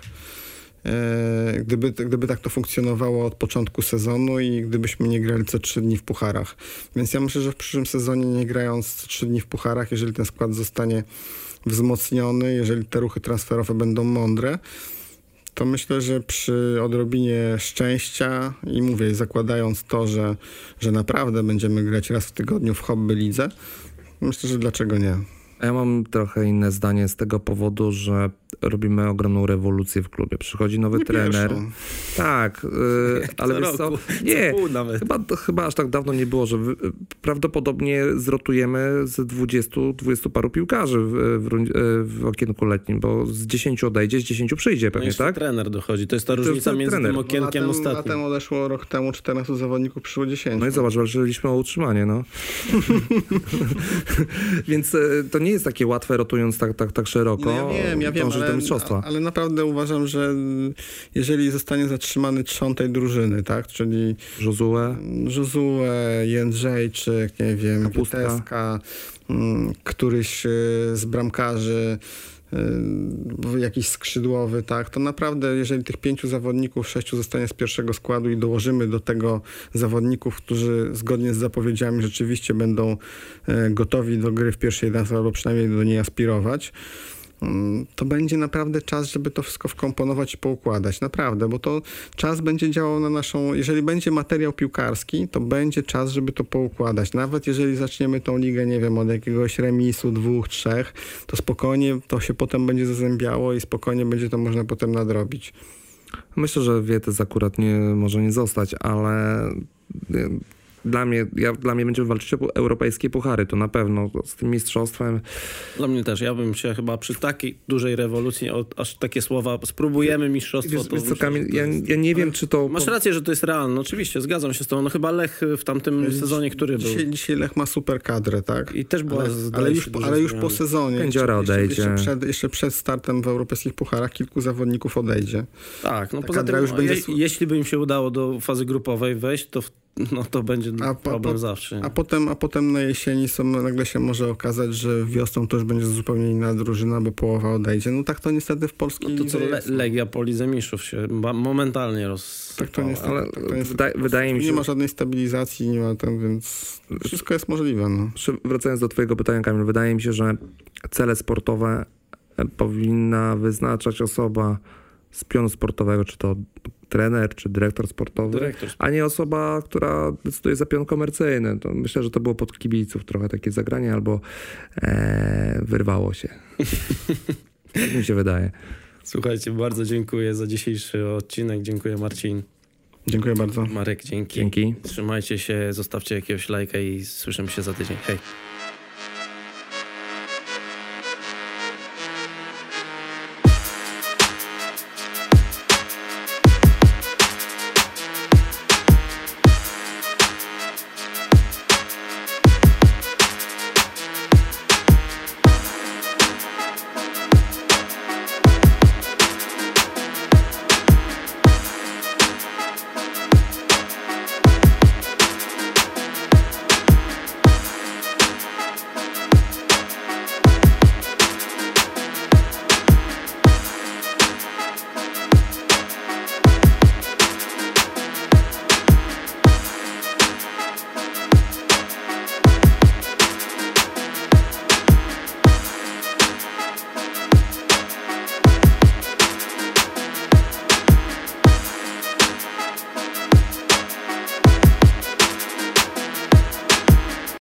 E, gdyby, gdyby tak to funkcjonowało od początku sezonu i gdybyśmy nie grali co trzy dni w pucharach. Więc ja myślę, że w przyszłym sezonie, nie grając co trzy dni w pucharach, jeżeli ten skład zostanie wzmocniony, jeżeli te ruchy transferowe będą mądre, to myślę, że przy odrobinie szczęścia i mówię, zakładając to, że, że naprawdę będziemy grać raz w tygodniu w hobby lidze, myślę, że dlaczego nie. Ja mam trochę inne zdanie z tego powodu, że robimy ogromną rewolucję w klubie. Przychodzi nowy nie trener. Pierwszą. Tak, yy, ale wiesz co? Nie, chyba, chyba aż tak dawno nie było, że wy, prawdopodobnie zrotujemy z dwudziestu, dwudziestu paru piłkarzy w, w, w okienku letnim, bo z dziesięciu odejdzie, z dziesięciu przyjdzie pewnie, no tak? trener dochodzi. To jest ta różnica jest między trener. tym okienkiem latem, ostatnim. Latem odeszło rok temu czternastu zawodników, przyszło dziesięciu. No i zobacz, walczyliśmy o utrzymanie, no. Więc to nie jest takie łatwe, rotując tak, tak, tak szeroko. No ja wiem, ja wiem, ale, do mistrzostwa. ale naprawdę uważam, że jeżeli zostanie zatrzymany trzon tej drużyny, tak, czyli Josue, Josue, Jędrzejczyk, nie wiem, Kapustka, Witeska, któryś z bramkarzy, jakiś skrzydłowy, tak, to naprawdę jeżeli tych pięciu zawodników, sześciu zostanie z pierwszego składu i dołożymy do tego zawodników, którzy zgodnie z zapowiedziami rzeczywiście będą gotowi do gry w pierwszej jedenastce, albo przynajmniej do niej aspirować, to będzie naprawdę czas, żeby to wszystko wkomponować i poukładać. Naprawdę, bo to czas będzie działał na naszą... Jeżeli będzie materiał piłkarski, to będzie czas, żeby to poukładać. Nawet jeżeli zaczniemy tą ligę, nie wiem, od jakiegoś remisu, dwóch, trzech, to spokojnie to się potem będzie zazębiało i spokojnie będzie to można potem nadrobić. Myślę, że Wietes akurat nie, może nie zostać, ale... Dla mnie, ja, dla mnie będziemy walczyć o europejskie puchary, to na pewno z tym mistrzostwem. Dla mnie też. Ja bym się chyba przy takiej dużej rewolucji, o, aż takie słowa, spróbujemy mistrzostwo. Wiesz, to wiesz co, Kamil, myślę, ja, jest... ja nie wiem, czy to... Masz rację, że to jest realne. No, oczywiście, zgadzam się z tobą. No chyba Lech w tamtym Dziś, sezonie, który dzisiaj, był. Dzisiaj Lech ma super kadrę, tak? I też była... Ale, ale, już, po, ale już po sezonie. Kędziora jeszcze, odejdzie. Jeszcze przed, jeszcze przed startem w europejskich pucharach kilku zawodników odejdzie. Tak, no Ta poza tym, już no, będzie... je, jeśli by im się udało do fazy grupowej wejść, to no to będzie a problem po, zawsze. A potem, a potem na jesieni są, nagle się może okazać, że wiosną to już będzie zupełnie inna drużyna, bo połowa odejdzie. No tak to niestety w Polskiej no to co Le- Legia po Lidze Mistrzów się momentalnie roz... Tak to niestety. Ale tak to niestety wydaje, wydaje mi się... Nie ma żadnej stabilizacji, nie ma tam, więc wszystko jest możliwe. No. Wracając do twojego pytania, Kamil, wydaje mi się, że cele sportowe powinna wyznaczać osoba z pionu sportowego, czy to trener, czy dyrektor sportowy, dyrektor. a nie osoba, która decyduje za pion komercyjny. To myślę, że to było pod kibiców trochę takie zagranie, albo e, wyrwało się. Tak mi się wydaje. Słuchajcie, bardzo dziękuję za dzisiejszy odcinek. Dziękuję, Marcin. Dziękuję bardzo. Marek, dzięki. Dzięki. Trzymajcie się, zostawcie jakiegoś lajka i słyszymy się za tydzień. Hej.